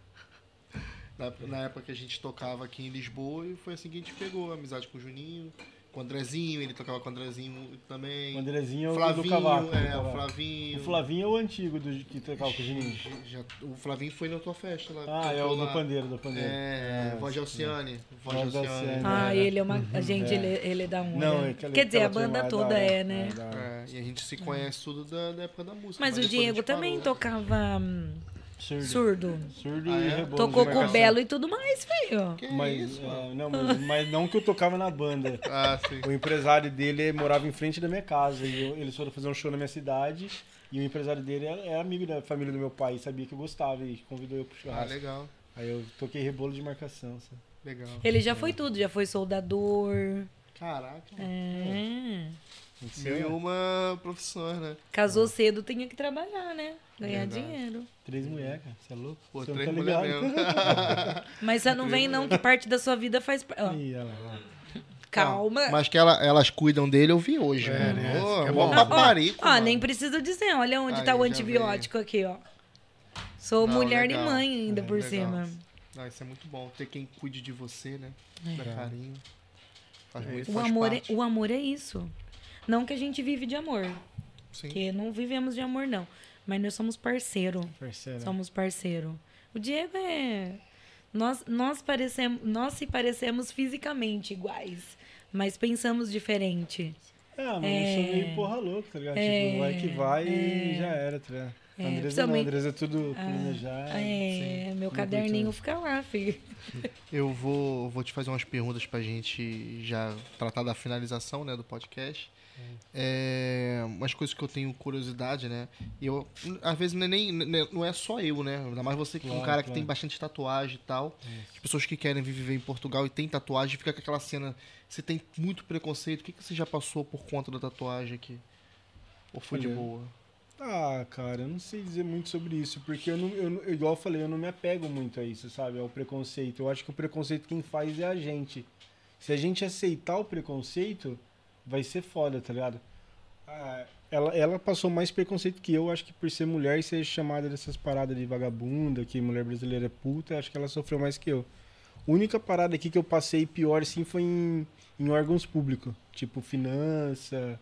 Na época que a gente tocava aqui em Lisboa, e foi assim que a gente pegou a amizade com o Juninho, com o Andrezinho, ele tocava com o Andrezinho também. O Andrezinho é o Flavinho, do cavaco. o cavaco. Flavinho. O Flavinho é o antigo que tocava com o Juninho. O Flavinho foi na tua festa lá. Ah, é o cantou do lá. pandeiro, do pandeiro. Voz de Alciane. Voz Voz de de Alciane. Alciane. Ah, ele é uma. Gente, ele é da onda. Não, é que Quer dizer, a aquela banda turma toda da hora. né? Da hora. E a gente se conhece tudo da época da música. Mas o depois a Diego gente também parou. tocava Surdo. surdo. E Ah, é? rebolo Tocou de com o marcação. Belo e tudo mais, filho. Que Mas, isso, mas não que eu tocava na banda. Ah, sim. O empresário dele morava em frente da minha casa. E eles foram fazer um show na minha cidade. E o empresário dele é amigo da família do meu pai. E sabia que eu gostava e convidou eu pro Ah, churrasco. legal. Aí eu toquei rebolo de marcação. Sabe? Legal. Ele já foi tudo, já foi soldador. Caraca. Tem que ser, Mil e uma profissões, né? Casou cedo, tinha que trabalhar, né? Ganhar Verdade. dinheiro. 3 mulheres, cara. Você é louco? Pô, Você não 3 tá mulheres ligado? mesmo. Mas você não vem, não, que parte da sua vida faz. Ó, Ih, olha lá. calma. Mas que elas cuidam dele, eu vi hoje, né? né? Ô, É mó bom. paparico, Ó, mano. nem preciso dizer, olha onde Aí, tá o já antibiótico aqui, ó. Sou Não, mulher legal. de mãe ainda por legal. cima. Não, isso é muito bom. Ter quem cuide de você, né? É. Dá carinho. Faz muito, O faz amor, parte. o amor é isso. Não que a gente vive de amor. Sim. Porque não vivemos de amor, não. Mas nós somos parceiro. Parceiro. Somos parceiro. O Diego é. Nós se parecemos fisicamente iguais, mas pensamos diferente. Ah, mas eu sou meio porra louca, tá ligado? Tipo, vai que vai e já era, tá ligado? Andresa não, principalmente- Andresa é tudo planejado. Meu caderninho fica lá, filho. Eu vou te fazer umas perguntas pra gente já tratar da finalização, né, do podcast. Umas coisas que eu tenho curiosidade, né? E eu, às vezes, não é só eu, né? Ainda mais você que é um Claro, cara que claro. tem bastante tatuagem e tal. As pessoas que querem viver em Portugal e tem tatuagem, fica com aquela cena. Você tem muito preconceito. O que você já passou por conta da tatuagem aqui? Ou foi de Olha, boa? Ah, cara, eu não sei dizer muito sobre isso, porque igual eu falei, eu não me apego muito a isso, sabe? Ao preconceito. Eu acho que o preconceito quem faz é a gente. Se a gente aceitar o preconceito, vai ser foda, tá ligado? Ah, ela passou mais preconceito que eu, acho que por ser mulher e ser chamada dessas paradas de vagabunda, que mulher brasileira é puta, acho que ela sofreu mais que eu. A única parada aqui que eu passei pior, assim, foi em órgãos públicos, tipo finança,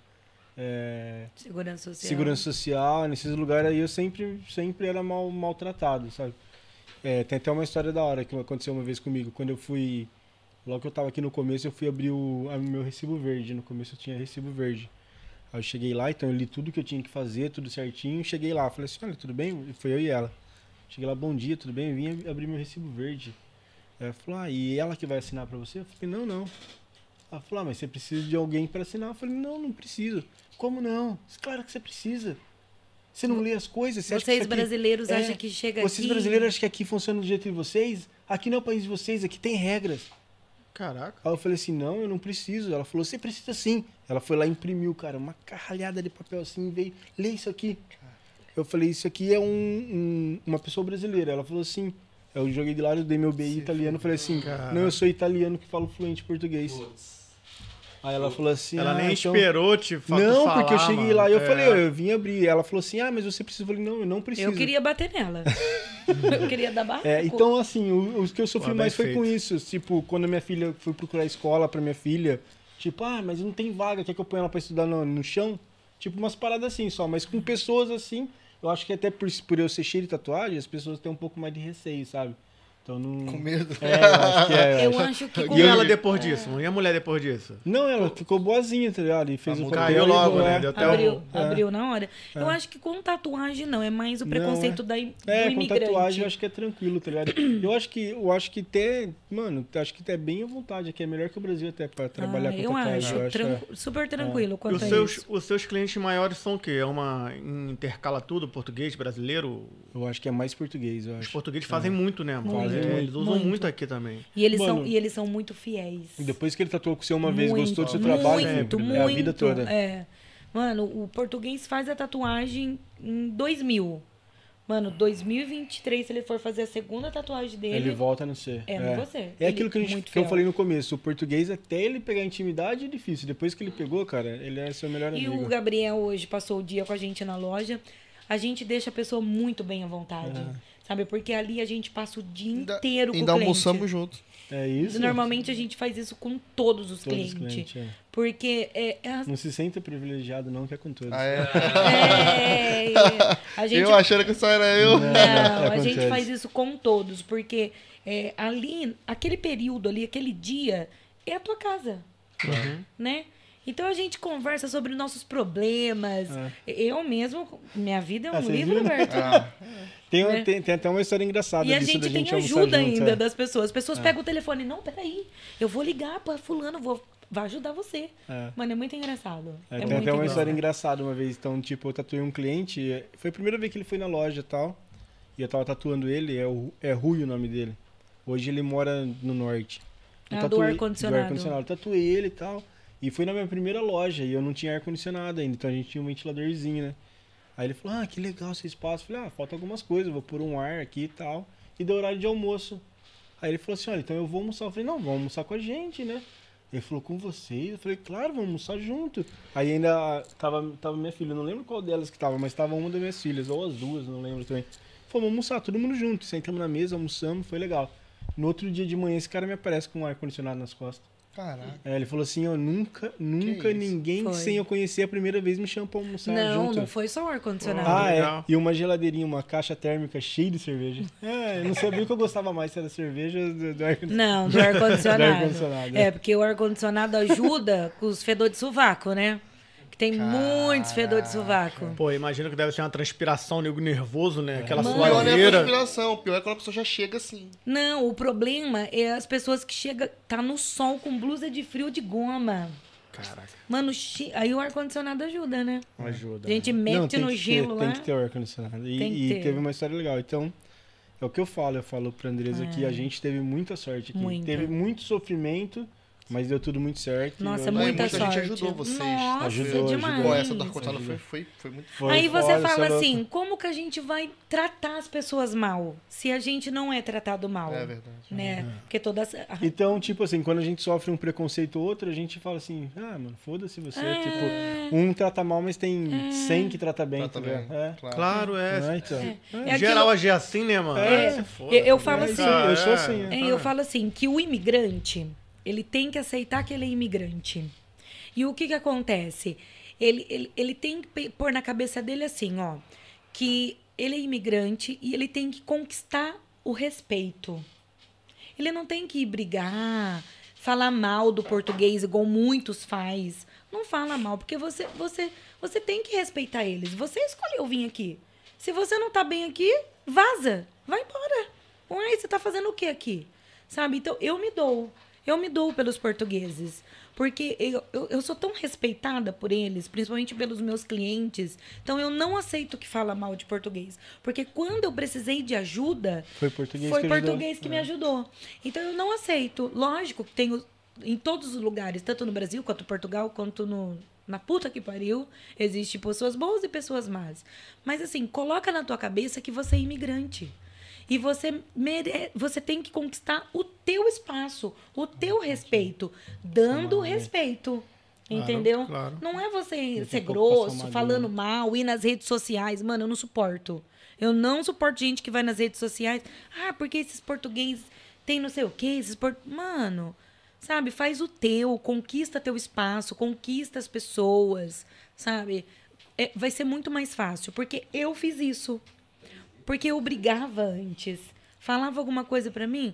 segurança social, nesses lugares aí eu sempre era maltratado, sabe? Tem até uma história da hora que aconteceu uma vez comigo, quando eu fui, logo que eu tava aqui no começo, eu fui abrir o meu recibo verde, no começo eu tinha recibo verde. Aí eu cheguei lá, então eu li tudo que eu tinha que fazer, tudo certinho, cheguei lá, falei assim, olha, tudo bem? Foi eu e ela. Cheguei lá, bom dia, tudo bem? Eu vim abrir meu recibo verde. Ela falou, e ela que vai assinar pra você? Eu falei, não. Ela falou, mas você precisa de alguém pra assinar? Eu falei, não preciso. Como não? Claro que você precisa. Você não lê as coisas? Você acha que Vocês isso aqui- brasileiros acham que chega aqui... Vocês brasileiros acham que aqui funciona do jeito de vocês? Aqui não é o país de vocês, aqui tem regras. Caraca. Aí eu falei assim, não, eu não preciso. Ela falou, você precisa sim. Ela foi lá e imprimiu, cara, uma carralhada de papel assim, veio, lê isso aqui. Eu falei, isso aqui é uma pessoa brasileira. Ela falou assim, eu joguei de lado, dei meu BI italiano, falei assim, não, eu sou italiano que falo fluente português. Aí ela falou assim... Ela nem então... esperou te falar. Não, porque eu cheguei lá e eu É. falei, eu vim abrir. Ela falou assim, mas você precisa. Eu falei, não, eu não preciso. Eu queria bater nela. Eu queria dar barraco. Então, assim, o que eu sofri Bem mais foi feito. com isso. Tipo, quando minha filha foi procurar escola pra minha filha, tipo, mas não tem vaga, quer que eu ponha ela pra estudar no chão? Tipo, umas paradas assim só. Mas com pessoas assim, eu acho que até por eu ser cheio de tatuagem, as pessoas têm um pouco mais de receio, sabe? Então não... Com medo. Eu acho que é. Eu acho que E ela depois disso? E a mulher depois disso? Não, ela ficou boazinha, tá ligado? E fez o papel. Caiu e logo, é. né? Deu até abriu na hora. Eu acho que com tatuagem não, é mais o preconceito do com imigrante. tatuagem eu acho que é tranquilo, tá ligado? Eu acho que até, mano, acho que até bem à vontade aqui, é melhor que o Brasil até pra trabalhar com eu tatuagem. acho, super tranquilo E quanto a isso. os seus clientes maiores são o quê? É uma intercala tudo, português, brasileiro? Eu acho que é mais português, eu Os acho. portugueses fazem muito, né? mano? Fazem Eles usam muito. muito aqui também. E eles, Mano, são muito fiéis. E depois que ele tatuou com você uma vez, Muito, gostou do seu trabalho, muito, é a vida toda. É. Mano, o português faz a tatuagem em 2000. Mano, 2023, se ele for fazer a segunda tatuagem dele... Ele volta no C. no você. É aquilo que, muito que eu fiel. falei no começo. O português, até ele pegar intimidade, é difícil. Depois que ele pegou, cara, ele é seu melhor E amigo. o Gabriel hoje passou o dia com a gente na loja. A gente deixa a pessoa muito bem à vontade. Sabe? Porque ali a gente passa o dia inteiro com o Ainda cliente. almoçamos junto. É isso? Normalmente a gente faz isso com todos os Todos os clientes. clientes, Porque Não se senta privilegiado, não, que é com todos. a gente Eu achando que só era eu. Não, a acontece. gente faz isso com todos, porque ali, aquele período ali, aquele dia, é a tua casa, né? Então a gente conversa sobre nossos problemas. Eu mesmo, minha vida é um vocês livro viram? aberto. Tem até uma história engraçada E a disso gente da tem almoçar ajuda junto, ainda é. das pessoas. As pessoas pegam o telefone, não, peraí, eu vou ligar pra fulano, vai ajudar você. Mano, é muito engraçado. Tem muito até uma história engraçado. engraçada uma vez. Então, tipo, eu tatuei um cliente. Foi a primeira vez que ele foi na loja e tal. E eu tava tatuando ele. É Rui o nome dele. Hoje ele mora no norte. Eu Do tatuei- ar-condicionado. Do ar-condicionado. Eu tatuei ele e tal. E foi na minha primeira loja. E eu não tinha ar-condicionado ainda. Então a gente tinha um ventiladorzinho, né? Aí ele falou, que legal esse espaço. Eu falei, falta algumas coisas. Vou pôr um ar aqui e tal. E deu horário de almoço. Aí ele falou assim, olha, então eu vou almoçar. Eu falei, não, vamos almoçar com a gente, né? Ele falou, com vocês? Eu falei, claro, vamos almoçar junto. Aí ainda tava minha filha, eu não lembro qual delas que tava, mas tava uma das minhas filhas, ou as duas, não lembro também. Falei, vamos almoçar, todo mundo junto. Sentamos na mesa, almoçamos, foi legal. No outro dia de manhã, esse cara me aparece com um ar-condicionado nas costas. Caraca. Ele falou assim, nunca isso? ninguém, Foi. sem eu conhecer a primeira vez, me chamou pra almoçar Não, junto. não foi só o ar-condicionado. Legal. E uma geladeirinha, uma caixa térmica cheia de cerveja. Eu não sabia o que eu gostava mais, se era cerveja ou do ar-condicionado. Não, do ar-condicionado. Do ar-condicionado, é. Porque o ar-condicionado ajuda com os fedores de sovaco, né? Que tem muitos fedores de sovaco. Pô, imagino que deve ser uma transpiração, nego nervoso, né? Aquela O pior não é a suadeira. transpiração. O pior é quando a pessoa já chega assim. Não, o problema é as pessoas que chegam, tá no sol com blusa de frio de goma. Caraca, Mano, aí o ar-condicionado ajuda, né? ajuda. A gente mete no gelo lá. Tem que ter o ar-condicionado. Tem que E ter. teve uma história legal. Então, é o que eu falo pra Andresa que a gente teve muita sorte aqui. Muito. Teve muito sofrimento, mas deu tudo muito certo. Nossa, E Não, e muita muita sorte. gente ajudou vocês. Nossa, Ajudou, demais. Pô, essa do ar-condicionado foi muito Foi Aí você foda, fala você é louco. assim, como que a gente vai tratar as pessoas mal, se a gente não é tratado mal? É verdade. Né? Porque todas... Então, tipo assim, quando a gente sofre um preconceito ou outro, a gente fala assim, mano, foda-se você. É. Tipo, um trata mal, mas tem 100 que trata bem. Trata tá bem. ligado? É. Claro. Claro, Né, então. Em geral, a G é assim, né, mano? Se foda. Eu falo É, assim, eu sou assim. eu falo assim, que o imigrante, ele tem que aceitar que ele é imigrante. E o que acontece? Ele tem que pôr na cabeça dele assim, ó, que ele é imigrante e ele tem que conquistar o respeito. Ele não tem que ir brigar, falar mal do português, igual muitos faz. Não fala mal, porque você tem que respeitar eles. Você escolheu vir aqui. Se você não tá bem aqui, vaza. Vai embora. Ué, você tá fazendo o que aqui? Sabe? Então, eu me dou pelos portugueses. Porque eu sou tão respeitada por eles, principalmente pelos meus clientes. Então, eu não aceito que fala mal de português. Porque quando eu precisei de ajuda, Foi português foi que ajudou. português que me ajudou. Então, eu não aceito. Lógico que tenho em todos os lugares, tanto no Brasil, quanto em Portugal, quanto na puta que pariu, existem pessoas boas e pessoas más. Mas, assim, coloca na tua cabeça que você é imigrante. E você tem que conquistar o teu espaço, o teu respeito, dando respeito. Entendeu? Claro. Não é você ser pouco passar grosso, uma falando linha. mal, ir nas redes sociais. Mano, eu não suporto. Eu não suporto gente que vai nas redes sociais. Ah, porque esses portugueses têm não sei o quê. Mano, sabe? Faz o teu, conquista teu espaço, conquista as pessoas, sabe? Vai ser muito mais fácil. Porque eu fiz isso. Porque eu brigava antes. Falava alguma coisa pra mim.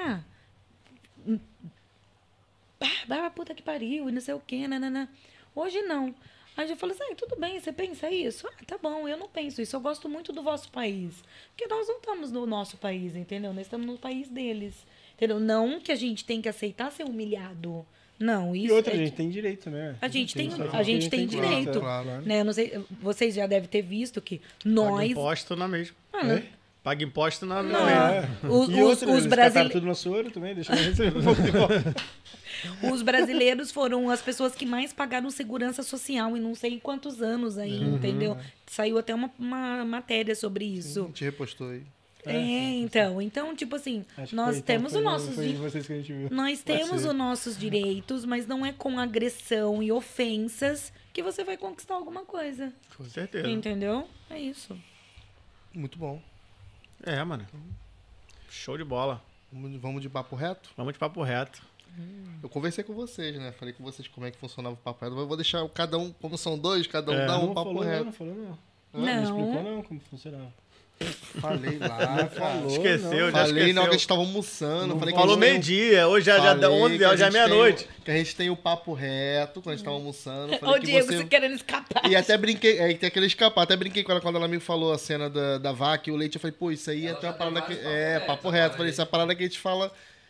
Puta que pariu, e não sei o quê, nanana. Hoje não. Aí eu falo assim, tudo bem, você pensa isso? Tá bom, eu não penso isso. Eu gosto muito do vosso país. Porque nós não estamos no nosso país, entendeu? Nós estamos no país deles. Entendeu? Não que a gente tem que aceitar ser humilhado. Não, isso E outra, a gente tem direito, né? a gente tem direito. direito. Claro. Né? Eu não sei, vocês já devem ter visto que Paga nós... imposto na mesma. Mano, Paga imposto na Não. mesma. E outra, eles brasile- cataram tudo nosso ouro também, deixa eu receber um pouco de volta. Os brasileiros foram as pessoas que mais pagaram segurança social em não sei quantos anos aí, entendeu? Saiu até uma matéria sobre A isso. gente repostou aí. Então, tipo assim, Acho que nós foi, temos foi, os nossos foi de vocês que a gente viu. nós temos os nossos direitos, mas não é com agressão e ofensas que você vai conquistar alguma coisa. Com certeza. Entendeu? É isso. Muito bom. Mano. Show de bola. Vamos de papo reto? Vamos de papo reto. Eu conversei com vocês, né? Falei com vocês como é que funcionava o papo reto. Eu vou deixar cada um, como são dois, cada um dá um Não papo falou, reto. não falou, não. Não. Não explicou, não, como funcionava. Falei lá, cara. falou. Esqueceu, já Falei na hora que a esqueceu. gente tava almoçando. Falei que Falou a gente tem meio-dia, hoje já dá falei 11 que a horas, já é gente tem meia-noite. que a gente tem o papo reto quando a gente tava almoçando. Olha Falei o que Diego você... se querendo escapar. E até brinquei, tem aquele escapar, até brinquei com ela quando ela me falou a cena da vaca e o leite. Eu falei, pô, isso aí Ela é até uma já parada tem que. vários Papo papos reto. retos, Falei, isso é a parada que a gente fala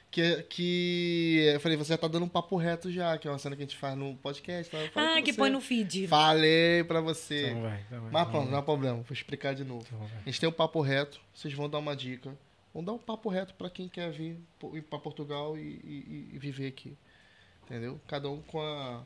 que. Eu falei, você já tá dando um papo reto já, que é uma cena que a gente faz no podcast. Tá? Eu falei pra Que você. põe no feed. Falei pra você. Então vai. Mas pronto, não é problema, vou explicar de novo. A gente tem um papo reto, vocês vão dar uma dica. Vão dar um papo reto pra quem quer vir pra Portugal e viver aqui. Entendeu? Cada um com a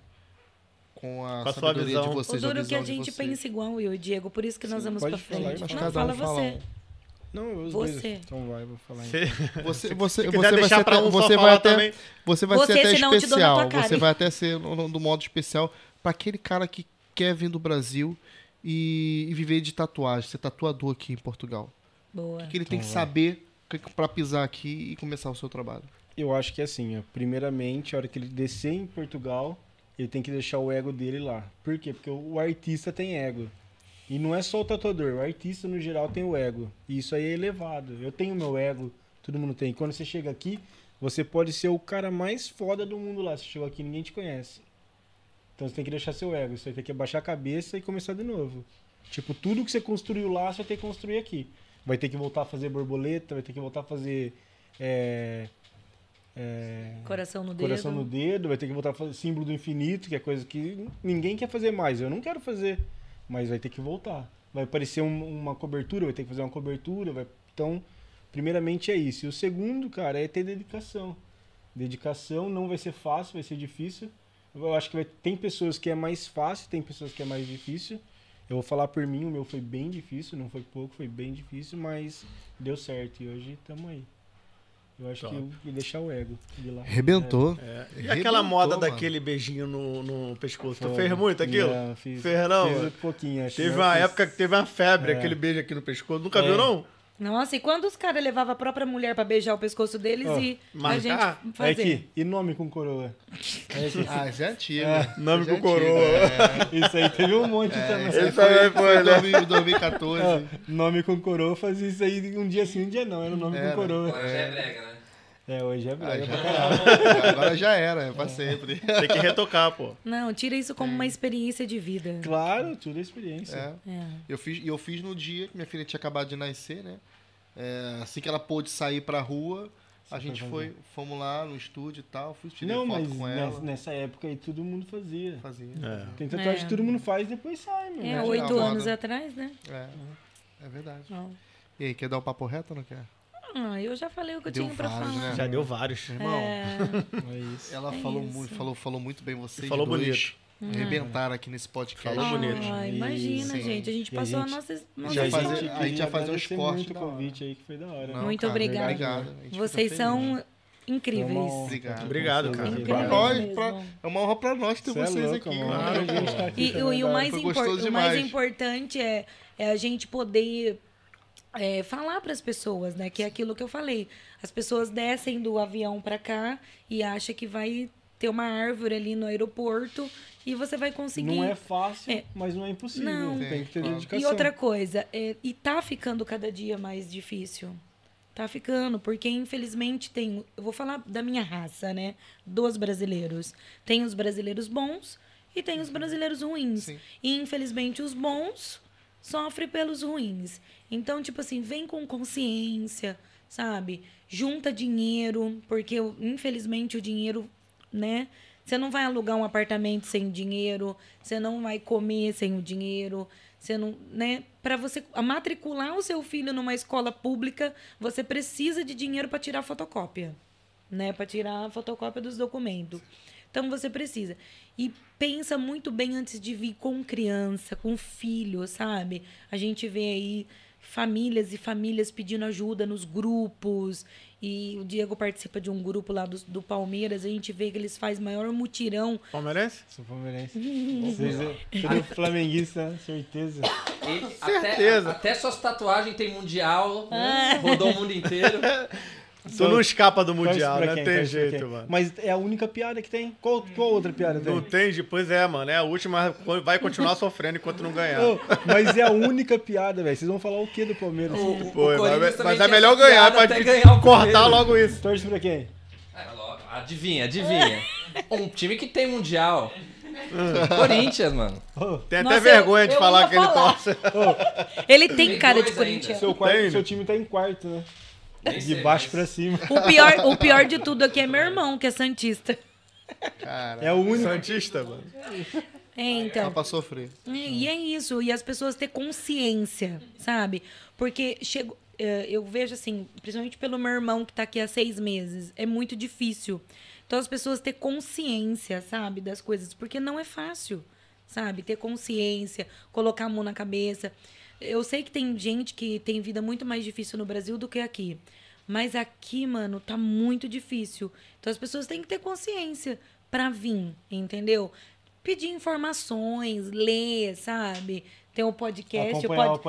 sua sabedoria visão. de O vocês. duro a é que a visão de gente vocês. pensa igual, eu e o Diego, por isso que nós vamos pode pra falar aí, frente. mas Não, cada fala um fala você. Não, os Você. dois. Então vai, vou falar. Você Se quiser vai deixar ser pra até- um só você vai falar até também. Você vai Você, ser até senão eu te dou na tua especial. cara. Você vai até ser do modo especial pra aquele cara que quer vir do Brasil e viver de tatuagem, ser tatuador aqui em Portugal. Boa. O que ele tem que Então vai. saber pra pisar aqui e começar o seu trabalho? Eu acho que é assim, ó. Primeiramente, a hora que ele descer em Portugal, ele tem que deixar o ego dele lá. Por quê? Porque o artista tem ego. E não é só o tatuador, o artista no geral tem o ego. E isso aí é elevado. Eu tenho meu ego, todo mundo tem. Quando você chega aqui, você pode ser o cara mais foda do mundo lá. Você chegou aqui, ninguém te conhece. Então você tem que deixar seu ego. Você tem que abaixar a cabeça e começar de novo. Tipo, tudo que você construiu lá, você vai ter que construir aqui. Vai ter que voltar a fazer borboleta, vai ter que voltar a fazer Coração no dedo. coração no dedo, vai ter que voltar a fazer símbolo do infinito, que é coisa que ninguém quer fazer mais. Eu não quero fazer, mas vai ter que voltar. Vai aparecer uma cobertura, vai ter que fazer uma cobertura. Então, primeiramente é isso. E o segundo, cara, é ter dedicação. Dedicação não vai ser fácil, vai ser difícil. Eu acho que tem pessoas que é mais fácil, tem pessoas que é mais difícil. Eu vou falar por mim, o meu foi bem difícil, não foi pouco, foi bem difícil, mas deu certo. E hoje estamos aí. Eu acho Top. que deixar o ego de lá. Arrebentou. E aquela moda mano. daquele beijinho no pescoço? Tu Foi. fez muito aquilo? Não, fiz Não, um pouquinho. Acho Teve que uma eu fiz. época que teve uma febre, É. aquele beijo aqui no pescoço. Nunca viu, É. não? Nossa, e quando os caras levavam a própria mulher pra beijar o pescoço deles Ó, e a marcar. gente É fazer. aqui. E nome com coroa? É aqui. Ah, isso é antigo. Nome Isso é com coroa. antigo, Isso aí teve um monte também. Isso aí Esse também foi, né? 2014. Ó, nome com coroa fazia isso aí um dia sim, um dia não. Era o nome Era. com coroa. Agora já é brega, né? Hoje é Ah, brega já pra caralho. Agora já era, é pra sempre. Tem que retocar, pô. Não, tira isso como uma experiência de vida. Claro, tudo é experiência. É. É. Eu fiz no dia que minha filha tinha acabado de nascer, né? Assim que ela pôde sair pra rua, a gente fomos lá no estúdio e tal, tirei Não, foto mas com ela. nessa época aí todo mundo fazia. Fazia. Tem tatuagem que todo mundo faz e depois sai, mano. É, É, 8 moda. anos atrás, né? É verdade. Não. E aí, quer dar um papo reto ou não quer? Eu já falei o que eu Deu tinha pra vários, falar. né? Já deu vários. Irmão, É isso. ela É falou isso. muito, falou muito bem vocês Falou dois. bonito. Arrebentaram aqui nesse podcast. Falou bonito. Imagina, Sim. gente. A gente E passou a a gente nossa já história. fazia- a gente ia fazer uns agradecer cortes muito o da hora. convite aí, que foi da hora. Não, Muito cara, obrigada. obrigado. A gente Vocês fica feliz. são incríveis. Obrigado, cara. Pra nós, é uma honra pra nós ter vocês aqui. E o mais importante é a gente poder falar para as pessoas, né? Que é aquilo que eu falei. As pessoas descem do avião para cá e acham que vai ter uma árvore ali no aeroporto e você vai conseguir. Não é fácil, mas não é impossível. Não. Tem que ter dedicação. E outra coisa, e tá ficando cada dia mais difícil. Tá ficando, porque infelizmente tem... Eu vou falar da minha raça, né? Dos brasileiros. Tem os brasileiros bons e tem os brasileiros ruins. Sim. E infelizmente os bons sofrem pelos ruins. Então, tipo assim, vem com consciência, sabe? Junta dinheiro, porque infelizmente o dinheiro, né? Você não vai alugar um apartamento sem dinheiro, você não vai comer sem o dinheiro, você não, né? Para você matricular o seu filho numa escola pública, você precisa de dinheiro para tirar a fotocópia, né? Para tirar a fotocópia dos documentos. Então você precisa. E pensa muito bem antes de vir com criança, com filho, sabe? A gente vê aí famílias e famílias pedindo ajuda nos grupos. E o Diego participa de um grupo lá do Palmeiras. A gente vê que eles fazem maior mutirão. Palmeirense? Sou palmeirense. Tudo flamenguista, certeza. Certeza. Até suas tatuagens tem mundial, rodou o mundo inteiro. Tu não escapa do mundial, né? Tem jeito, mano. Mas é a única piada que tem. Qual outra piada tem? Não tem, pois é, mano. É a última, vai continuar sofrendo enquanto não ganhar. Mas é a única piada, velho. Vocês vão falar o que do Palmeiras? Mas é melhor ganhar pra cortar logo isso. Torce pra quem? Adivinha. Um time que tem mundial. Corinthians, mano. Tem até vergonha de falar que ele torce. Ele tem cara de Corinthians. Seu time tá em quarto, né? De baixo pra cima. O pior de tudo aqui é meu irmão, que é santista. Cara, é o único. Santista, mano. Então. Dá pra sofrer. E é isso. E as pessoas ter consciência, sabe? Porque eu vejo assim, principalmente pelo meu irmão que tá aqui há 6 meses, é muito difícil. Então as pessoas ter consciência, sabe, das coisas. Porque não é fácil, sabe? Ter consciência, colocar a mão na cabeça. Eu sei que tem gente que tem vida muito mais difícil no Brasil do que aqui. Mas aqui, mano, tá muito difícil. Então as pessoas têm que ter consciência pra vir, entendeu? Pedir informações, ler, sabe? Tem o podcast.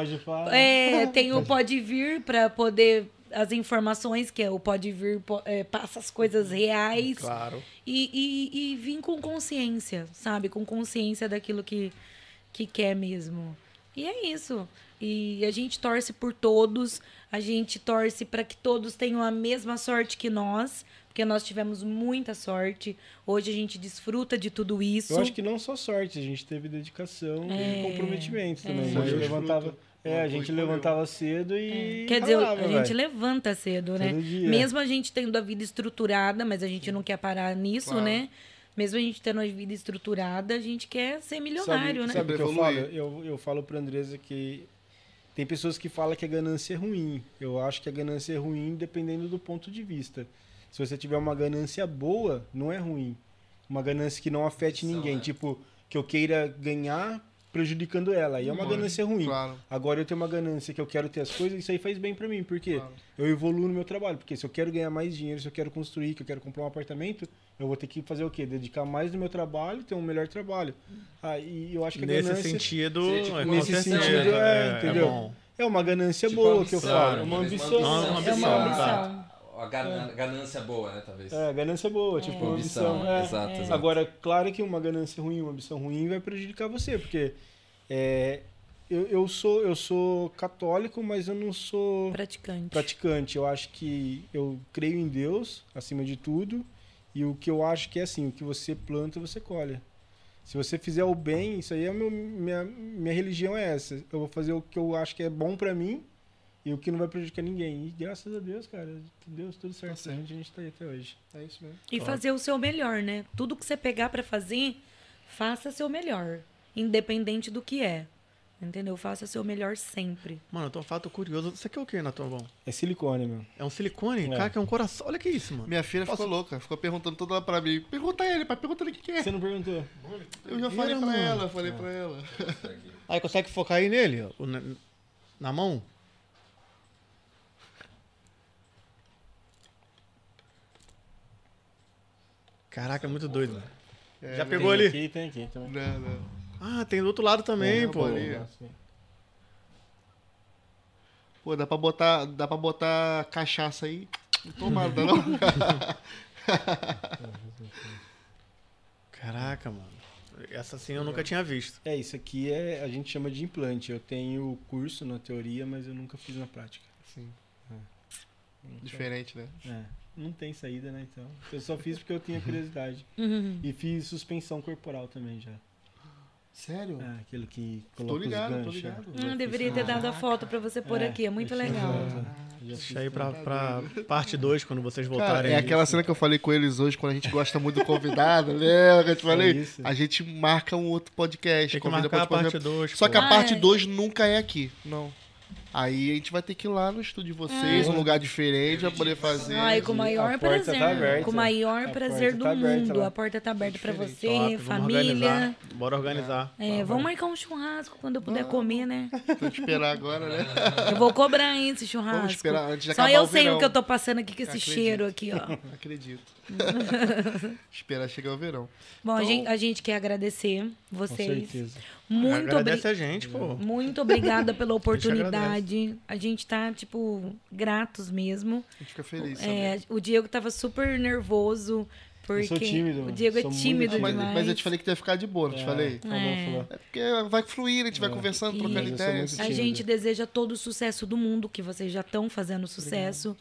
Tem o Pode Vir pra poder... As informações, que é o Pode Vir, passa as coisas reais. Claro. E vir com consciência, sabe? Com consciência daquilo que quer mesmo. E é isso. E a gente torce por todos. A gente torce para que todos tenham a mesma sorte que nós. Porque nós tivemos muita sorte. Hoje a gente desfruta de tudo isso. Eu acho que não só sorte. A gente teve dedicação e comprometimento também. A gente levantava cedo e... Quer dizer, a gente levanta cedo, né? Mesmo a gente tendo a vida estruturada, mas a gente não quer parar nisso, claro, né? Mesmo a gente tendo uma vida estruturada, a gente quer ser milionário, né? Sabe o que eu falo? Eu falo pra Andresa que tem pessoas que falam que a ganância é ruim. Eu acho que a ganância é ruim dependendo do ponto de vista. Se você tiver uma ganância boa, não é ruim. Uma ganância que não afete ninguém. Tipo, que eu queira ganhar prejudicando ela. Aí é uma ganância ruim. Claro. Agora eu tenho uma ganância que eu quero ter as coisas, isso aí faz bem pra mim. Por quê? Eu evoluo no meu trabalho. Porque se eu quero ganhar mais dinheiro, se eu quero construir, que eu quero comprar um apartamento, eu vou ter que fazer o quê? Dedicar mais no meu trabalho, ter um melhor trabalho. E eu acho que a ganância... Nesse sentido, entendeu? É uma ganância boa que eu falo. É uma ambição. É uma ambição. A ganância boa, né, talvez. Ganância boa, tipo, uma ambição. Exato. Agora, claro que uma ganância ruim, uma ambição ruim vai prejudicar você, porque eu sou católico, mas eu não sou praticante. Eu acho que eu creio em Deus, acima de tudo, e o que eu acho que é assim, o que você planta, você colhe. Se você fizer o bem, isso aí é minha religião é essa. Eu vou fazer o que eu acho que é bom pra mim, e o que não vai prejudicar ninguém. E graças a Deus, cara, Deus tudo certo. A gente tá aí até hoje. É isso mesmo. E fazer o seu melhor, né? Tudo que você pegar pra fazer, faça seu melhor. Independente do que é. Entendeu? Faça seu melhor sempre. Mano, eu tô um fato curioso. Isso aqui é o que, Natão Bom? É silicone, meu. É um silicone? Cara, que é um coração. Olha que isso, mano. Minha filha ficou louca. Ficou perguntando toda hora pra mim. Pergunta ele, pai. Pergunta ele o que é. Você não perguntou? Eu já falei pra ela. Falei pra ela. Aí, consegue focar aí nele? Na mão? Caraca, é muito doido, mano. Já Tem pegou ali? Aqui, tem aqui também. Não. Ah, tem do outro lado também, pô. Pô, dá pra botar cachaça aí. Não tomara, não? Caraca, mano. Essa sim eu nunca tinha visto. Isso aqui a gente chama de implante. Eu tenho curso na teoria, mas eu nunca fiz na prática. Sim. Diferente, né? Não tem saída, né? Então, eu só fiz porque eu tinha curiosidade. E fiz suspensão corporal também já. Sério? Aquilo que Tô coloca ligado, os tô ganchos. ligado. Deveria ter dado a foto pra você pôr aqui, é muito legal. Deixa aí pra parte 2, quando vocês voltarem. Cara, é aquela cena que eu falei com eles hoje, quando a gente gosta muito do convidado, lembra que eu te falei? isso. A gente marca um outro podcast. Tem que convida marcar a pra parte 2. Só que a parte 2 nunca é aqui, não. Aí a gente vai ter que ir lá no estúdio de vocês, num lugar diferente, pra poder fazer. Ai, com o maior A porta prazer. tá aberta. Com o maior A prazer porta do tá aberta mundo. lá. A porta tá aberta pra você, Top, vamos família. organizar. Bora organizar. Vamos marcar um churrasco quando eu puder comer, né? Tem que esperar agora, né? Eu vou cobrar hein, esse churrasco. Vamos esperar antes de Só acabar eu o sei verão. o que eu tô passando aqui com esse Acredito. cheiro aqui, ó. Acredito. Esperar chegar o verão. Bom, a gente quer agradecer Com vocês. certeza. Muito Agradece a gente, pô. Muito obrigada pela agradece. oportunidade. A gente tá, tipo, gratos mesmo. A gente fica feliz, sabe? O Diego tava super nervoso, porque sou tímido, o Diego é sou muito tímido tímido. demais. Mas eu te falei que tu ia ficar de boa, não te falei? Falou. É porque vai fluir, a gente vai conversando, trocando E- ideias. muito A tímido. gente deseja todo o sucesso do mundo, que vocês já estão fazendo sucesso.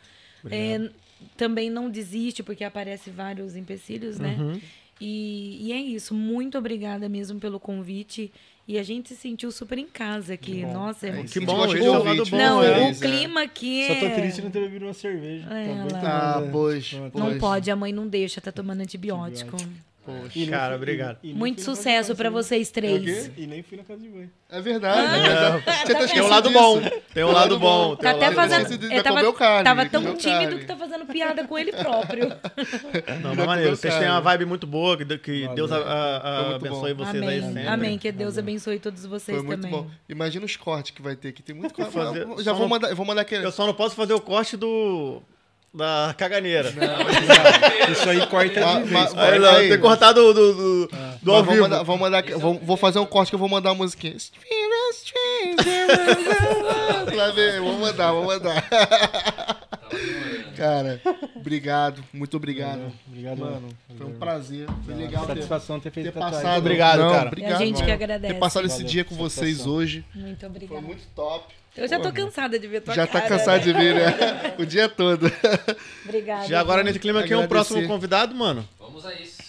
Também não desiste, porque aparecem vários empecilhos, né? E é isso. Muito obrigada mesmo pelo convite. E a gente se sentiu super em casa aqui. Nossa, é isso. Que A gente bom, gosta esse de é o ouvir, lado tipo, bom. Não, é. o clima aqui Só tô é... triste de não ter bebido uma cerveja. É, Tá doido, Ah, né? pois. Não pode, a mãe não deixa, tá tomando antibiótico. Poxa. E nem Cara, fui- obrigado. e nem Muito fui na sucesso casa pra de banho. vocês É o três. quê? E nem fui na casa de banho. É verdade. Tinha até Tem um lado bom. Tem um lado bom. Tá até lado fazendo. bom. Ele Vai comer o carne, tava vai tão comer o tímido carne. que tá fazendo piada com ele próprio. Não, mas maneiro. Vocês têm uma vibe muito boa. Que Deus Foi muito abençoe bom. vocês aí Amém. sempre. Amém. Que Deus abençoe todos vocês Foi muito também. bom. Imagina os cortes que vai ter, que tem muito corte. fazer- Já só vou não- mandar, eu vou mandar aquele. Eu só não posso fazer o corte da caganeira. Isso aí corta Ah, de mas- vez. Aí não, tem que cortar do ao Mas vivo. vou fazer um corte que eu vou mandar a musiquinha. Lá vem, vou mandar. Cara, obrigado, muito obrigado. Obrigado, Mano, foi um prazer. Foi legal Satisfação ter ter feito tatuagem. passado. Obrigado, Não, cara. Obrigado, É a gente mano. que agradece. Ter passado esse Valeu, dia com vocês satisfação. hoje. Muito Foi obrigada. muito top. Eu já tô cansada de ver tua Já cara. tá cansado de ver, né? O dia todo. Obrigada. Já agora, gente. nesse clima aqui, um Agradecer. próximo convidado, mano. Vamos a isso.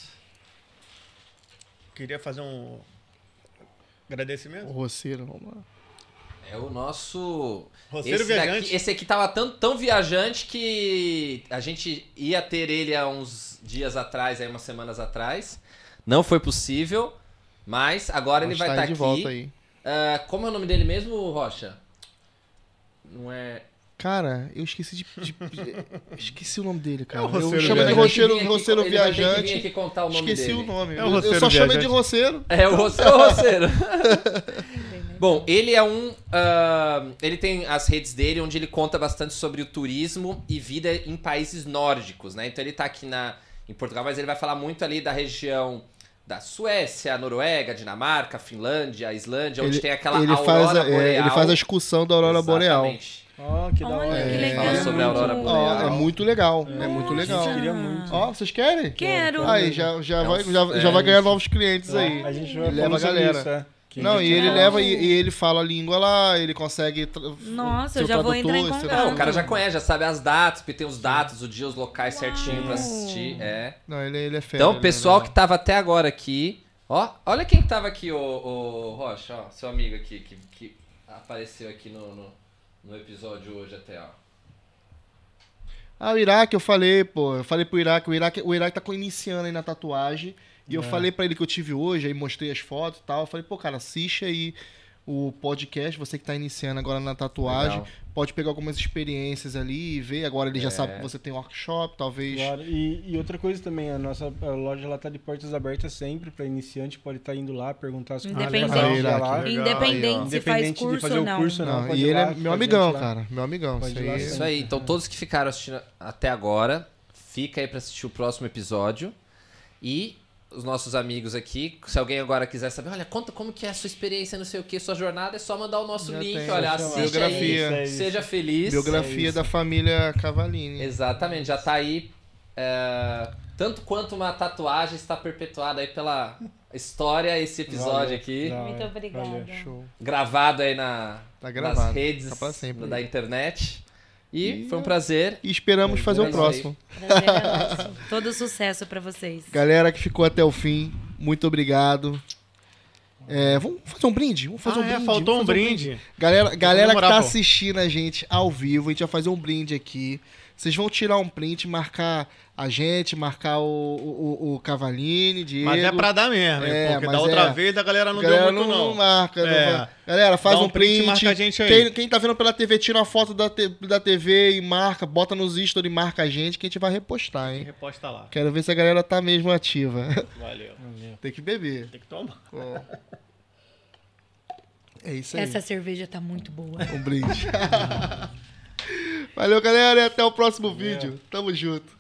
Queria fazer um agradecimento. O roceiro, vamos lá. É o nosso. Roceiro esse daqui- viajante. esse aqui tava tão viajante que a gente ia ter ele há uns dias atrás, aí umas semanas atrás. Não foi possível, mas agora ele vai estar de aqui. volta aí. Como é o nome dele mesmo, Rocha? Não é. Cara, eu esqueci esqueci o nome dele, cara. É o roceiro eu chamo de viajante. roceiro, Ele vai ter que vir aqui- roceiro ele vai ter que vir viajante. aqui contar o nome Esqueci dele. o nome. É o Eu roceiro só chamo ele de viajante. roceiro. É o roceiro. Bom, ele é um. Ele tem as redes dele onde ele conta bastante sobre o turismo e vida em países nórdicos, né? Então ele tá aqui em Portugal, mas ele vai falar muito ali da região da Suécia, Noruega, Dinamarca, Finlândia, Islândia, onde tem aquela aurora boreal. Ele faz a excursão da aurora boreal. Exatamente. Ó, que da Olha, hora. que legal. Fala sobre a aurora Muito. boreal. É muito legal. É muito legal. Eu queria muito. Ó, vocês querem? Quero. Aí, já É vai ganhar novos clientes aí. A gente Ele vai leva falar a sobre galera. isso, é. Que Não, a e gente- ele leva e ele fala a língua lá, ele consegue. Nossa, ser eu o já vou entrar em tradutor, ser- contato. Não, o cara já conhece, já sabe as datas, porque tem os dados, os dias, os locais certinho pra assistir. É. Não, ele é fera. Então, ele é pessoal legal. que tava até agora aqui, ó, olha quem que tava aqui, o Rocha, ó, seu amigo aqui, que apareceu aqui no episódio hoje até, ó. Ah, o Iraque, eu falei pro Iraque, o Iraque tá iniciando aí na tatuagem, e eu falei pra ele que eu tive hoje, aí mostrei as fotos e tal, eu falei, pô, cara, assiste aí o podcast, você que tá iniciando agora na tatuagem, Legal. pode pegar algumas experiências ali e ver, agora ele já sabe que você tem workshop, talvez... Claro, e outra coisa também, a nossa loja lá tá de portas abertas sempre para iniciante, pode estar indo lá, perguntar as coisas. Independente. fazer Aí, lá. Iraque. Independente se faz Independente de curso fazer ou o não. curso ou não. Não, pode e ir ele lá, é pode meu ir amigão, lá. cara, meu amigão. Pode Isso ir lá aí... sim. Isso aí, então todos que ficaram assistindo até agora, fica aí pra assistir o próximo episódio. E os nossos amigos aqui, se alguém agora quiser saber, olha, conta como que é a sua experiência, não sei o que, sua jornada, é só mandar o nosso Já link, tem, olha, já assiste biografia. aí, seja feliz. Biografia da família Cavallini. Exatamente, já tá aí, tanto quanto uma tatuagem está perpetuada aí pela história, esse episódio aqui, Muito obrigada. Show. gravado aí Tá nas gravado. redes Tá pra sempre. da internet. E foi um prazer. E esperamos fazer o isso próximo. Prazer é nosso. Todo sucesso pra vocês. Galera que ficou até o fim, muito obrigado. Vamos fazer um brinde? Vamos fazer um brinde. Faltou vamos um fazer brinde. Galera que comemorar, tá pô. assistindo a gente ao vivo, a gente vai fazer um brinde aqui. Vocês vão tirar um print, marcar a gente, marcar o Cavallini, Diego. Mas é pra dar mesmo, hein? Porque mas da outra vez a galera não deu muito, não marca. Não vai. Galera, faz Dá um print. marca a gente aí. Quem tá vendo pela TV, tira uma foto da TV e marca, bota nos stories e marca a gente que a gente vai repostar, hein? Reposta lá. Quero ver se a galera tá mesmo ativa. Valeu. Tem que beber. Tem que tomar. É isso aí. Essa cerveja tá muito boa. Um brinde. Valeu, galera, e até o próximo vídeo. Tamo junto.